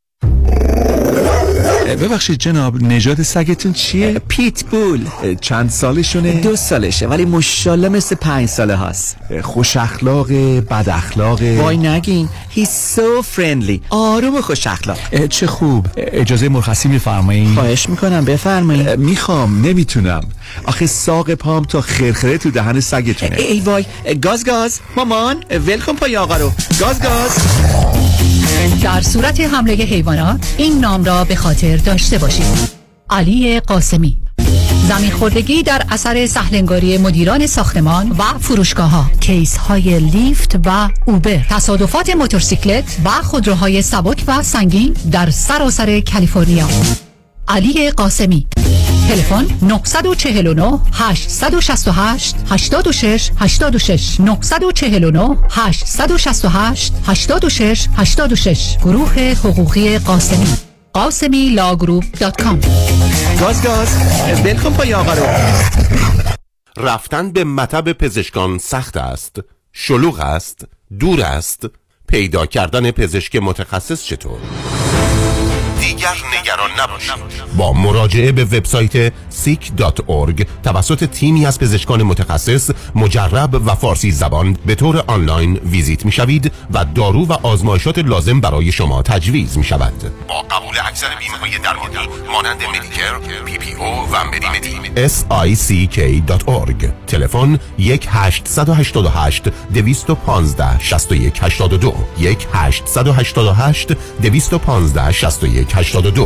ببخشید جناب، نژاد سگتون چیه؟ پیت بول. چند سالشونه؟ دو سالشه ولی ماشاءالله مثل پنج ساله هاست. خوش اخلاق، بد اخلاق؟ وای نگین، he's so friendly. آروم و خوش اخلاق. چه خوب. اجازه مرخصی میفرمایید؟ خواهش میکنم بفرمایید. میخوام، نمیتونم. آخه ساق پام تا خرخره تو دهن سگتونه. ای وای، گاز گاز مامان، ولکن پای آقا رو. گاز گاز. در صورت حمله حیوانات این نام را به خاطر داشته باشید: علی قاسمی. زمین خوردگی در اثر سهلنگاری مدیران ساختمان و فروشگاه‌ها، کیس های لیفت و اوبر، تصادفات موتورسیکلت و خودروهای سبک و سنگین در سراسر کالیفرنیا. علی قاسمی. تلفن نه چهار نه هشت شش هشت هشت شش هشت شش نه چهار نه هشت شش هشت هشت شش هشت شش. گروه حقوقی قاسمی. قاسمی لاگروپ دات کام. گاز گاز بلکن پای آقا رو. رفتن به مطب پزشکان سخت است، شلوغ است، دور است. پیدا کردن پزشک متخصص چطور؟ دیگر نگران نباشید. با مراجعه به وبسایت سیک دات اورگ توسط تیمی از پزشکان متخصص مجرب و فارسی زبان به طور آنلاین ویزیت می شوید و دارو و آزمایشات لازم برای شما تجویز می شود. با قبول اکثر بیمه های درمانی مانند مدیکر، پی پی او و مدیمدی. اس آی سی کی دات اورگ. تلفن یک هشت هشت هشت دویست و پانزده شصت و یک هشتاد و دو یک هشت هشت هشت دویست و پانزده شصت و یک هشتاد و دو.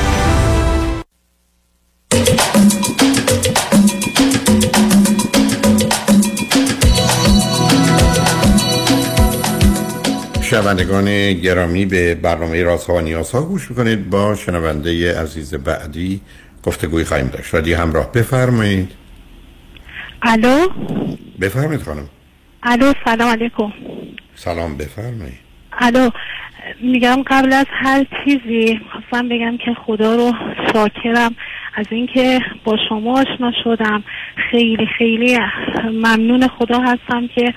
شنوندگان گرامی، به برنامه رازها و نیازها گوش میکنید. با شنونده عزیز بعدی گفتگوی خواهیم داشت. رادی همراه، بفرمایید. الو، بفرمایید خانم. الو، سلام علیکم. سلام، بفرمایید. الو، میگم قبل از هر چیزی خواستم بگم که خدا رو شاکرم از اینکه با شما آشنا شدم. خیلی خیلی ممنون خدا هستم که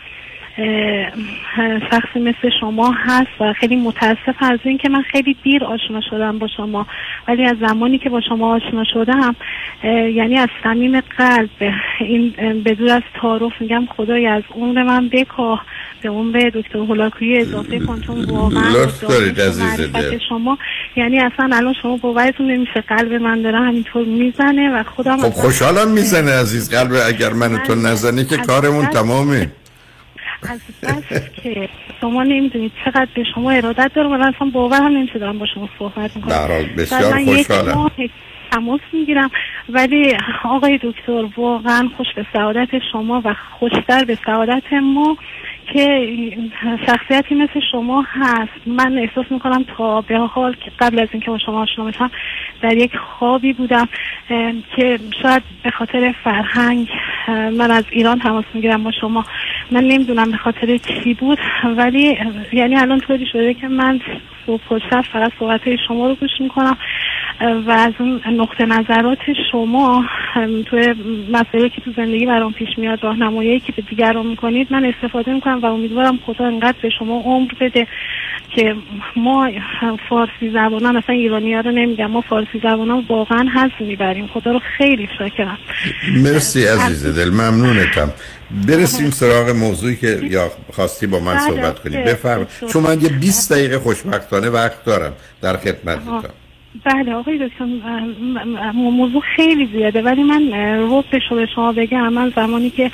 شخصی مثل شما هست و خیلی متاسفم از اینکه من خیلی دیر آشنا شدم با شما، ولی از زمانی که با شما آشنا شدم یعنی از صمیم قلب این بدون از تعارف میگم خدای از عمر من بکاه به عمر دکتر هولاکویی اضافه کن، چون واقعا لطف دارید عزیز دل. شما یعنی اصلا الان شما باورتون نمیشه قلب من داره همینطور میزنه و خودم خب خوشحالم میزنه عزیز قلب. اگر من تو نزنی که کارمون تمامه. از بس که شما نمیدونید چقدر به شما ارادت دارم و اصلا باور هم نمیشه دارم با شما صحبت میکنم. در حال بسیار خوشحالم تماس میگیرم، ولی آقای دکتر واقعا خوش به سعادت شما و خوشتر به سعادت ما که شخصیتی مثل شما هست. من احساس میکنم تا به حال که قبل از اینکه با شما آشنا بشم در یک خوابی بودم که شاید به خاطر فرهنگ من از ایران تماس میگیرم با شما. من نمیدونم به خاطر چی بود، ولی یعنی الان طوری شده که من صبح و شب فقط صحبت شما رو گوش میکنم و از اون نقطه نظرات شما توی مسائلی که تو زندگی برام پیش میاد، راهنمایی که به دیگران میکنید من استفاده میکنم و امیدوارم خدا انقدر به شما عمر بده که ما فارسی زبانان، اصلا ایرانی ها رو نمیگم، ما فارسی زبانان واقعا حظ میبریم. خدا رو خیلی شاکرم. مرسی عزیز دل، ممنونتم. برسیم سراغ موضوعی که یا خواستی با من صحبت کنی. بفرمایید، چون من یه بیست دقیقه خوشبختانه وقت دارم در خدمتتون. بله آقای دکتر، موضوع خیلی زیاده ولی من رو به شما بگم، من زمانی که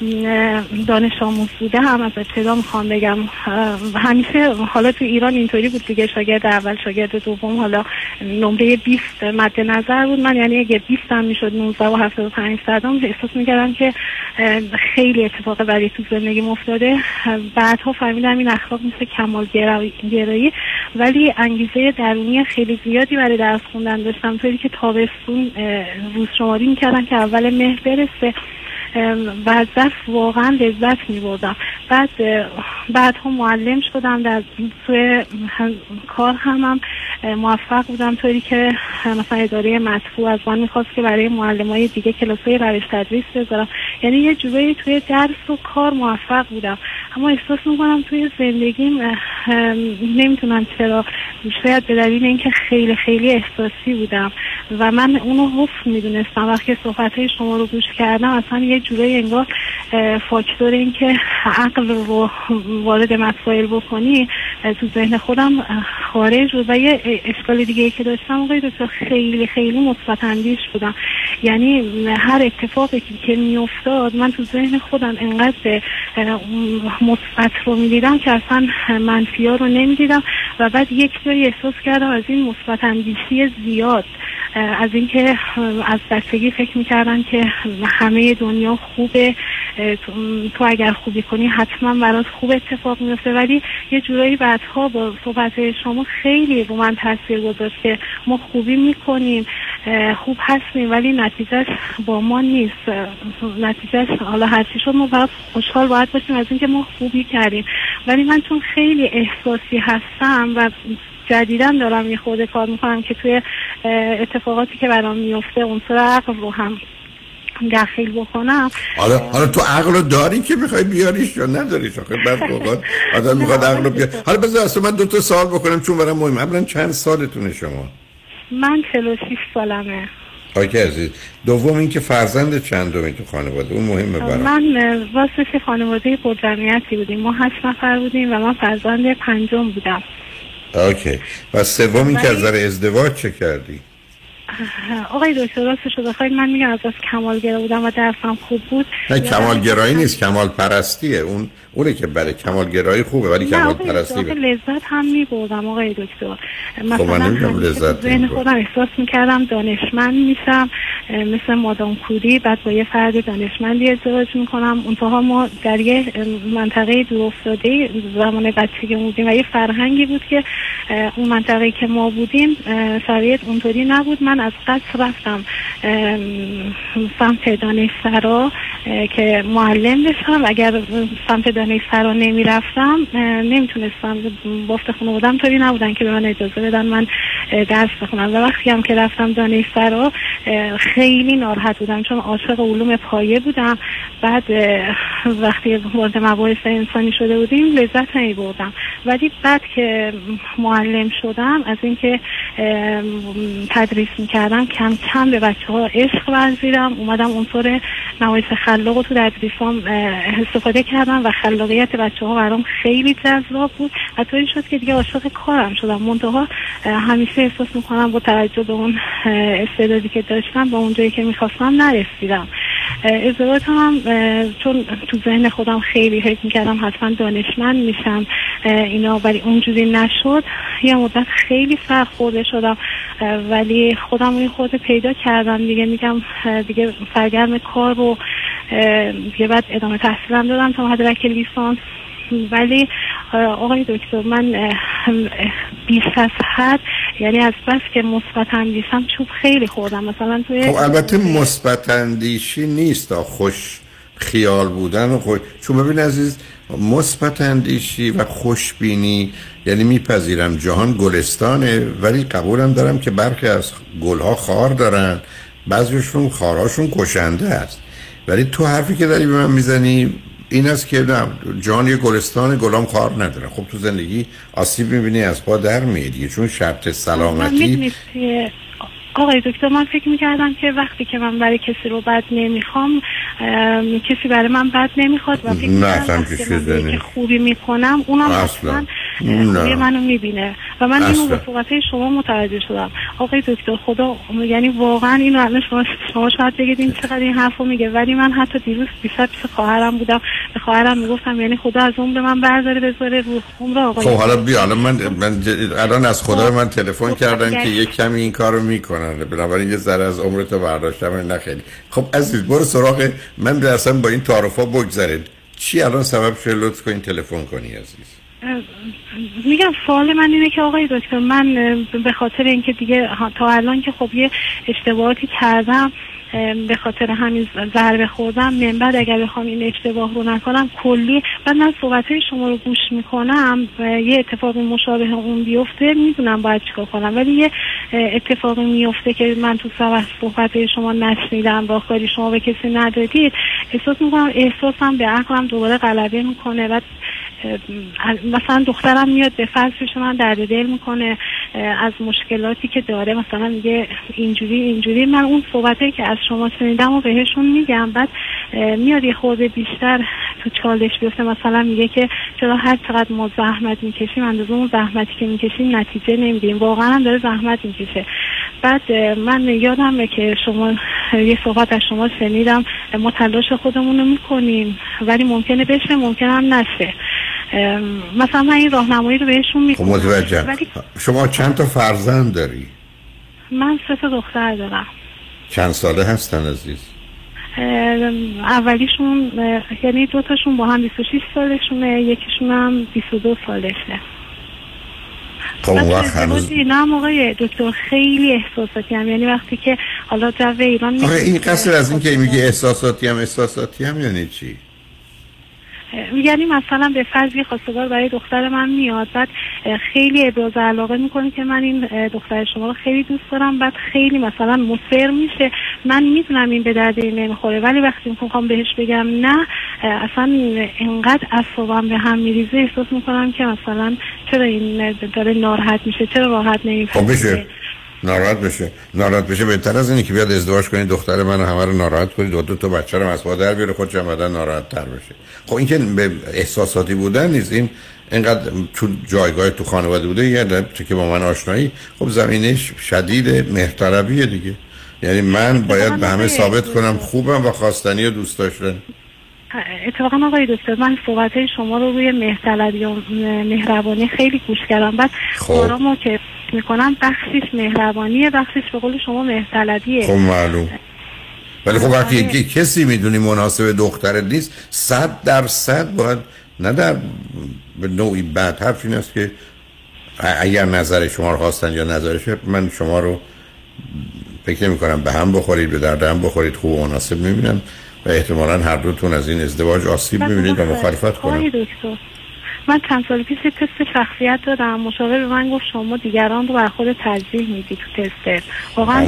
دانش آموز بودم از ابتدا میخوام بگم همیشه، حالا تو ایران اینطوری بود دیگه، شاگرد اول شاگرد دوم حالا نمره بیست مد نظر بود. من یعنی اگه بیست هم میشد نوزده و هفتاد و پنج صدم احساس میکردم که خیلی اتفاق بدی تو زندگیم افتاده. بعدها فهمیدم این اخلاق مثل کمال گرایی ولی انگیزه درونی خیلی زیادی برای درس خوندن داشتم، طوری که تابستون روز شماری میکردم که اول مهر برسه و از درس واقعا لذت میبردم. بعد بعدها معلم شدم، در توی کار هم, هم موفق بودم، طوری که مثلا اداره مطبوع از من میخواست که برای معلمای دیگه کلاسای روش تدریس بذارم. یعنی یه جوری توی درس و کار موفق بودم، اما احساس میکنم توی زندگیم نمیتونم چرا، شاید به دلیل اینکه خیلی خیلی احساسی بودم و من اونو حفظ میدونستم. وقتی صحبتهای شما رو گوش کردم اصلا یه جوری انگار فاکتور این که عقل رو وارد مسائل بکنی تو ذهن خودم خارج بود. و یه اشکال دیگه که داشتم آقای دکتر، خیلی خیلی مثبت اندیش بودم. یعنی هر اتفاقی که میافتاد من تو ذهن خودم انقدر مثبت رو میدیدم که اصلا منفی ها رو نمیدیدم. و بعد یک جایی احساس کردم از این مثبت اندیشی زیاد، از اینکه از بچگی فکر میکردن که همه دنیا خوبه، تو اگر خوبی کنی حتما برات خوب اتفاق میفته. ولی یه جورایی بعدها با صحبت شما خیلی رو من تاثیر گذاشت که ما خوبی میکنیم، خوب هستیم ولی نتیجهش با ما نیست. نتیجهش حالا هرچی شد ما باید خوشحال باید باشیم از اینکه ما خوبی کردیم. ولی من چون خیلی احساسی هستم و جدیداً دارم یه خورده کار میکنم که توی اتفاقاتی که برام میفته عنصر عقل رو هم داخل بکنم. حالا حالا تو عقل رو داری که میخوای بیاریش یا نداریش؟ آخه بعد اوقات آدم میخواد عقل رو بیاره. حالا بذار اصلا من دو تا سوال بکنم چون برام مهمه. اولا چند سالتونه شما؟ من چهل و شش سالمه. آقای عزیز، دوم این که فرزند چندمی تو خانواده؟ اون مهمه برام. من واسه خانواده پرجمعیتی بودیم، ما هشت نفر بودیم و من فرزند پنجم بودم. اوکی. و سوم این که از نظر ازدواج چه کردی؟ آقای دکتر راستش رو بخواید من میگم از از کمالگرا بودم و درسم خوب بود. نه کمالگرایی نیست، کمال پرستیه. اون اونه که برای کمالگرایی خوبه ولی کمال پرستی نه لذت هم میبردم آقای دکتر. خب من نمیگم لذت ذهن خودم احساس میکردم دانشمند میشم مثل مادام کوری، بعد با یه فرد دانشمندی ازدواج میکنم. اونتها ما در یه منطقه دورافتاده زمان بچگی بودیم و یه فرهنگی بود که اون منطقه که ما بودیم شرایط اونطوری نبود. من از قصد رفتم سمت دانشسرا که معلم بشم. اگر سمت دانشسرا نمی رفتم نمیتونستم، بافت خانواده‌ام طوری نبودن که به من اجازه بدن من درس بخونم. و وقتی هم که رفتم دانشسرا خیلی ناراحت بودم چون عاشق علوم پایه بودم. بعد وقتی وارد مباحث انسانی شده بودیم لذت نمی‌بردم. ولی بعد که معلم شدم از اینکه تدریس میکردم کم کم به بچه ها عشق ورزیدم، اومدم اونطور نمایش خلاق رو تو تدریسام استفاده کردم و خلاقیت بچه ها برام خیلی جذاب بود. حتی شد که دیگه عاشق کارم شدم. منتها همیشه احساس میکنم با توجه به اون استعدادی که داشتم به اون جایی که میخواستم نرسیدم. ازدواج هم چون تو ذهن خودم خیلی فکر میکردم حتما دانشمند میشم اینا، ولی اونجوری نشد. یه مدت خیلی سرخورده شدم ولی خودم این خورده پیدا کردم دیگه. میگم دیگه سرگرم کار رو دیگه بعد ادامه تحصیلم دادم تا مدرک لیسانس. ولی آقای دکتر من بیش از حد، یعنی از بس که مثبت اندیشم چوب خیلی خوردم. مثلا توی خب البته مثبت اندیشی نیست، خوش خیال بودن و خود. چون ببین عزیز، مثبت اندیشی و خوشبینی یعنی میپذیرم جهان گلستانه، ولی قبولم دارم که برخی از گلها خار دارن، بعضیشون خاراشون کشنده است. ولی تو حرفی که داری به من میزنی این است که نه، جهان یه گلستان، گلام خار نداره. خب تو زندگی آسیب میبینی، از پا در میادی، چون شرط سلامتی. آقای دکتر، من فکر میکردم که وقتی که من برای کسی رو بد نمیخوام، کسی برای من بد نمیخواد و فکر میکردم که من خوبی میکنم اونم اصلا خوبی منو میبینه و من اینو به صحبت شما متوجه شدم. آقای دکتر خدا، یعنی واقعا اینو الان شما شما شاید بگید این چقدر این حرفو میگه، ولی من حتی دیروز بیشتر پیش خواهرم بودم، به خواهرم میگفتم یعنی خدا از عمر من برداره بذاره رو عمر آقای. خب حالا بیا، الان من من الان از خدا من تلفن کردن که یک کمی این کارو میکنن، بنابراین یه ذره از عمرتو برداشتم. نه خیلی خب عزیز، برو سراغ من. درسا با این تعارفا بگذارید، چی الان سبب شده لطف کنین تلفن کنی عزیز؟ میگم سوال من اینه که آقای دکتر، من به خاطر اینکه دیگه تا الان که خب یه اشتباهاتی کردم، به خاطر همین ضربه خوردم، من بعد اگر بخوام این اشتباه رو نکنم کلی بعد من صحبت‌های شما رو گوش میکنم یه اتفاق مشابه اون بیفته، میدونم باید چیکار کنم، ولی یه اتفاقی میفته که من تو صحبت‌های شما نشنیدم، راهکاری شما به کسی ندادید، احساس میکنم احساسم به عقلم دوباره غلبه میکنه و مثلا دخترم میاد به فرض پیش من درد دل میکنه از مشکلاتی که داره، مثلا میگه اینجوری اینجوری. من اون صحبتی که از شما شنیدم و بهشون میگم، بعد میاد یه خورده بیشتر تو چالش بیفته، مثلا میگه که چرا هر چقدر ما زحمت میکشیم اندازه اون زحمتی که میکشیم نتیجه نمیگیریم، واقعا هم داره زحمت میکشه. بعد من یادمه که شما یه صحبت از شما شنیدم، ما تلاش خودمون رو میکنیم ولی ممکنه بشه ممکنه هم نشه. مثلا من این راهنمایی رو بهشون میکنم. متوجهم. ولی شما چند تا فرزند داری؟ من سه تا دختر دارم. چند ساله هستن عزیز؟ اولیشون یعنی دو تاشون با هم بیست و شش سالشونه، یکیشون هم بیست و دو سالشه. خب اون وقت هنوز نه آقای دکتر خیلی احساساتی هم، یعنی وقتی که حالا جو ایران میگه این قصر از این که میگه احساساتی هم احساساتی هم یعنی چی؟ یعنی مثلا به فرض یه خواستگار برای دختر من میاد، بعد خیلی ابراز علاقه میکنه که من این دختر شما رو خیلی دوست دارم، بعد خیلی مثلا مصر میشه، من میدونم این به درد این نمیخوره، ولی وقتی میخوام بهش بگم نه، اصلا اینقدر اعصابم به هم میریزه، احساس میکنم که مثلا چرا این داره ناراحت میشه، چرا راحت نمیفهمه. ناراحت بشه ناراحت بشه بهتر از اینه که بیاد ازدواج کنید، دختر منو همه رو ناراحت کنید، دو, دو تا بچه رو از پا در بیاره، خودش هم بعداً ناراحت تر بشه. خب این که به احساساتی بودن نیست، این اینقدر چون جایگاه تو خانواده بوده، یه که با من آشنایی، خب زمینش شدید مهرطلبیه دیگه. یعنی من باید به همه ثابت کنم خوبم و خواستنی و دوست داشتن. اتفاقا آقای دکتر، من صحبت‌های شما رو روی مهرطلبی و مهربانی خیلی گوش کردم، بعد آرامو که میکنم بخشش مهربانیه، بخشش به قول شما مهرطلبیه. خب معلوم. ولی خب وقتی یکی کسی میدونی مناسب دخترت نیست، صد درصد باید نه در به نوعی بد حرف این است که اگر نظر شما رو خواستن یا نظرش، من شما رو فکر نمی کنم به هم بخورید، به درد هم بخورید، خوب و مناسب میبینم و احتمالاً هر دوتون از این ازدواج آسیب میبینید و مخالفت کنید. من چند سال پیش تست شخصیت دادم، مشاور به من گفت شما دیگران رو بر خود ترجیح میدی تو تست. واقعا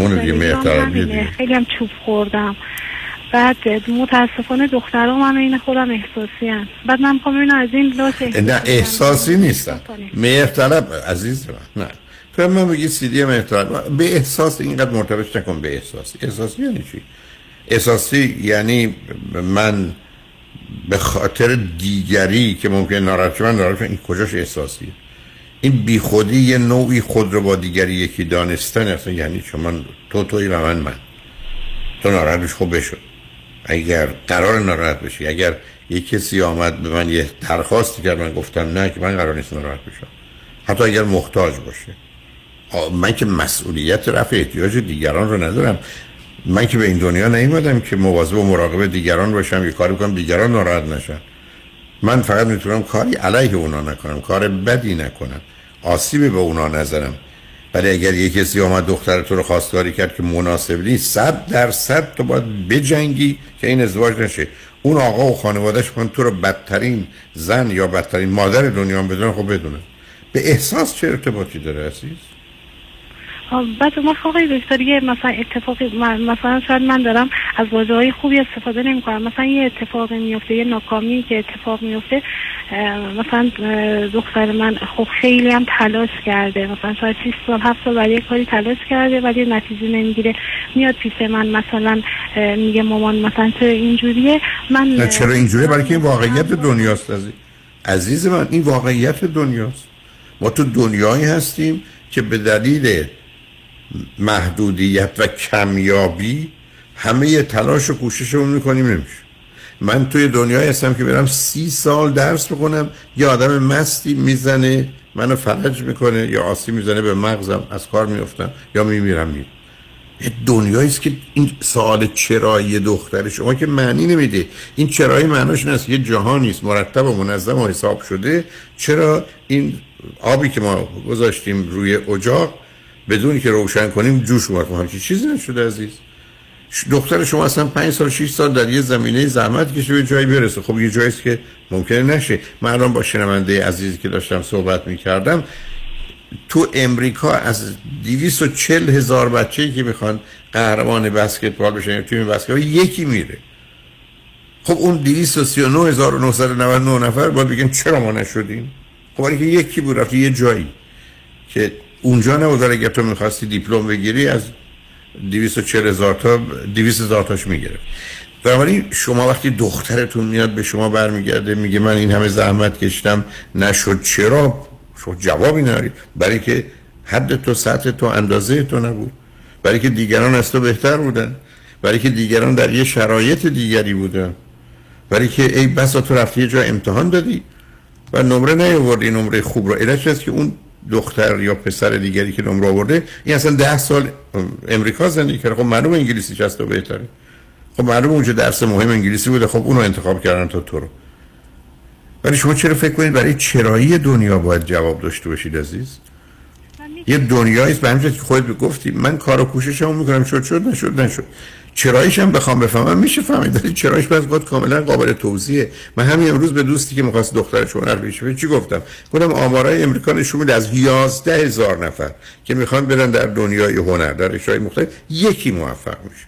خیلی هم چوب خوردم. بعد متاسفانه دخترها من این خودم احساسی هستن. بعد من میخوام ببینم از این لاس نه احساسی نیستن، مهرطلب عزیز من. نه تو من میگی سیدی مهرطلب به احساس اینقدر مرتبط نکن به احساسی. احساسی یعنی چی؟ احساسی یعنی من به خاطر دیگری که ممکن ناراحت شدن ناراحت شدن، این کجاش احساسیه؟ این بیخودی یه نوعی خود رو با دیگری یکی دانستن اصلا، یعنی شما تو توی و من من تو ناراحت بشی، خب بشو. اگر قرار ناراحت بشی، اگر یک کسی آمد به من یه درخواستی کرد، من گفتم نه که من قرار نیست ناراحت بشم، حتی اگر محتاج باشه، من که مسئولیت رفع احتیاج دیگران رو ندارم. من که به این دنیا نیومدم که مواظب و مراقب دیگران باشم، یه کاری کنم دیگران ناراحت نشن. من فقط میتونم کاری علیه اونا نکنم، کار بدی نکنم، آسیبی به اونا نزنم. ولی اگر یک کسی آمد دختر تو رو خواستگاری کرد که مناسب نیست، صد درصد تو باید بجنگی که این ازدواج نشه. اون آقا و خانواده‌اش کن تو رو بدترین زن یا بدترین مادر دنیا هم بدونن، خب بدونن. به احساس چه ارتباطی داره عزیز؟ بعد ما آقای دکتر یه مثلا اتفاقی مثلا شاید من دارم از واژه‌های خوبی استفاده نمی‌کنم، مثلا یه اتفاقی میفته، یه ناکامی که اتفاق میفته، مثلا دختر من خب خیلی هم تلاش کرده، مثلا شاید شش سال هفت سال برای یه کاری تلاش کرده ولی نتیجه نمیگیره، میاد پیش من مثلا میگه مامان مثلا چرا اینجوریه. من نه چرا اینجوریه؟ برای که این واقعیت دنیاست عزیز. عزیز من این واقعیت دنیاست. ما تو دنیایی هستیم که به دلیل محدودیت و کمیابی همه تلاش و کوششمون میکنیم نمیشه. من توی دنیایی هستم که برم سی سال درس بکنم، یه آدم مستی میزنه منو فلج میکنه یا آسیب میزنه به مغزم، از کار میافتم یا میمیرم. میرم یه دنیایی است که این سوال چرایی دختر شما که معنی نمیده. این چرایی معناش این است یه جهانی است مرتب و منظم و حساب شده، چرا این آبی که ما گذاشتیم روی اجاق بدونی که روشن کنیم جوش اومد؟ همچین چیزی نشده عزیز. دختر شما اصلا پنج سال شش سال در یه زمینه زحمت کشه به جایی برسه. خب یه جاییست که ممکنه نشه. من الان با شنونده عزیزی که داشتم صحبت میکردم، تو امریکا از دویست و چهل هزار بچه‌ای که میخوان قهرمان بسکتبال بشن یا تیم بسکتبال یکی میره. خب اون دویست و سی و نه هزار و نهصد و نود و نه نفر باید بگن چرا ما نشدیم؟ خب برای که یکی بود رفت یه جایی که اونجا نبود. اگه تو میخواستی دیپلم بگیری از دویست و چهل هزار تا دویست هزار تاش میگرفت. بنابراین شما وقتی دخترتون میاد به شما برمیگرده میگه من این همه زحمت کشیدم نشد، چرا؟ شما جوابی نداری. برای که حد تو، سطح تو، اندازه تو نبود، برای که دیگران از تو بهتر بودن، برای که دیگران در یه شرایط دیگری بودن، برای که ای بسا تو رفتی یه جا امتحان دادی و نمره نیاوردی، نمره خوب رو. علتش هست که اون دختر یا پسر دیگری که نمره آورده این اصلا ده سال امریکا زندگی کرده، خب معلومه انگلیسیش از تو بهتره، خب معلومه اونجا درس مهم انگلیسی بوده، خب اونو انتخاب کردن تا تو رو. ولی شما چرا فکر کنید برای چرایی دنیا باید جواب داشته باشید عزیز؟ یه دنیایی است به همین که خودت گفتی من کار و کوششمو میکنم، شد شد نشد نشد. چراییش هم بخوام بفهمم میشه فهمید، ولی چراییش بعضی وقت کاملا قابل توضیحه. من همین امروز به دوستی که می‌خواست دخترش هنر بشه چی گفتم؟ گفتم آمارای امریکا نشون میده از یازده هزار نفر که میخوان برن در دنیای هنر در رشته‌های مختلف یکی موفق میشه.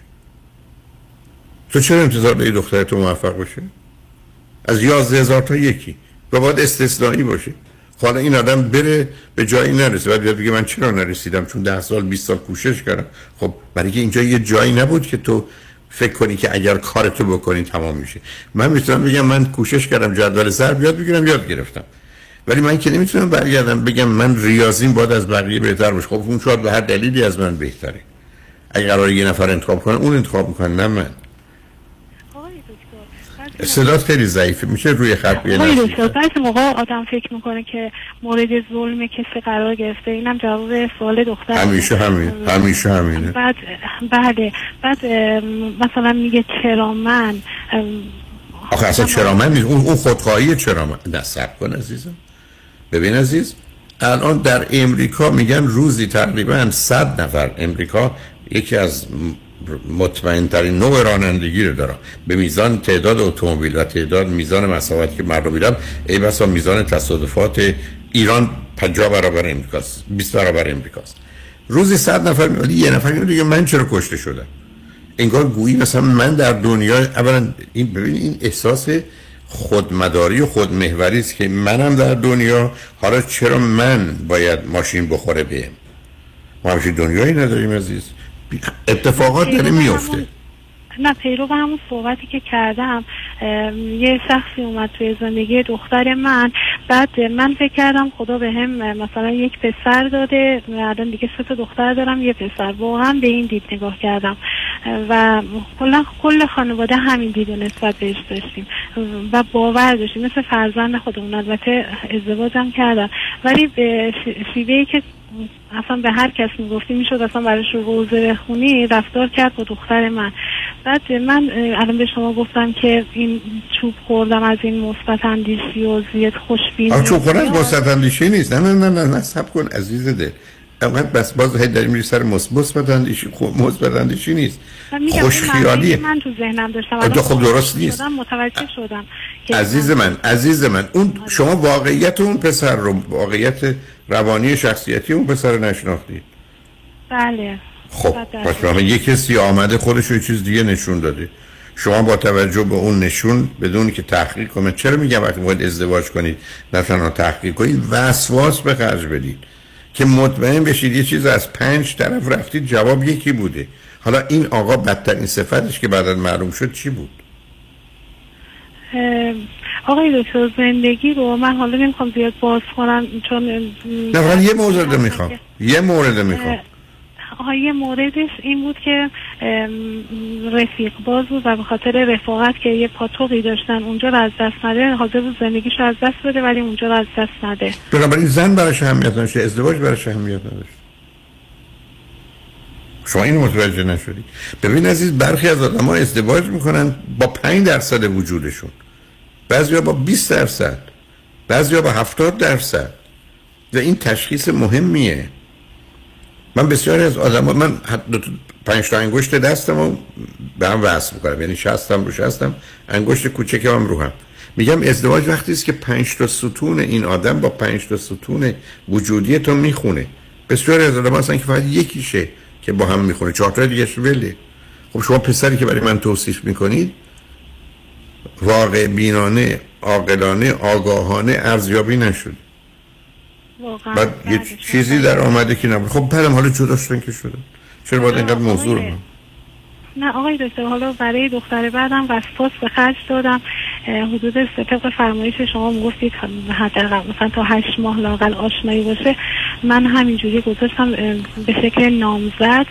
تو چرا انتظار داری دخترت تو موفق بشه؟ از یازده هزار تا یکی و باید استثنایی باشه. حالا این آدم بره به جایی نرسه بعد بیاد بگه من چرا نرسیدم؟ چون ده سال بیست سال کوشش کردم. خب برای که اینجا یه جایی نبود که تو فکر کنی که اگر کارتو بکنی تمام میشه. من میتونم بگم من کوشش کردم جدول ضرب یاد بگیرم، یاد گرفتم، ولی من که نمیتونم برگردم بگم من ریاضیم باید از بقیه بهتر باشه. خب اون شاید به هر دلیلی از من بهتره. اگه قراره یه نفر انتخاب کنه اون انتخاب میکنه نه من. صدات خیلی ضعیفه، میشه روی خط بیاد؟ آقای دکتر بعضی موقع آدم فکر میکنه که مورد ظلم کسی قرار گرفته. اینم جواب سوال دختر همیشه همین همیشه همینه. بعد بله بعد مثلا میگه چرا من؟ آخه اصلا چرا من نیست، اون اون خودخواهی چرا من. نه صبر کن عزیزم. ببین عزیز الان در امریکا میگن روزی تقریبا صد نفر، امریکا یکی از مطمئن ترین نوع رانندگی رو داره به میزان تعداد اتومبیل و تعداد میزان مسافتی که مردم میرن، ای بسا میزان تصادفات ایران پنجاه برابر امریکاست، بیست برابر امریکاست. روزی صد نفر میاد یه نفر میاد دیگه من چرا کشته شدم؟ انگار گویی مثلا من در دنیا. اولا این ببین این احساس خودمداری و خودمحوری است که منم در دنیا، حالا چرا من باید ماشین بخوره بهم؟ ما همچین دنیایی نداریم عزیز. اتفاقات داره میفته. نه پیرو به همون صحبتی که کردم یه شخصی اومد توی زندگی دختر من، بعد من فکر کردم خدا به هم مثلا یک پسر داده، الان دیگه سه تا دختر دارم یه پسر. واقعا به این دید نگاه کردم و کلا کل خانواده همین دید و نسبت بهش داشتیم و باور داشتیم مثل فرزند خودمون. البته ازدواجم کردم ولی به شیوهی که اصلا به هر کس میگفتی میشد اصلا براش روزه بخونی رفتار کرد با دختر من. بعد من الان به شما گفتم که این چوب خوردم از این مثبت اندیشی و زیاد خوشبینی. آ چوب خوردن مثبت اندیشی نیست. نه نه نه نه, نه. صبر کن عزیز دل. انقدر بس باز هی داریم میری سر مثبت اندیشی، خب مثبت اندیشی نیست، خوش خیالیه. من تو ذهنم داشتم آده خب درست نیست. شدم متوجه شدم عزیز من عزیز من اون شما واقعیت اون پسر رو، واقعیت روانی شخصیتی اون پسر نشناختید. بله. خب پس یه کسی آمده خودش رو یه چیز دیگه نشون داده، شما با توجه به اون نشون بدون که تحقیق کنید، چرا میگم وقتی باید ازدواج کنید نه تنها تحقیق کنید، وسواس به خرج بدید که مطمئن بشید یه چیز از پنج طرف رفتید جواب یکی بوده. حالا این آقا بدترین صفتش که بعداً معلوم شد چی بود؟ آقای دکتر زندگی رو من حالا نمیخوام زیاد باز کنم چون نه ولی یه مورد میخوام یه مورد میخوام آها یه موردش این بود که رفیق باز بود و به خاطر رفاقت که یه پاتوقی داشتن اونجا رو از دست نده، حاضر بود زندگیش رو از دست بده ولی اونجا رو از دست نده. بنابراین زن براش اهمیت نداشته، ازدواج براش اهمیت نداشته. شما این متوجه نشدی؟ ببین عزیز، برخی از آدم ها ازدواج میکنن با پنج درصد وجودشون، بعضی ها با بیست درصد، بعضی ها با هفتاد درصد و این تشخیص مهمیه. من بسیاری از آدم ها، من حتی پنج تا انگشت دستم رو به هم وصل میکنم، یعنی شستم رو شستم، انگشت کوچکم هم رو هم. میگم ازدواج وقتی است که پنج تا ستون این آدم با پنج تا ستون وجودی تو میخونه. بسیاری از آدم هستن که فقط یکیشه که با هم میخونه، چهار تا دیگه‌اش وله. خب شما پسری که برای من توصیف میکنید واقع بینانه، عاقلانه، آگاهانه ارزیابی نشد. بعد یه چیزی در آمده که نبود. خب بعدم حالا جدا شدن که شدن، چرا باید اینقدر موضوع رو من؟ نه آقای دکتر، حالا برای دختر بعدم وسواس به خرج دادم. حدود طبق فرمایش شما میگفتید حداقل مثلا تا هشت ماه لااقل آشنایی باشه. من همینجوری گذاشتم به شکل نامزد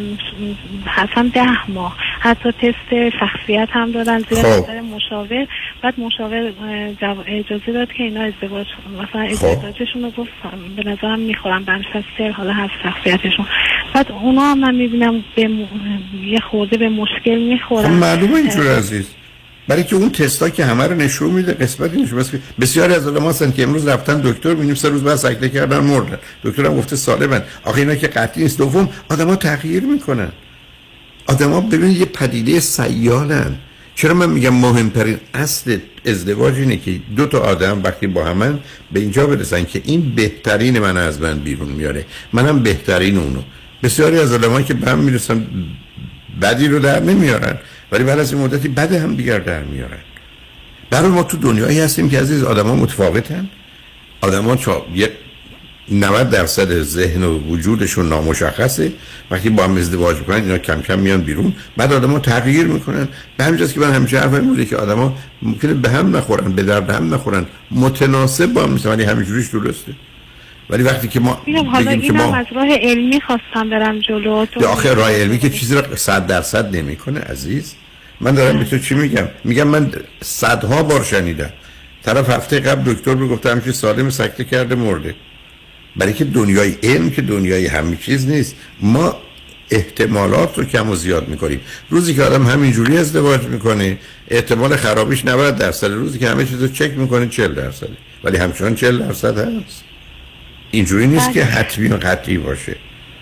حتما ده ماه، حتی تست شخصیت هم دادن زیر نظر مشاور. بعد مشاور اجازه داد که اینا ازدواج مثلا ازدواجشون رو گفت به نظرم میخورن برشستر حالا هست شخصیتشون. بعد اونا هم من میبینم به م... یه خورده به مشکل میخورن. معلومه اینجور عزیز، برای که اون تستا که همه رو نشون میده قسمتی نشون میده. بسیاری از آدم‌ها هستن که امروز رفتن دکتر، می‌بینیم سه روز بعد سکته کردن مردن، دکترم گفته سالمن. آخه اینا که قطعی نیست. دوم آدم‌ها تغییر میکنن. آدم‌ها ببینید یه پدیده سیالن. چرا من میگم مهمترین اصل ازدواج اینه که دو تا آدم وقتی با همن به اینجا برسن که این بهترین من از من بیرون میاره، منم بهترین اونو. بسیاری از آدم‌ها که به هم میرسن بدی رو در نمیارن ولی بعد از این مدتی بد هم دیگر در میارن. برای ما تو دنیایی هستیم که عزیز آدم ها متفاوتن. آدم ها چا... یه نود درصد ذهن و وجودشون نامشخصه. وقتی با هم ازدواج میکنن اینا کم کم میان بیرون، بعد آدم ها تغییر میکنن. به همین جاست که من همیشه حرفم این بوده که آدم ها ممکنه به هم نخورن، به درد هم نخورن، متناسب با هم نیستن ولی همینجوریش درسته. ولی وقتی که ما بگیم که ما از راه علمی خواستم برم جلو، تو آخه راه علمی که چیزی رو صد درصد نمیکنه عزیز. من دارم به تو چی میگم؟ میگم من صدها بار شنیدم طرف هفته قبل دکتر میگفت که سالم سکته کرده مرده. برای که دنیای علم که دنیای همه چیز نیست. ما احتمالات رو کم و زیاد میکنیم. روزی که آدم همینجوری ازدواج میکنه احتمال خرابیش نود درصد، روزی که همه چیز رو چک میکنه چهل درصد، ولی همچنان چهل درصد هست. اینجوری نیست که حتمی و قطعی باشه.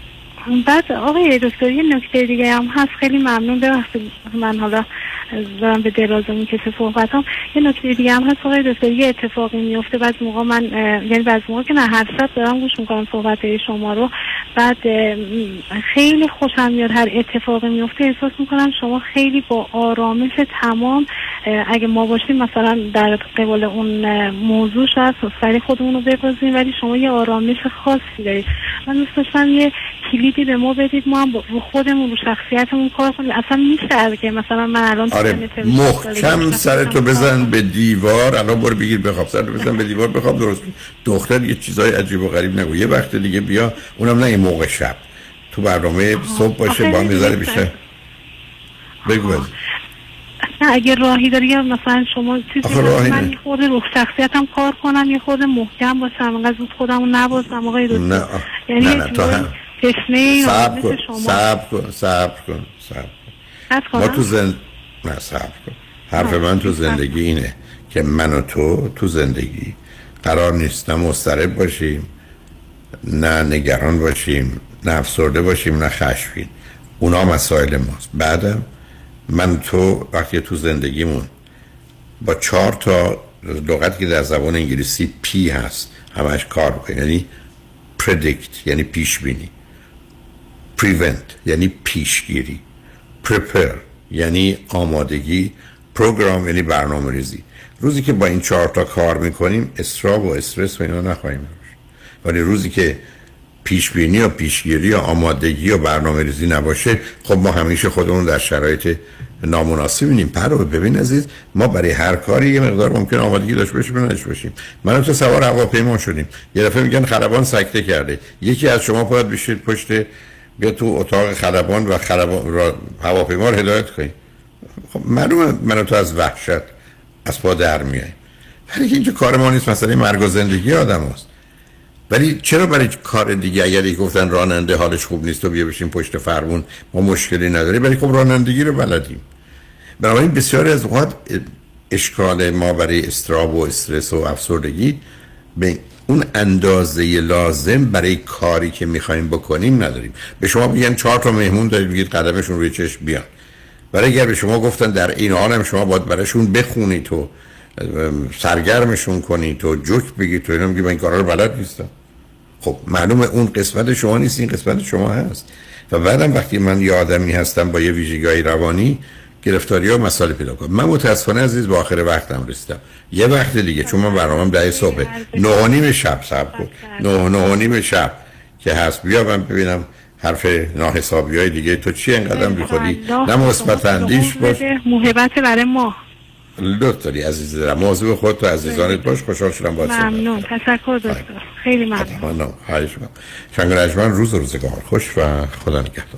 بعد آقای دکتر یه نکته دیگه هم هست، خیلی ممنون، ببخشید من حالا دارم به درازم میکشه صحبتام. یه نکته دیگه هم هست آقای دکتر، یه اتفاقی میفته بعد موقع من یعنی بعد موقع که نه هر شب دارم گوش میکنم صحبت شما رو، بعد خیلی خوشم میاد هر اتفاقی میفته احساس میکنم شما خیلی با آرامش تمام، اگه ما باشیم مثلا در قبال اون موضوع شاید سری خودمون رو بگذاریم ولی شما یه آرامش خاصی دارید. من دوست داشتم یه کلیدی به ما بدید ما هم با خودمون رو شخصیتمون کار کنیم. اصلا میشه که مثلا من الان آره محکم سرتو بزن به دیوار، الان برو بگیر بخواب، سرتو بزن به دیوار بخواب، درست دختر یه چیزای عجیب و غریب نگو، یه وقت دیگه بیا، اونم نه یه موقع شب تو برنامه صبح باشه با هم میذاره بیشتر بگو بزن. نه اگه راهی داری یا مثلا شما چیزی من یه خود روح شخصیتم کار کنم، یه خود محکم باشم، انقدر زود خودمو نبازم آقای دکتر. نه یعنی نه نه تا هم صبر کن صبر کن صبر کن صبر کن ما تو زند... نه صبر کن. حرف من تو زندگی اینه که من و تو تو زندگی قرار نیست نه مضطرب باشیم نه نگران باشیم، نه افسرده باشیم، نه خشمگین. اونا مسائل ماست. بعدم من تو وقتی تو زندگیمون با چهار تا لغتی که در زبان انگلیسی پی هست همش کار بکنیم، یعنی predict یعنی پیش بینی، prevent یعنی پیشگیری، prepare یعنی آمادگی، program یعنی برنامه ریزی. روزی که با این چهار تا کار میکنیم استراب و استرس و اینا نخواهیم داشت. ولی روزی که پیش بینی و پیشگیری و آمادگی و برنامه ریزی نباشه، خب ما همیشه خودمون در شرایط نامناسب می‌بینیم. پرو ببین عزیز، ما برای هر کاری یه مقدار ممکن آمادگی داشته باشیم یا نداشته باشیم. من تو سوار هواپیما شدیم، یه دفعه میگن خلبان سکته کرده، یکی از شما باید بشید پشت بیا تو اتاق خلبان و خلبان را هواپیما رو هدایت کنید. خب معلومه من تو از وحشت از پا در میایم. ولی اینجا کار ما نیست، مسئله مرگ و زندگی آدم هست. ولی چرا برای کار دیگه اگر یک گفتن راننده حالش خوب نیست و بیا بشیم پشت فرمون ما مشکلی نداریم، ولی خب رانندگی رو بلدیم. بنابراین بسیاری از اوقات اشکال ما برای استراب و استرس و افسردگی به اون اندازه لازم برای کاری که میخوایم بکنیم نداریم. به شما بگن چهار تا مهمون دارید، بگید قدمشون روی چشم بیان، ولی اگر به شما گفتن در این حال هم شما باید براشون بخونید تو سرگرمشون کنید تو جوک بگید تو اینا، میگید من این کارا رو بلد نیستم. خب معلومه اون قسمت شما نیست، این قسمت شما هست. و بعدم وقتی من یه آدمی هستم با یه ویژگی‌های روانی، گرفتاری ها مسائل پیدا کنم. من متاسفانه عزیز با آخر وقتم رسیدم. یه وقت دیگه چون من برنامه‌ام ده صبح، نه و نیم شب صبح کن، نه نه و نیم شب که هست بیا من ببینم حرف ناحسابی‌های دیگه تو چی اینقدر بیخودی، نه مثبت اندیش باش، محبت برای ما. لطف داری عزیز دلم، موضوع خودت و عزیزانت باش. خوشحال شدم باهات. ممنون، تشکر دکتر، خیلی ممنون. ممنون، خواهش می‌کنم. شنگرجمن روز و روزگار خوش و خدا نگهدار.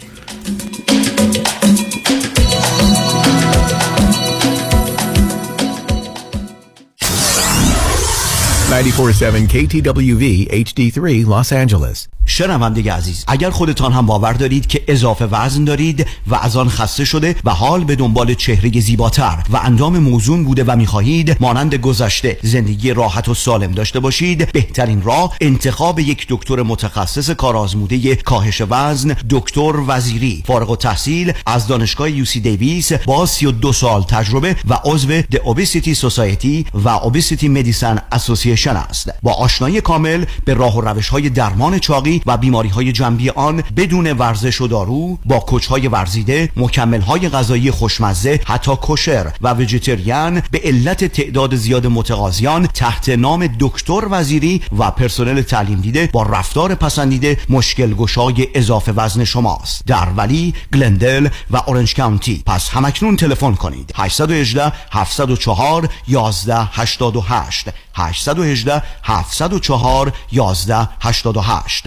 نود و چهار ممیز هفت کی تی دبلیو وی اچ دی سه Los Angeles. شنونده عزیز، اگر خودتان هم باور دارید که اضافه وزن دارید و از آن خسته شده و حال به دنبال چهره زیباتر و اندام موزون بوده و می‌خواهید مانند گذشته زندگی راحت و سالم داشته باشید، بهترین راه انتخاب یک دکتر متخصص کارآزموده کاهش وزن، دکتر وزیری، فارغ التحصیل از دانشگاه یو سی دیویس با سی و دو سال تجربه و عضو The Obesity Society و Obesity Medicine Association است. با آشنایی کامل به راه و روش‌های درمان چاقی و بیماری‌های جنبی آن بدون ورزش و دارو، با کوچ‌های ورزیده، مکمل‌های غذایی خوشمزه، حتی کوشر و ویجیتریان، به علت تعداد زیاد متقاضیان تحت نام دکتر وزیری و پرسنل تعلیم دیده با رفتار پسندیده مشکل گشای اضافه وزن شماست در ولی، گلندل و اورنج کانتی. پس همکنون تلفن کنید هشت یک هشت هفت صفر چهار یازده هشتاد و هشت هشت یک هشت هفت صفر چهار یازده هشتاد و هشت.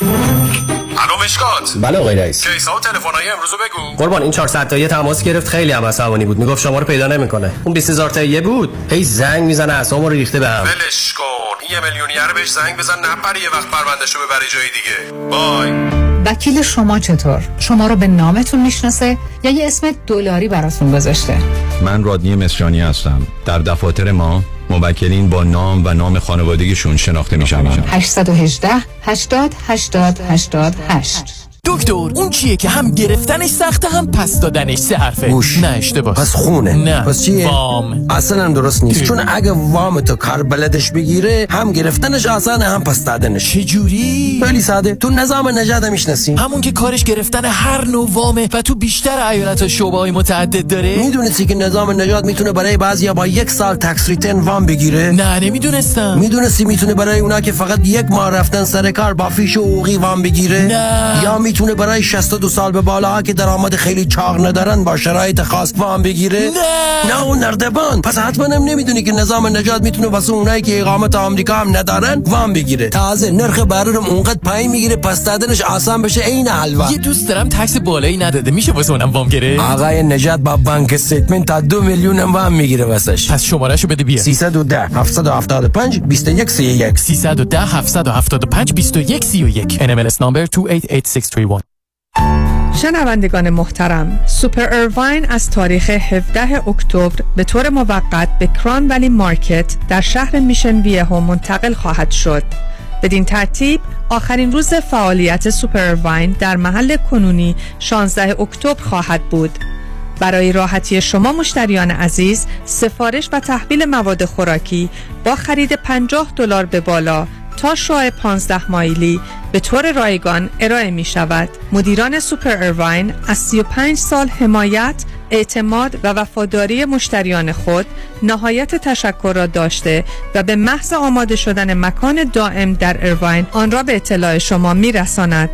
الو مشکات. بله آقای رئیس. کیسا و تلفن‌های امروزو بگو. قربان این چهارصد تایی تماس گرفت، خیلی هم عصبانی بود، میگفت شما رو پیدا نمیکنه. اون بیست هزار تایی بود، هی زنگ میزنه اعصابمو رو ریخته بهم. ولش کن، این یه میلیونیر بهش زنگ بزن نپره یه وقت پروندهشو ببری جای دیگه. بای. وکیل شما چطور؟ شما رو به نامتون میشناسه یا یه اسم دلاری براتون گذاشته؟ من رادنی مصریانی هستم. در دفاتر ما موکلین با نام و نام خانوادگیشون شناخته میشن. هشت یک هشت هشتاد هشتاد هشتاد هشت. دکتر اون چیه که هم گرفتنش سخته هم پس دادنش سه حرفه؟ گوش. نه اشتباه. پس خونه. نه. پس چیه؟ وام. اصلا هم درست نیست. چون اگه وام تو کار بلدش بگیره هم گرفتنش آسانه هم پس دادنش. چه جوری؟ خیلی ساده. تو نظام نجات میشناسی؟ همون که کارش گرفتن هر نوع وامه و تو بیشتر ایالت‌ها شعبه‌های متعدد داره. میدونستی که نظام نجات میتونه برای بعضیا با یک سال تکس ریتن وام بگیره؟ نه نمیدونستم. میدونستی میتونه برای اونا که فقط یک ماه رفتن سر کار با فیش حقوقی وام بگیره؟ نه. یا میتونه برای شصت و دو سال به بالا که درآمد خیلی چاق ندارن با شرایط خاص وام بگیره؟ نه. نه اون نردبان. پس حتما هم نمیدونی که نظام نجات میتونه واسه اونایی که اقامت آمریکا هم ندارن وام بگیره. تازه نرخ بهره هم اونقدر پایین میگیره پس دادنش آسان بشه عین حلوا. یه دوست دارم تکس بالایی نداده، میشه واسه اونم وام گیره؟ آقای نجات با بانک استیتمنت تا دو میلیون هم وام میگیره واسش. پس شمارهشو بده بیا. سیصد و ده هفتصد و هفتاد و پنج بیست و یک سی و یک سیصد و ده هفتصد و هفتاد و پنج بیست و یک سی و یک. ان ام ال اس number دو هشت هشت شش سه یک. شنوندگان محترم، سوپر اروین از تاریخ هفدهم اکتبر به طور موقت به کران ولی مارکت در شهر میشن ویهو منتقل خواهد شد. بدین ترتیب آخرین روز فعالیت سوپر ارواین در محل کنونی شانزده اکتبر خواهد بود. برای راحتی شما مشتریان عزیز، سفارش و تحویل مواد خوراکی با خرید پنجاه دلار به بالا تا شعاع پانزده مایلی به طور رایگان ارائه می شود. مدیران سوپر ارواین از سی و پنج سال حمایت، اعتماد و وفاداری مشتریان خود نهایت تشکر را داشته و به محض آماده شدن مکان دائم در ارواین آن را به اطلاع شما می رساند.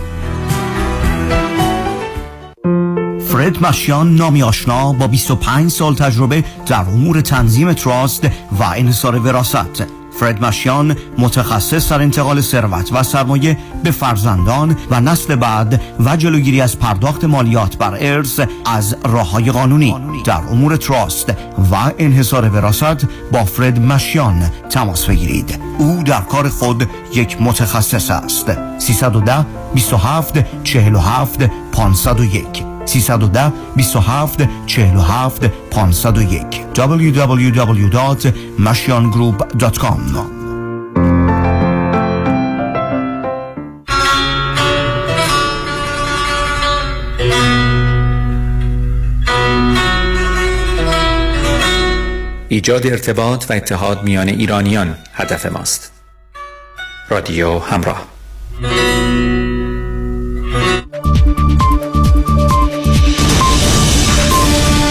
فرد مشیان، نامی آشنا با بیست و پنج سال تجربه در امور تنظیم تراست و انحصار وراثت. فرد مشیان متخصص در انتقال ثروت و سرمایه به فرزندان و نسل بعد و جلوگیری از پرداخت مالیات بر ارث از راه‌های قانونی. در امور تراست و انحصار وراثت با فرد مشیان تماس بگیرید. او در کار خود یک متخصص است. سیصد و ده بیست و هفت چهل و هفت پانصد و یک سیصد و ده بیست و هفت چهل و هفت پانصد و یک دبلیو دبلیو دبلیو دات مشیان گروپ دات کام. ایجاد ارتباط و اتحاد میان ایرانیان هدف ماست. رادیو همراه.